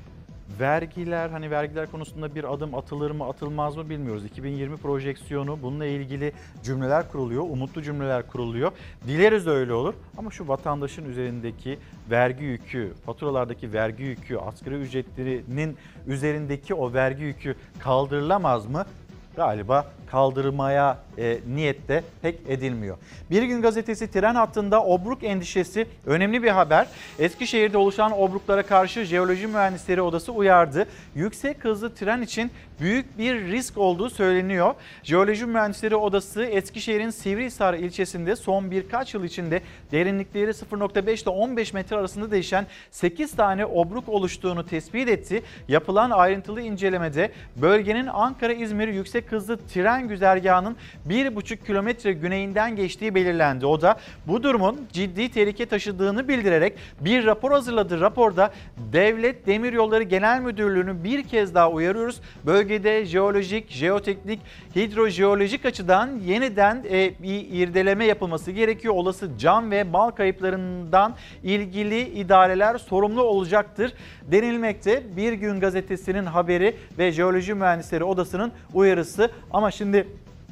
Vergiler konusunda bir adım atılır mı atılmaz mı bilmiyoruz. 2020 projeksiyonu, bununla ilgili cümleler kuruluyor, umutlu cümleler kuruluyor. Dileriz öyle olur ama şu vatandaşın üzerindeki vergi yükü, faturalardaki vergi yükü, asgari ücretlerinin üzerindeki o vergi yükü kaldırılamaz mı? Galiba kaldırmaya niyette pek edilmiyor. Bir Gün Gazetesi tren hattında obruk endişesi önemli bir haber. Eskişehir'de oluşan obruklara karşı Jeoloji Mühendisleri Odası uyardı. Yüksek hızlı tren için büyük bir risk olduğu söyleniyor. Jeoloji Mühendisleri Odası Eskişehir'in Sivrihisar ilçesinde son birkaç yıl içinde derinlikleri 0.5 ile 15 metre arasında değişen 8 tane obruk oluştuğunu tespit etti. Yapılan ayrıntılı incelemede bölgenin Ankara-İzmir yüksek hızlı tren güzergahının 1,5 kilometre güneyinden geçtiği belirlendi. O da bu durumun ciddi tehlike taşıdığını bildirerek bir rapor hazırladı. Raporda Devlet Demiryolları Genel Müdürlüğü'nü bir kez daha uyarıyoruz. Bölgede jeolojik, jeoteknik, hidrojeolojik açıdan yeniden bir irdeleme yapılması gerekiyor. Olası can ve mal kayıplarından ilgili idareler sorumlu olacaktır denilmekte. Bir Gün Gazetesi'nin haberi ve Jeoloji Mühendisleri Odası'nın uyarısı. Ama şimdi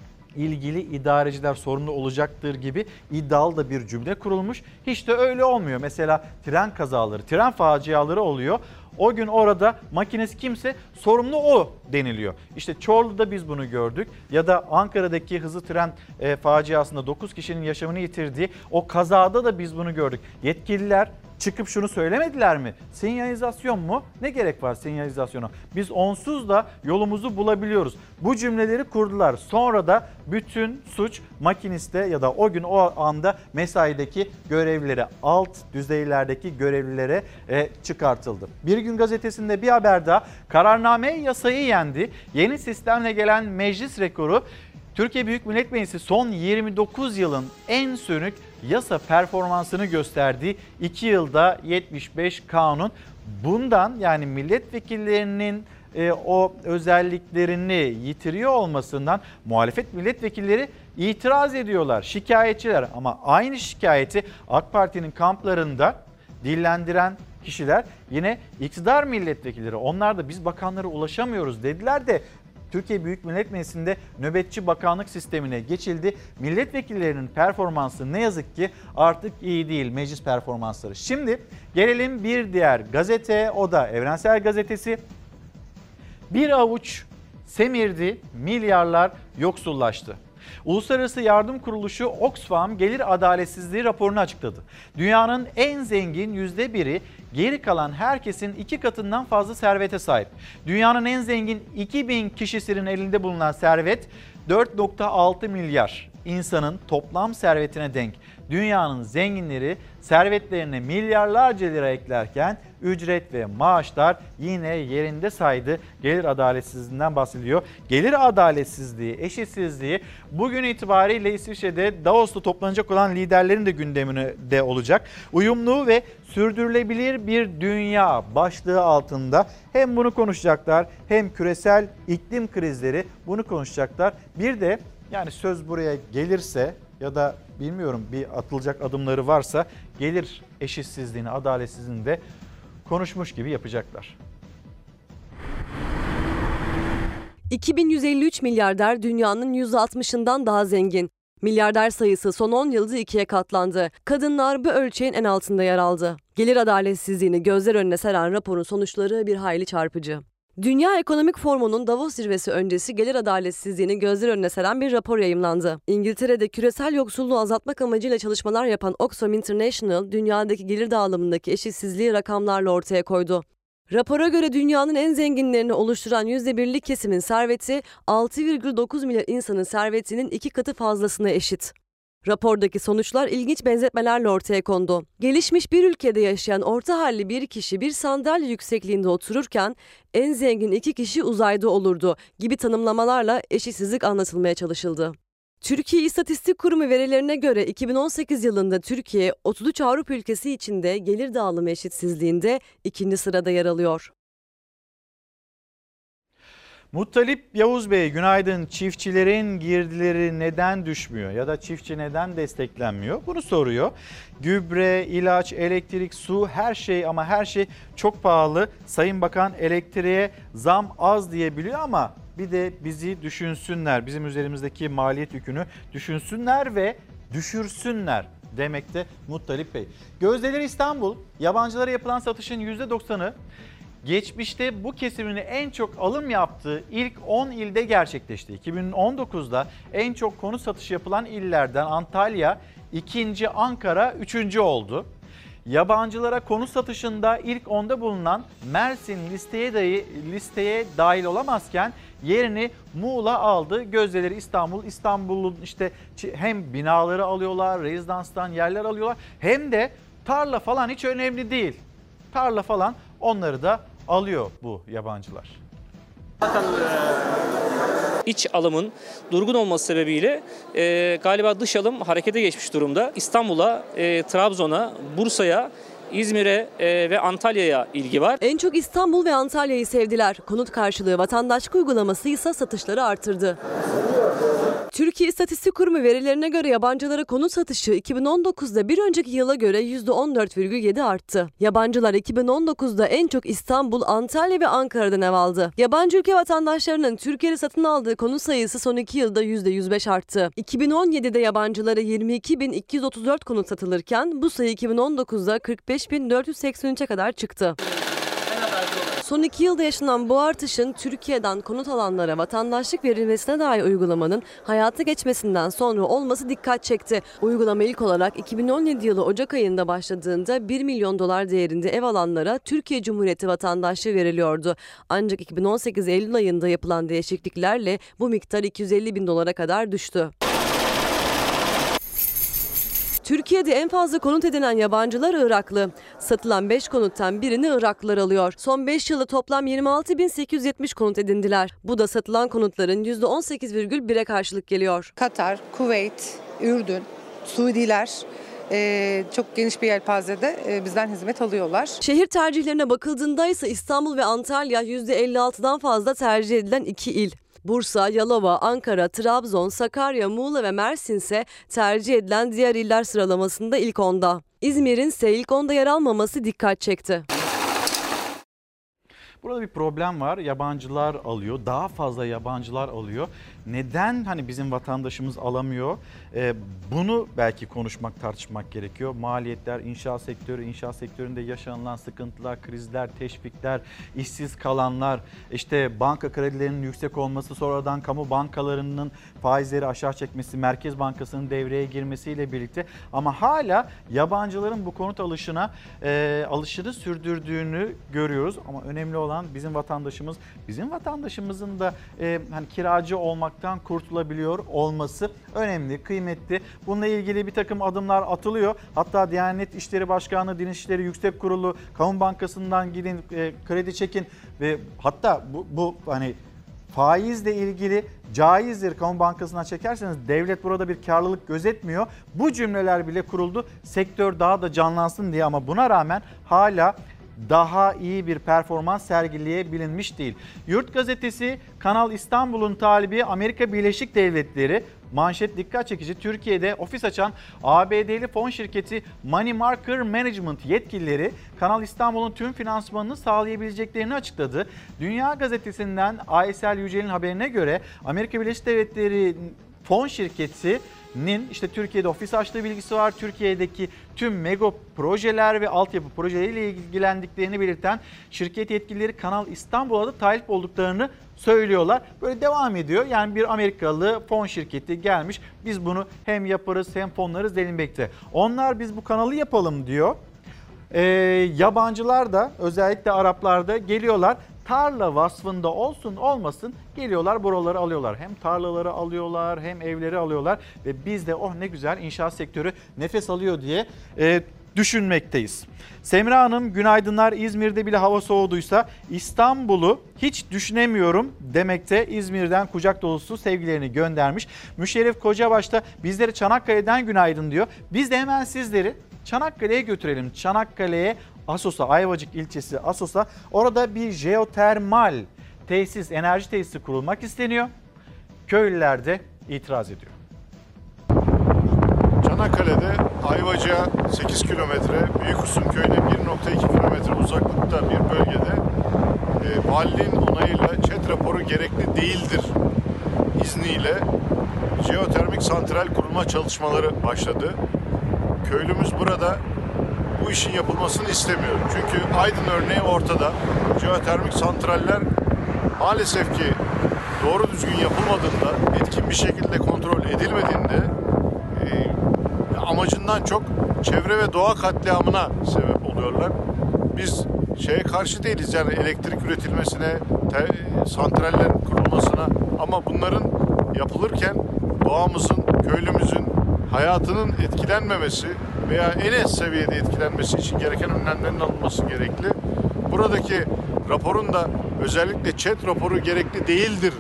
ilgili idareciler sorumlu olacaktır gibi iddialı da bir cümle kurulmuş. Hiç de öyle olmuyor. Mesela tren kazaları, tren faciaları oluyor. O gün orada makinesi kimse sorumlu o deniliyor. İşte Çorlu'da biz bunu gördük ya da Ankara'daki hızlı tren faciasında 9 kişinin yaşamını yitirdiği o kazada da biz bunu gördük. Yetkililer çıkıp şunu söylemediler mi? Sinyalizasyon mu? Ne gerek var sinyalizasyona? Biz onsuz da yolumuzu bulabiliyoruz. Bu cümleleri kurdular. Sonra da bütün suç makiniste ya da o gün o anda mesaideki görevlilere, alt düzeylerdeki görevlilere çıkartıldı. Bir Gün Gazetesi'nde bir haber daha. Kararname yasayı yendi. Yeni sistemle gelen meclis rekoru, Türkiye Büyük Millet Meclisi son 29 yılın en sönük yasa performansını gösterdiği 2 yılda 75 kanun. Bundan, yani milletvekillerinin o özelliklerini yitiriyor olmasından muhalefet milletvekilleri itiraz ediyorlar, şikayetçiler. Ama aynı şikayeti AK Parti'nin kamplarında dillendiren kişiler yine iktidar milletvekilleri. Onlar da biz bakanlara ulaşamıyoruz dediler de Türkiye Büyük Millet Meclisi'nde nöbetçi bakanlık sistemine geçildi. Milletvekillerinin performansı ne yazık ki artık iyi değil, meclis performansları. Şimdi gelelim bir diğer gazete, o da Evrensel Gazetesi. Bir avuç semirdi, milyarlar yoksullaştı. Uluslararası Yardım Kuruluşu Oxfam gelir adaletsizliği raporunu açıkladı. Dünyanın en zengin %1'i geri kalan herkesin 2 katından fazla servete sahip. Dünyanın en zengin 2000 kişisinin elinde bulunan servet 4.6 milyar insanın toplam servetine denk. Dünyanın zenginleri servetlerine milyarlarca lira eklerken ücret ve maaşlar yine yerinde saydı. Gelir adaletsizliğinden bahsediliyor. Gelir adaletsizliği, eşitsizliği bugün itibariyle İsviçre'de Davos'ta toplanacak olan liderlerin de gündeminde olacak. Uyumlu ve sürdürülebilir bir dünya başlığı altında hem bunu konuşacaklar hem küresel iklim krizleri bunu konuşacaklar. Bir de yani söz buraya gelirse ya da bilmiyorum bir atılacak adımları varsa gelir eşitsizliğini, adaletsizliğini de konuşmuş gibi yapacaklar. 2153 milyarder dünyanın %60'ından daha zengin. Milyarder sayısı son 10 yılda 2'ye katlandı. Kadınlar bu ölçeğin en altında yer aldı. Gelir adaletsizliğini gözler önüne seren raporun sonuçları bir hayli çarpıcı. Dünya Ekonomik Forumu'nun Davos zirvesi öncesi gelir adaletsizliğini gözler önüne seren bir rapor yayımlandı. İngiltere'de küresel yoksulluğu azaltmak amacıyla çalışmalar yapan Oxfam International, dünyadaki gelir dağılımındaki eşitsizliği rakamlarla ortaya koydu. Rapora göre dünyanın en zenginlerini oluşturan %1'lik kesimin serveti 6,9 milyar insanın servetinin 2 katı fazlasına eşit. Rapordaki sonuçlar ilginç benzetmelerle ortaya kondu. Gelişmiş bir ülkede yaşayan orta halli bir kişi bir sandalye yüksekliğinde otururken en zengin 2 kişi uzayda olurdu gibi tanımlamalarla eşitsizlik anlatılmaya çalışıldı. Türkiye İstatistik Kurumu verilerine göre 2018 yılında Türkiye 33 Avrupa ülkesi içinde gelir dağılımı eşitsizliğinde 2. sırada yer alıyor. Muttalip Yavuz Bey, günaydın. Çiftçilerin girdileri neden düşmüyor ya da çiftçi neden desteklenmiyor? Bunu soruyor. Gübre, ilaç, elektrik, su, her şey ama her şey çok pahalı. Sayın Bakan elektriğe zam az diyebiliyor ama bir de bizi düşünsünler. Bizim üzerimizdeki maliyet yükünü düşünsünler ve düşürsünler demekte Muttalip Bey. Gözdeleri İstanbul, yabancılara yapılan satışın %90'ı geçmişte bu kesimin en çok alım yaptığı ilk 10 ilde gerçekleşti. 2019'da en çok konut satışı yapılan illerden Antalya 2. Ankara 3. oldu. Yabancılara konut satışında ilk 10'da bulunan Mersin listeye dahil olamazken yerini Muğla aldı. Gözdeleri İstanbul'un işte hem binaları alıyorlar, rezidanstan yerler alıyorlar hem de tarla falan hiç önemli değil. Tarla falan onları da alıyor bu yabancılar. İç alımın durgun olması sebebiyle galiba dış alım harekete geçmiş durumda. İstanbul'a, Trabzon'a, Bursa'ya, İzmir'e ve Antalya'ya ilgi var. En çok İstanbul ve Antalya'yı sevdiler. Konut karşılığı vatandaşlık uygulaması ise satışları artırdı. Türkiye İstatistik Kurumu verilerine göre yabancılara konut satışı 2019'da bir önceki yıla göre %14,7 arttı. Yabancılar 2019'da en çok İstanbul, Antalya ve Ankara'dan ev aldı. Yabancı ülke vatandaşlarının Türkiye'de satın aldığı konut sayısı son 2 yılda %105 arttı. 2017'de yabancılara 22.234 konut satılırken bu sayı 2019'da 45.483'e kadar çıktı. Son 2 yılda yaşanan bu artışın Türkiye'den konut alanlara vatandaşlık verilmesine dair uygulamanın hayata geçmesinden sonra olması dikkat çekti. Uygulama ilk olarak 2017 yılı Ocak ayında başladığında $1 milyon değerinde ev alanlara Türkiye Cumhuriyeti vatandaşlığı veriliyordu. Ancak 2018 Eylül ayında yapılan değişikliklerle bu miktar $250.000 kadar düştü. Türkiye'de en fazla konut edinen yabancılar Iraklı. Satılan 5 konuttan birini Iraklılar alıyor. Son 5 yılda toplam 26.870 konut edindiler. Bu da satılan konutların %18,1'e karşılık geliyor. Katar, Kuveyt, Ürdün, Suudiler çok geniş bir yelpazede bizden hizmet alıyorlar. Şehir tercihlerine bakıldığında ise İstanbul ve Antalya %56'dan fazla tercih edilen 2 il. Bursa, Yalova, Ankara, Trabzon, Sakarya, Muğla ve Mersin ise tercih edilen diğer iller sıralamasında ilk 10'da. İzmir'in ise ilk 10'da yer almaması dikkat çekti. Burada bir problem var. Yabancılar alıyor. Daha fazla yabancılar alıyor. Neden hani bizim vatandaşımız alamıyor? Bunu belki konuşmak, tartışmak gerekiyor. Maliyetler, inşaat sektöründe yaşanılan sıkıntılar, krizler, teşvikler, işsiz kalanlar, işte banka kredilerinin yüksek olması, sonradan kamu bankalarının faizleri aşağı çekmesi, Merkez Bankası'nın devreye girmesiyle birlikte ama hala yabancıların bu konut alışını sürdürdüğünü görüyoruz. Ama önemli olan bizim vatandaşımızın da hani kiracı olmaktan kurtulabiliyor olması önemli, kıymetli. Bununla ilgili bir takım adımlar atılıyor. Hatta Diyanet İşleri Başkanlığı, Din İşleri Yüksek Kurulu, Kamu Bankası'ndan gidin kredi çekin ve hatta bu hani faizle ilgili caizdir, Kamu Bankası'na çekerseniz devlet burada bir karlılık gözetmiyor. Bu cümleler bile kuruldu sektör daha da canlansın diye ama buna rağmen hala daha iyi bir performans sergileyebilinmiş değil. Yurt Gazetesi Kanal İstanbul'un talibi Amerika Birleşik Devletleri. Manşet dikkat çekici. Türkiye'de ofis açan ABD'li fon şirketi Money Market Management yetkilileri Kanal İstanbul'un tüm finansmanını sağlayabileceklerini açıkladı. Dünya Gazetesi'nden Aysel Yücel'in haberine göre Amerika Birleşik Devletleri fon şirketinin işte Türkiye'de ofis açtığı bilgisi var. Türkiye'deki tüm mega projeler ve altyapı projeleriyle ilgilendiklerini belirten şirket yetkilileri Kanal İstanbul'a da talip olduklarını söylüyorlar. Böyle devam ediyor. Yani bir Amerikalı fon şirketi gelmiş. Biz bunu hem yaparız hem fonlarız denilmekte. Onlar biz bu kanalı yapalım diyor. Yabancılar da özellikle Araplar da geliyorlar. tarla vasfında olsun olmasın geliyorlar buraları alıyorlar. Hem tarlaları alıyorlar hem evleri alıyorlar ve biz de oh ne güzel inşaat sektörü nefes alıyor diye düşünmekteyiz. Semra Hanım günaydınlar. İzmir'de bile hava soğuduysa İstanbul'u hiç düşünemiyorum demekte. İzmir'den kucak dolusu sevgilerini göndermiş. Müşerref Kocabaş da bizlere Çanakkale'den günaydın diyor. Biz de hemen sizleri Çanakkale'ye götürelim. Çanakkale'ye, Assos'a, Ayvacık ilçesi Assos'a. Orada bir jeotermal tesis, enerji tesisi kurulmak isteniyor. Köylüler de itiraz ediyor. Çanakkale'de Ayvacık'a 8 kilometre, Büyükusun köyüne 1,2 kilometre uzaklıkta bir bölgede valinin onayıyla ÇED raporu gerekli değildir izniyle jeotermik santral kurulma çalışmaları başladı. Köylümüz burada bu işin yapılmasını istemiyor. Çünkü Aydın örneği ortada. Jeotermik santraller maalesef ki doğru düzgün yapılmadığında, etkin bir şekilde kontrol edilmediğinde amacından çok çevre ve doğa katliamına sebep oluyorlar. Biz şeye karşı değiliz yani elektrik üretilmesine, santraller kurulmasına ama bunların yapılırken doğamızın, köylümüzün hayatının etkilenmemesi veya en az seviyede etkilenmesi için gereken önlemlerin alınması gerekli. Buradaki raporun da özellikle ÇED raporu gerekli değildir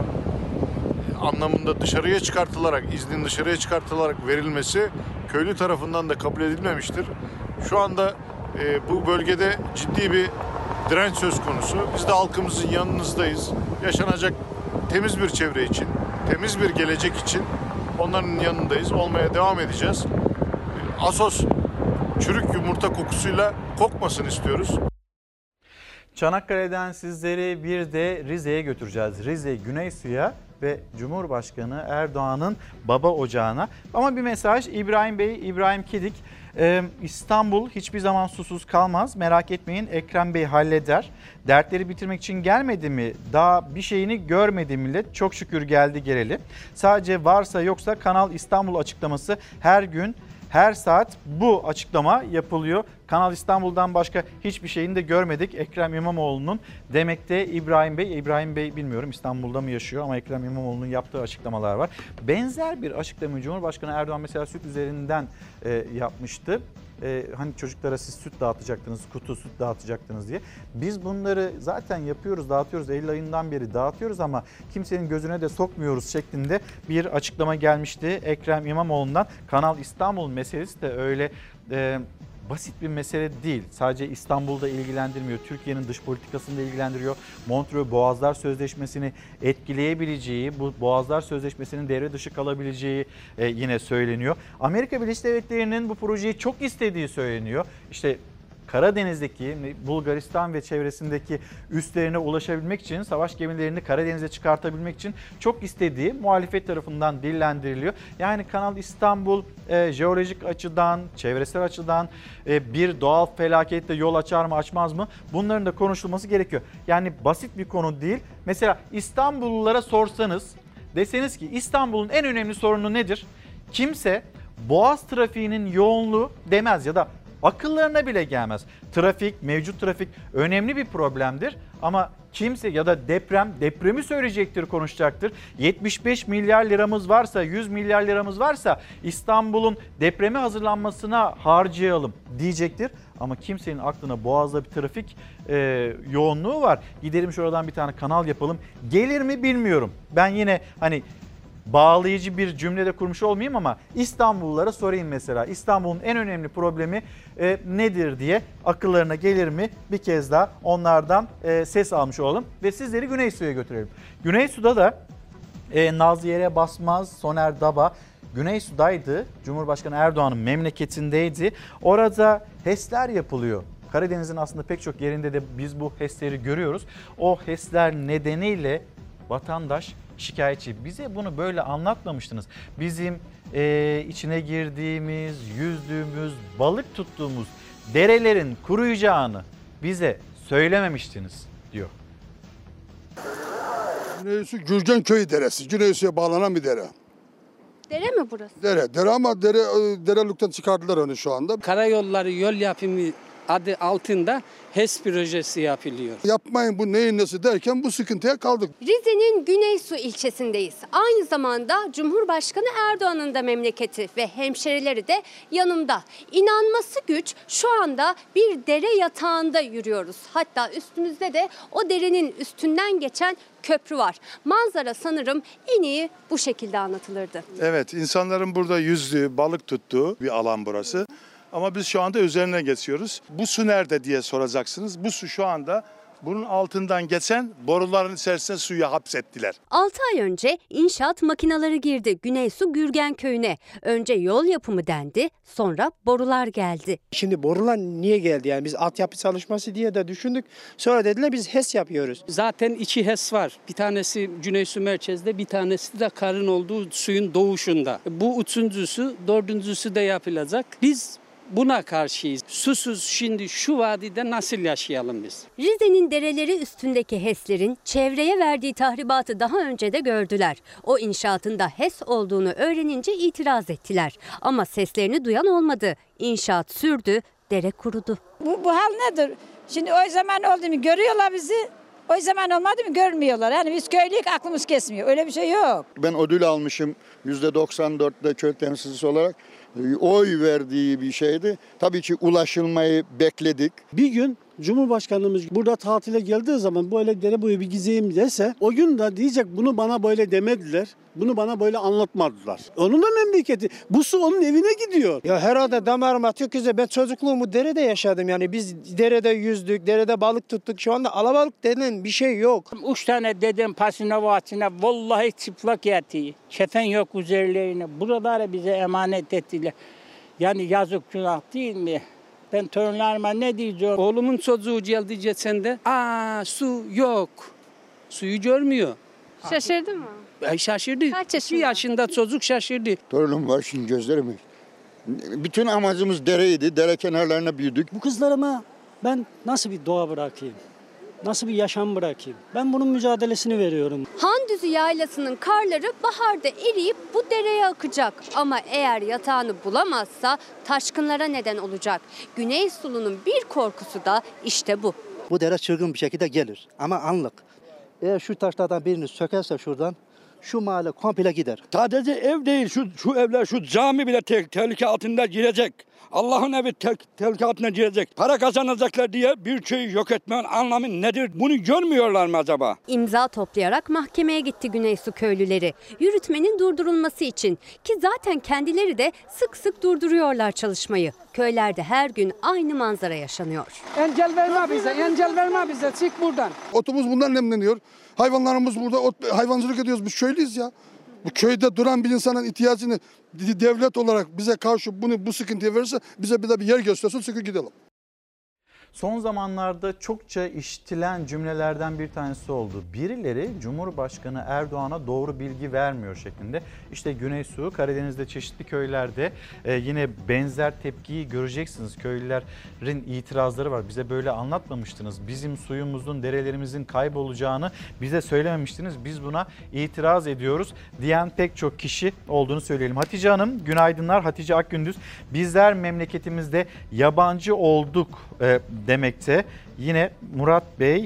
anlamında dışarıya çıkartılarak, iznin dışarıya çıkartılarak verilmesi köylü tarafından da kabul edilmemiştir. Şu anda bu bölgede ciddi bir direnç söz konusu. Biz de halkımızın yanınızdayız. Yaşanacak temiz bir çevre için, temiz bir gelecek için onların yanındayız. Olmaya devam edeceğiz. Assos çürük yumurta kokusuyla kokmasın istiyoruz. Çanakkale'den sizleri bir de Rize'ye götüreceğiz. Rize Güneysu'ya ve Cumhurbaşkanı Erdoğan'ın baba ocağına. Ama bir mesaj İbrahim Bey, İbrahim Kedik. İstanbul hiçbir zaman susuz kalmaz. Merak etmeyin Ekrem Bey halleder. Dertleri bitirmek için gelmedi mi? Daha bir şeyini görmedi millet. Çok şükür geldi geleli. Sadece varsa yoksa Kanal İstanbul açıklaması her gün her saat bu açıklama yapılıyor. Kanal İstanbul'dan başka hiçbir şeyini de görmedik Ekrem İmamoğlu'nun demekte İbrahim Bey. İbrahim Bey bilmiyorum İstanbul'da mı yaşıyor ama Ekrem İmamoğlu'nun yaptığı açıklamalar var. Benzer bir açıklamayı Cumhurbaşkanı Erdoğan mesela süt üzerinden yapmıştı. Hani çocuklara siz süt dağıtacaktınız, kutu süt dağıtacaktınız diye. Biz bunları zaten yapıyoruz, dağıtıyoruz. Eylül ayından beri dağıtıyoruz ama kimsenin gözüne de sokmuyoruz şeklinde bir açıklama gelmişti Ekrem İmamoğlu'ndan. Kanal İstanbul meselesi de öyle basit bir mesele değil. Sadece İstanbul'da ilgilendirmiyor. Türkiye'nin dış politikasını da ilgilendiriyor. Montreux Boğazlar Sözleşmesi'ni etkileyebileceği, bu Boğazlar Sözleşmesi'nin devre dışı kalabileceği yine söyleniyor. Amerika Birleşik Devletleri'nin bu projeyi çok istediği söyleniyor. İşte Karadeniz'deki, Bulgaristan ve çevresindeki üslerine ulaşabilmek için, savaş gemilerini Karadeniz'e çıkartabilmek için çok istediği muhalefet tarafından dillendiriliyor. Yani Kanal İstanbul jeolojik açıdan, çevresel açıdan bir doğal felaketle yol açar mı açmaz mı? Bunların da konuşulması gerekiyor. Yani basit bir konu değil. Mesela İstanbullulara sorsanız, deseniz ki İstanbul'un en önemli sorunu nedir? Kimse Boğaz trafiğinin yoğunluğu demez ya da akıllarına bile gelmez. Trafik, mevcut trafik önemli bir problemdir ama kimse ya da depremi söyleyecektir, konuşacaktır. 75 milyar liramız varsa, 100 milyar liramız varsa İstanbul'un depreme hazırlanmasına harcayalım diyecektir. Ama kimsenin aklına Boğaz'da bir trafik yoğunluğu var. Gidelim şuradan bir tane kanal yapalım. Gelir mi bilmiyorum. Ben yine hani bağlayıcı bir cümlede kurmuş olmayayım ama İstanbullulara sorayım mesela. İstanbul'un en önemli problemi nedir diye akıllarına gelir mi? Bir kez daha onlardan ses almış olalım ve sizleri Güneysu'ya götürelim. Güneysu'da da Nazlı Yere Basmaz, Soner Daba Güneysu'daydı. Cumhurbaşkanı Erdoğan'ın memleketindeydi. Orada HES'ler yapılıyor. Karadeniz'in aslında pek çok yerinde de biz bu HES'leri görüyoruz. O HES'ler nedeniyle vatandaş şikayetçi. Bize bunu böyle anlatmamıştınız. Bizim içine girdiğimiz, yüzdüğümüz, balık tuttuğumuz derelerin kuruyacağını bize söylememiştiniz diyor. Güneysu Gürgen Köyü deresi. Güneysu'ya bağlanan bir dere. Dere mi burası? Dere ama derelikten çıkardılar onu şu anda. Karayolları yol yapımı adı altında HES projesi yapılıyor. Yapmayın bu neyin nesi derken bu sıkıntıya kaldık. Rize'nin Güneysu ilçesindeyiz. Aynı zamanda Cumhurbaşkanı Erdoğan'ın da memleketi ve hemşerileri de yanımda. İnanması güç, şu anda bir dere yatağında yürüyoruz. Hatta üstümüzde de o derenin üstünden geçen köprü var. Manzara sanırım en iyi bu şekilde anlatılırdı. Evet, insanların burada yüzdüğü, balık tuttuğu bir alan burası. Ama biz şu anda üzerine geçiyoruz. Bu su nerede diye soracaksınız. Bu su şu anda bunun altından geçen boruların içerisine suyu hapsettiler. 6 ay önce inşaat makineleri girdi Güneysu Gürgen köyüne. Önce yol yapımı dendi, sonra borular geldi. Şimdi borular niye geldi? Yani biz altyapı çalışması diye de düşündük. Sonra dediler biz HES yapıyoruz. Zaten 2 HES var. Bir tanesi Güneysu merkezde, bir tanesi de karın olduğu suyun doğuşunda. Bu üçüncüsü, dördüncüsü de yapılacak. Biz buna karşıyız. Susuz şimdi şu vadide nasıl yaşayalım biz? Rize'nin dereleri üstündeki HES'lerin çevreye verdiği tahribatı daha önce de gördüler. O inşaatın da HES olduğunu öğrenince itiraz ettiler. Ama seslerini duyan olmadı. İnşaat sürdü, dere kurudu. Bu hal nedir? Şimdi o zaman oldu mu görüyorlar bizi. O zaman olmadı mı görmüyorlar. Yani biz köylüyük aklımız kesmiyor. Öyle bir şey yok. Ben ödül almışım %94'de köy temsilcisi olarak. Oy verdiği bir şeydi. Tabii ki ulaşılmayı bekledik. Bir gün Cumhurbaşkanımız burada tatile geldiği zaman böyle dere boyu bir gideyim dese o gün de diyecek bunu bana böyle demediler. Bunu bana böyle anlatmadılar. Onun da memleketi. Bu su onun evine gidiyor. Ya herhalde damarıma tüküze ben çocukluğumu derede yaşadım. Yani biz derede yüzdük, derede balık tuttuk. Şu anda alabalık denen bir şey yok. 3 tane dedem pasine vaatine vallahi çıplak yatıyor. Kefen yok üzerlerine. Buraları bize emanet ettiler. Yani yazık günah değil mi? Ben torunlarıma ne diyeceğim? Oğlumun çocuğu geldi geçen de. Su yok. Suyu görmüyor. Şaşırdı mı? Şaşırdı. Kaç yaşında? 2 yaşında çocuk şaşırdı. Torunum var şimdi gözlerime. Bütün amacımız dereydi. Dere kenarlarına büyüdük. Bu kızlarıma ben nasıl bir doğa bırakayım? Nasıl bir yaşam bırakayım? Ben bunun mücadelesini veriyorum. Handüzü Yaylası'nın karları baharda eriyip bu dereye akacak. Ama eğer yatağını bulamazsa taşkınlara neden olacak. Güneysulu'nun bir korkusu da işte bu. Bu dere çılgın bir şekilde gelir ama anlık. Eğer şu taşlardan birini sökerse şuradan şu mahalle komple gider. Sadece ev değil şu evler şu cami bile tehlike altında girecek. Allah'ın evi tehlike altına girecek. Para kazanacaklar diye bir köyü yok etmenin anlamı nedir? Bunu görmüyorlar mı acaba? İmza toplayarak mahkemeye gitti Güneysu köylüleri. Yürütmenin durdurulması için ki zaten kendileri de sık sık durduruyorlar çalışmayı. Köylerde her gün aynı manzara yaşanıyor. Engel verme bize, çık buradan. Otumuz bundan nemleniyor. Hayvanlarımız burada hayvancılık ediyoruz. Biz köylüyüz ya. Bu köyde duran bir insanın ihtiyacını devlet olarak bize karşı bu sıkıntıya verirse bize bir yer göstersin, sıkı gidelim. Son zamanlarda çokça işitilen cümlelerden bir tanesi oldu. Birileri Cumhurbaşkanı Erdoğan'a doğru bilgi vermiyor şeklinde. İşte Güneysu, Karadeniz'de çeşitli köylerde yine benzer tepkiyi göreceksiniz. Köylülerin itirazları var. Bize böyle anlatmamıştınız. Bizim suyumuzun, derelerimizin kaybolacağını bize söylememiştiniz. Biz buna itiraz ediyoruz diyen pek çok kişi olduğunu söyleyelim. Hatice Hanım, günaydınlar. Hatice Akgündüz, bizler memleketimizde yabancı olduk demekte. Yine Murat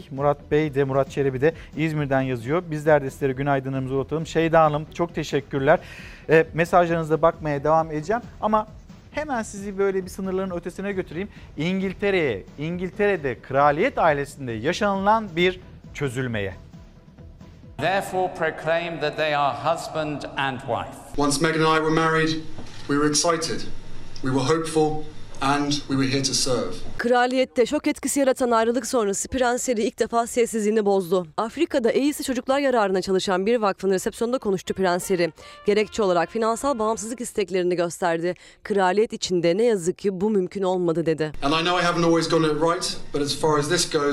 Çelebi de İzmir'den yazıyor. Bizler de sizlere günaydınlarımızı uzatalım. Şeyda Hanım, çok teşekkürler. Mesajlarınıza bakmaya devam edeceğim ama hemen sizi böyle bir sınırların ötesine götüreyim. İngiltere'de kraliyet ailesinde yaşanılan bir çözülmeye. Therefore proclaim that they are husband and wife. Once Meghan and I were married, we were excited. We were hopeful. And we were here to serve. Kraliyette şok etkisi yaratan ayrılık sonrası Prens Harry ilk defa sessizliğini bozdu. Afrika'da EYİS'i çocuklar yararına çalışan bir vakfın resepsiyonunda konuştu Prens Harry. Gerekçe olarak finansal bağımsızlık isteklerini gösterdi. Kraliyet içinde ne yazık ki bu mümkün olmadı dedi. And I know I haven't always gotten it right, but as far as this goes,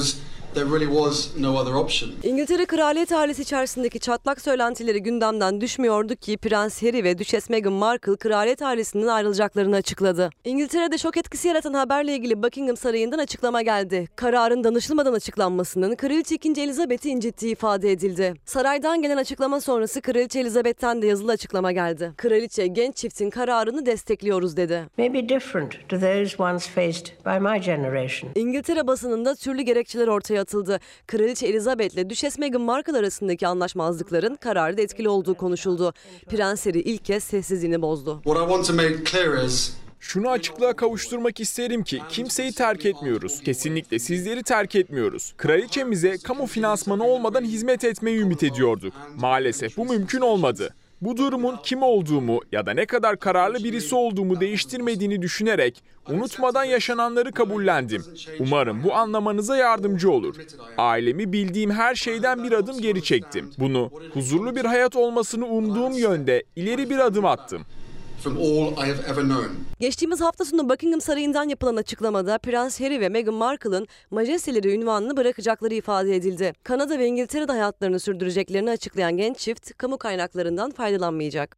there really was no other option. İngiltere kraliyet ailesi içerisindeki çatlak söylentileri gündemden düşmüyordu ki Prens Harry ve Düşes Meghan Markle kraliyet ailesinden ayrılacaklarını açıkladı. İngiltere'de şok etkisi yaratan haberle ilgili Buckingham Sarayı'ndan açıklama geldi. Kararın danışılmadan açıklanmasının Kraliçe 2. Elizabeth'i incittiği ifade edildi. Saraydan gelen açıklama sonrası Kraliçe Elizabeth'ten de yazılı açıklama geldi. Kraliçe genç çiftin kararını destekliyoruz dedi. Maybe different to those once faced by my generation. İngiltere basınında türlü gerekçeler ortaya atıldı. Kraliçe Elizabeth ile Düşes Meghan Markle arasındaki anlaşmazlıkların kararda etkili olduğu konuşuldu. Prens Harry ilk kez sessizliğini bozdu. What I want to make clear is Şunu açıklığa kavuşturmak isterim ki kimseyi terk etmiyoruz. Kesinlikle sizleri terk etmiyoruz. Kraliçemize kamu finansmanı olmadan hizmet etmeyi ümit ediyorduk. Maalesef bu mümkün olmadı. Bu durumun kim olduğumu ya da ne kadar kararlı birisi olduğumu değiştirmediğini düşünerek unutmadan yaşananları kabullendim. Umarım bu anlamanıza yardımcı olur. Ailemi bildiğim her şeyden bir adım geri çektim. Bunu huzurlu bir hayat olmasını umduğum yönde ileri bir adım attım. from all I have ever known. Geçtiğimiz hafta sonu Buckingham Sarayı'ndan yapılan açıklamada Prens Harry ve Meghan Markle'ın majesteleri unvanını bırakacakları ifade edildi. Kanada ve İngiltere'de hayatlarını sürdüreceklerini açıklayan genç çift kamu kaynaklarından faydalanmayacak.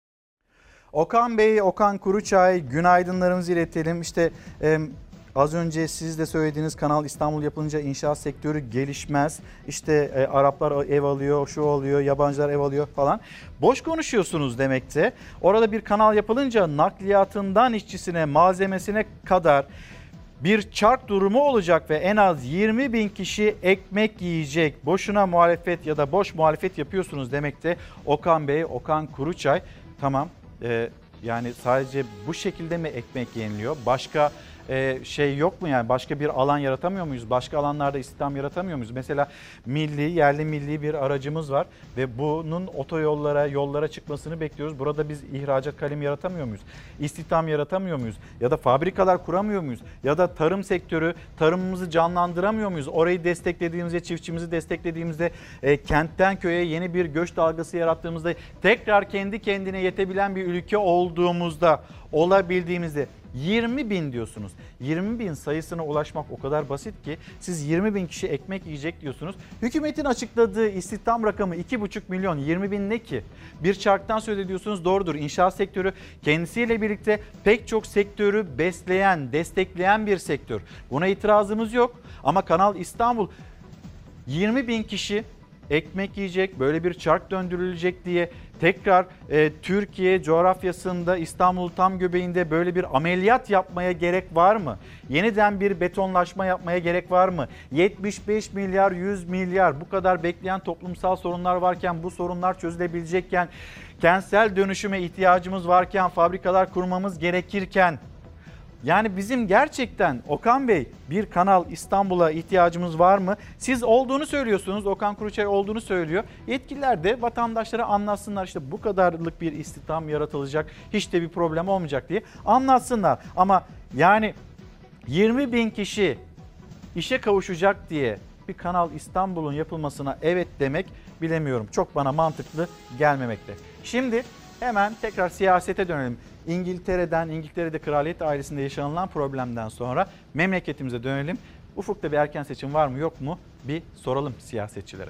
Okan Bey, Okan Kuruçay, günaydınlarımızı iletelim. İşte az önce siz de söylediğiniz Kanal İstanbul yapılınca inşaat sektörü gelişmez. İşte Araplar ev alıyor, şu oluyor, yabancılar ev alıyor falan. Boş konuşuyorsunuz demekte. Orada bir kanal yapılınca nakliyatından işçisine, malzemesine kadar bir çark durumu olacak ve en az 20 bin kişi ekmek yiyecek. Boşuna muhalefet ya da boş muhalefet yapıyorsunuz demekte. Okan Bey, Okan Kuruçay, tamam. Yani sadece bu şekilde mi ekmek yeniliyor? Başka şey yok mu yani? Başka bir alan yaratamıyor muyuz? Başka alanlarda istihdam yaratamıyor muyuz? Mesela yerli milli bir aracımız var ve bunun otoyollara, yollara çıkmasını bekliyoruz. Burada biz ihracat kalemi yaratamıyor muyuz? İstihdam yaratamıyor muyuz? Ya da fabrikalar kuramıyor muyuz? Ya da tarım sektörü, tarımımızı canlandıramıyor muyuz? Orayı desteklediğimizde, çiftçimizi desteklediğimizde, kentten köye yeni bir göç dalgası yarattığımızda, tekrar kendi kendine yetebilen bir ülke olduğumuzda, olabildiğimizde 20 bin diyorsunuz. 20 bin sayısına ulaşmak o kadar basit ki siz 20 bin kişi ekmek yiyecek diyorsunuz. Hükümetin açıkladığı istihdam rakamı 2,5 milyon. 20 bin ne ki? Bir çarktan söz ediyorsunuz, doğrudur. İnşaat sektörü kendisiyle birlikte pek çok sektörü besleyen, destekleyen bir sektör. Buna itirazımız yok ama Kanal İstanbul 20 bin kişi ekmek yiyecek, böyle bir çark döndürülecek diye tekrar Türkiye coğrafyasında İstanbul tam göbeğinde böyle bir ameliyat yapmaya gerek var mı? Yeniden bir betonlaşma yapmaya gerek var mı? 75 milyar, 100 milyar bu kadar bekleyen toplumsal sorunlar varken, bu sorunlar çözülebilecekken, kentsel dönüşüme ihtiyacımız varken, fabrikalar kurmamız gerekirken, yani bizim gerçekten Okan Bey bir Kanal İstanbul'a ihtiyacımız var mı? Siz olduğunu söylüyorsunuz, Okan Kuruçay olduğunu söylüyor. Yetkililer de vatandaşlara anlatsınlar, işte bu kadarlık bir istihdam yaratılacak, hiç de bir problem olmayacak diye anlatsınlar. Ama yani 20 bin kişi işe kavuşacak diye bir Kanal İstanbul'un yapılmasına evet demek, bilemiyorum. Çok bana mantıklı gelmemekte. Şimdi hemen tekrar siyasete dönelim. İngiltere'de kraliyet ailesinde yaşanılan problemden sonra memleketimize dönelim. Ufukta bir erken seçim var mı yok mu bir soralım siyasetçilere.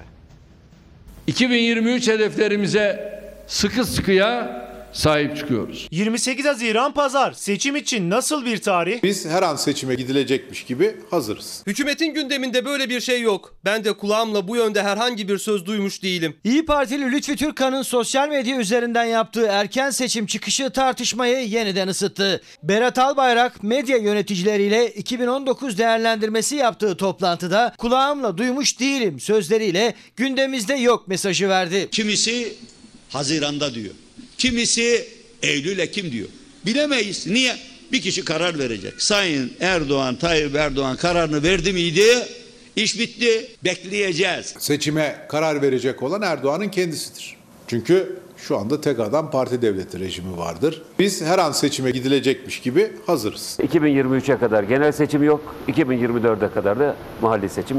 2023 hedeflerimize sıkı sıkıya sahip çıkıyoruz. 28 Haziran Pazar, seçim için nasıl bir tarih? Biz her an seçime gidilecekmiş gibi hazırız. Hükümetin gündeminde böyle bir şey yok. Ben de kulağımla bu yönde herhangi bir söz duymuş değilim. İYİ Partili Lütfi Türkan'ın sosyal medya üzerinden yaptığı erken seçim çıkışı tartışmayı yeniden ısıttı. Berat Albayrak medya yöneticileriyle 2019 değerlendirmesi yaptığı toplantıda kulağımla duymuş değilim sözleriyle gündemimizde yok mesajı verdi. Kimisi Haziran'da diyor. Kimisi Eylül, Ekim diyor. Bilemeyiz. Niye? Bir kişi karar verecek. Sayın Tayyip Erdoğan kararını verdi miydi? İş bitti. Bekleyeceğiz. Seçime karar verecek olan Erdoğan'ın kendisidir. Çünkü şu anda tek adam parti devleti rejimi vardır. Biz her an seçime gidilecekmiş gibi hazırız. 2023'e kadar genel seçim yok, 2024'e kadar da mahalli seçim yok.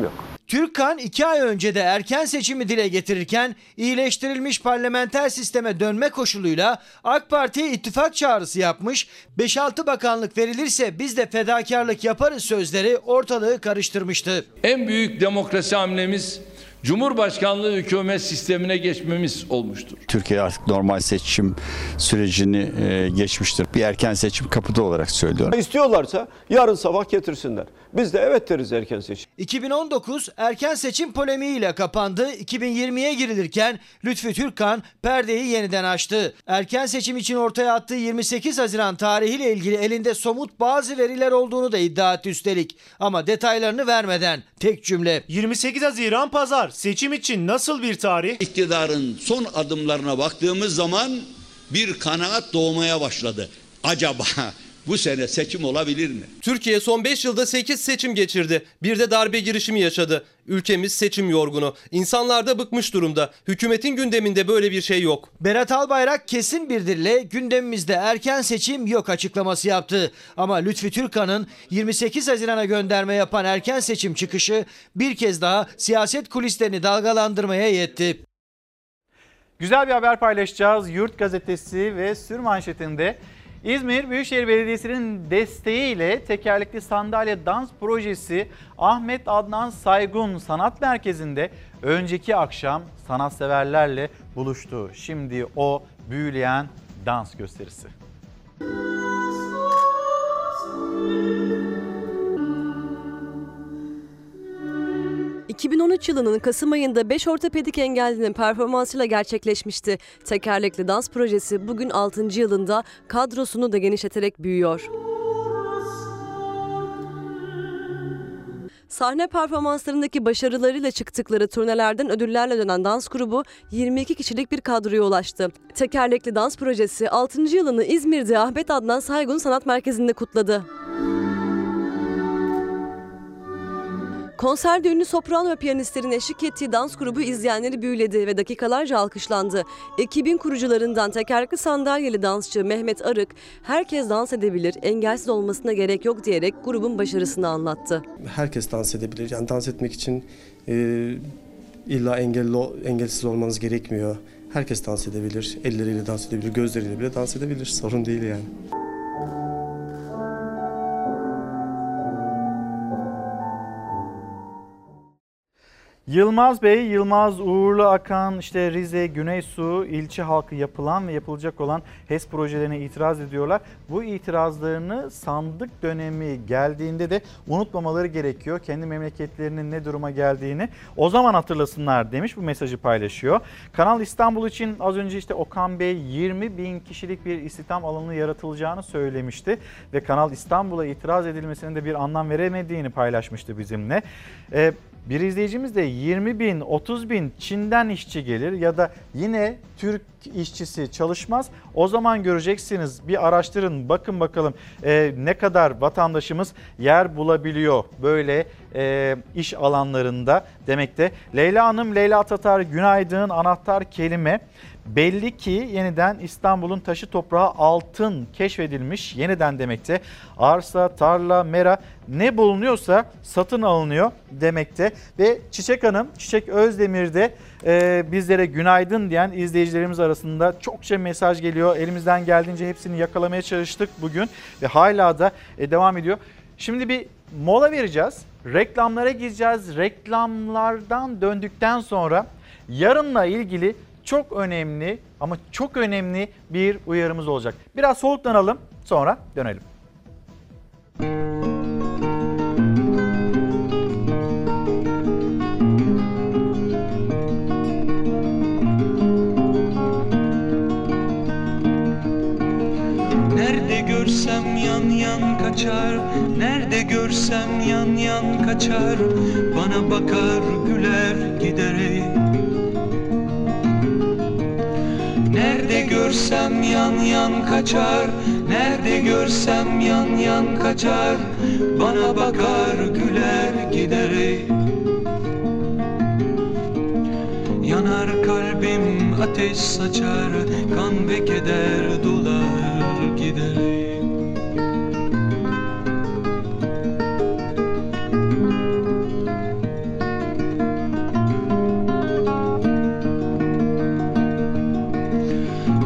Türkkan 2 ay önce de erken seçimi dile getirirken iyileştirilmiş parlamenter sisteme dönme koşuluyla AK Parti'ye ittifak çağrısı yapmış, 5-6 bakanlık verilirse biz de fedakarlık yaparız sözleri ortalığı karıştırmıştı. En büyük demokrasi hamlemiz Cumhurbaşkanlığı hükümet sistemine geçmemiz olmuştur. Türkiye artık normal seçim sürecini geçmiştir. Bir erken seçim kapıda olarak söylüyorum. İstiyorlarsa yarın sabah getirsinler. Biz de evet deriz erken seçim. 2019 erken seçim polemiğiyle kapandı. 2020'ye girilirken Lütfü Türkkan perdeyi yeniden açtı. Erken seçim için ortaya attığı 28 Haziran tarihiyle ilgili elinde somut bazı veriler olduğunu da iddia etti üstelik. Ama detaylarını vermeden tek cümle. 28 Haziran Pazar seçim için nasıl bir tarih? İktidarın son adımlarına baktığımız zaman bir kanaat doğmaya başladı. Acaba bu sene seçim olabilir mi? Türkiye son 5 yılda 8 seçim geçirdi. Bir de darbe girişimi yaşadı. Ülkemiz seçim yorgunu. İnsanlar da bıkmış durumda. Hükümetin gündeminde böyle bir şey yok. Berat Albayrak kesin bir dille gündemimizde erken seçim yok açıklaması yaptı. Ama Lütfü Türkkan'ın 28 Haziran'a gönderme yapan erken seçim çıkışı bir kez daha siyaset kulislerini dalgalandırmaya yetti. Güzel bir haber paylaşacağız. Yurt Gazetesi ve Sürmanşeti'nde İzmir Büyükşehir Belediyesi'nin desteğiyle tekerlekli sandalye dans projesi Ahmet Adnan Saygun Sanat Merkezi'nde önceki akşam sanatseverlerle buluştu. Şimdi o büyüleyen dans gösterisi. 2013 yılının Kasım ayında 5 ortopedik engellinin performansıyla gerçekleşmişti. Tekerlekli dans projesi bugün 6. yılında kadrosunu da genişleterek büyüyor. Sahne performanslarındaki başarılarıyla çıktıkları turnelerden ödüllerle dönen dans grubu 22 kişilik bir kadroya ulaştı. Tekerlekli dans projesi 6. yılını İzmir'de Ahmet Adnan Saygun Sanat Merkezi'nde kutladı. Konserde ünlü soprano ve piyanistlerin eşlik ettiği dans grubu izleyenleri büyüledi ve dakikalarca alkışlandı. Ekibin kurucularından tekerlekli sandalyeli dansçı Mehmet Arık, herkes dans edebilir, engelsiz olmasına gerek yok diyerek grubun başarısını anlattı. Herkes dans edebilir. Yani dans etmek için illa engelsiz olmanız gerekmiyor. Herkes dans edebilir, elleriyle dans edebilir, gözleriyle bile dans edebilir. Sorun değil yani. Yılmaz Bey, Yılmaz Uğurlu Akan işte Rize Güneysu ilçe halkı yapılan ve yapılacak olan HES projelerine itiraz ediyorlar. Bu itirazlarını sandık dönemi geldiğinde de unutmamaları gerekiyor. Kendi memleketlerinin ne duruma geldiğini o zaman hatırlasınlar demiş, bu mesajı paylaşıyor. Kanal İstanbul için az önce işte Okan Bey 20.000 kişilik bir istihdam alanı yaratılacağını söylemişti. Ve Kanal İstanbul'a itiraz edilmesinin de bir anlam veremediğini paylaşmıştı bizimle. Bir izleyicimiz de 20.000, 30.000 Çin'den işçi gelir ya da yine Türk işçisi çalışmaz. O zaman göreceksiniz, bir araştırın, bakın bakalım ne kadar vatandaşımız yer bulabiliyor böyle iş alanlarında demekte. Leyla Hanım, Leyla Tatar günaydın. Anahtar kelime. Belli ki yeniden İstanbul'un taşı toprağı altın keşfedilmiş, yeniden demekte. Arsa, tarla, mera ne bulunuyorsa satın alınıyor demekte. Ve Çiçek Hanım, Çiçek Özdemir de bizlere günaydın diyen izleyicilerimiz arasında çokça mesaj geliyor. Elimizden geldiğince hepsini yakalamaya çalıştık bugün ve hala da devam ediyor. Şimdi bir mola vereceğiz. Reklamlara gireceğiz. Reklamlardan döndükten sonra yarınla ilgili çok önemli ama çok önemli bir uyarımız olacak. Biraz soluklanalım, sonra dönelim. Nerede görsem yan yan kaçar, nerede görsem yan yan kaçar, bana bakar güler giderek. Nerede görsem yan yan kaçar, nerede görsem yan yan kaçar, bana bakar güler giderek. Yanar kalbim ateş saçar, kan ve keder dolar giderek.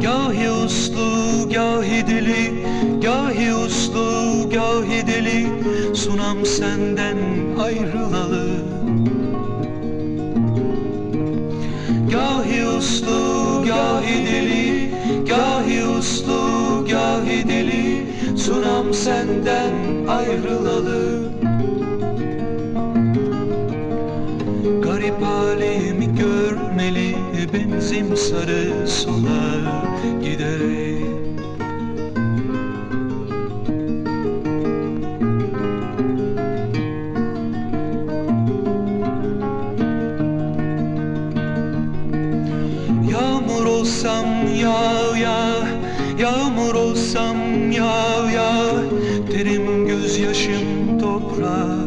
Gahi uslu, gahi deli, gahi uslu, gahi deli, sunam senden ayrılalı. Gahi uslu, gahi deli, gahi uslu, gahi deli, sunam senden ayrılalı. Garip halimi görmeli, benzim sarı solar giderek. Yağmur olsam yağ yağ, yağmur olsam yağ yağ, terim gözyaşım toprağa.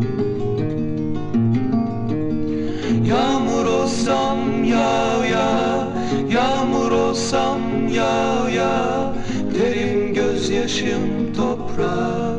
Yağmur olsam yağ yağ, yağmur olsam yağ yağ, terim gözyaşım toprağa.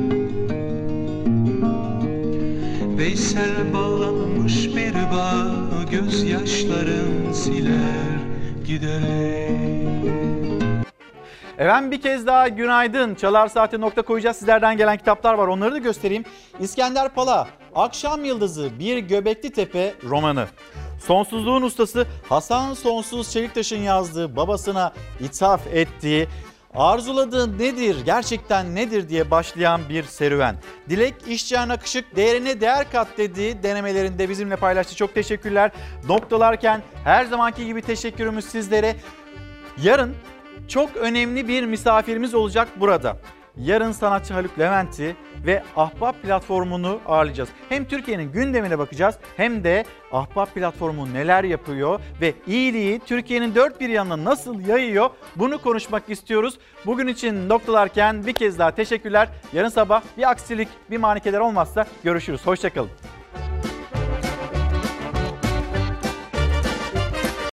Veysel bağlanmış bir bağ, gözyaşlarım siler giderek. Efendim bir kez daha günaydın. Çalar Saat'e nokta koyacağız. Sizlerden gelen kitaplar var. Onları da göstereyim. İskender Pala, Akşam Yıldızı, Bir Göbekli Tepe romanı. Sonsuzluğun ustası Hasan Sonsuz Çeliktaş'ın yazdığı, babasına ithaf ettiği, arzuladığı nedir, gerçekten nedir diye başlayan bir serüven. Dilek İşcan Akışık değerine değer kat dediği denemelerinde bizimle paylaştı. Çok teşekkürler. Noktalarken her zamanki gibi teşekkürümüz sizlere. Yarın çok önemli bir misafirimiz olacak burada. Yarın sanatçı Haluk Levent'i ve Ahbap platformunu ağırlayacağız. Hem Türkiye'nin gündemine bakacağız hem de Ahbap platformu neler yapıyor ve iyiliği Türkiye'nin dört bir yanına nasıl yayıyor bunu konuşmak istiyoruz. Bugün için noktalarken bir kez daha teşekkürler. Yarın sabah bir aksilik, bir manikeler olmazsa görüşürüz. Hoşça kalın.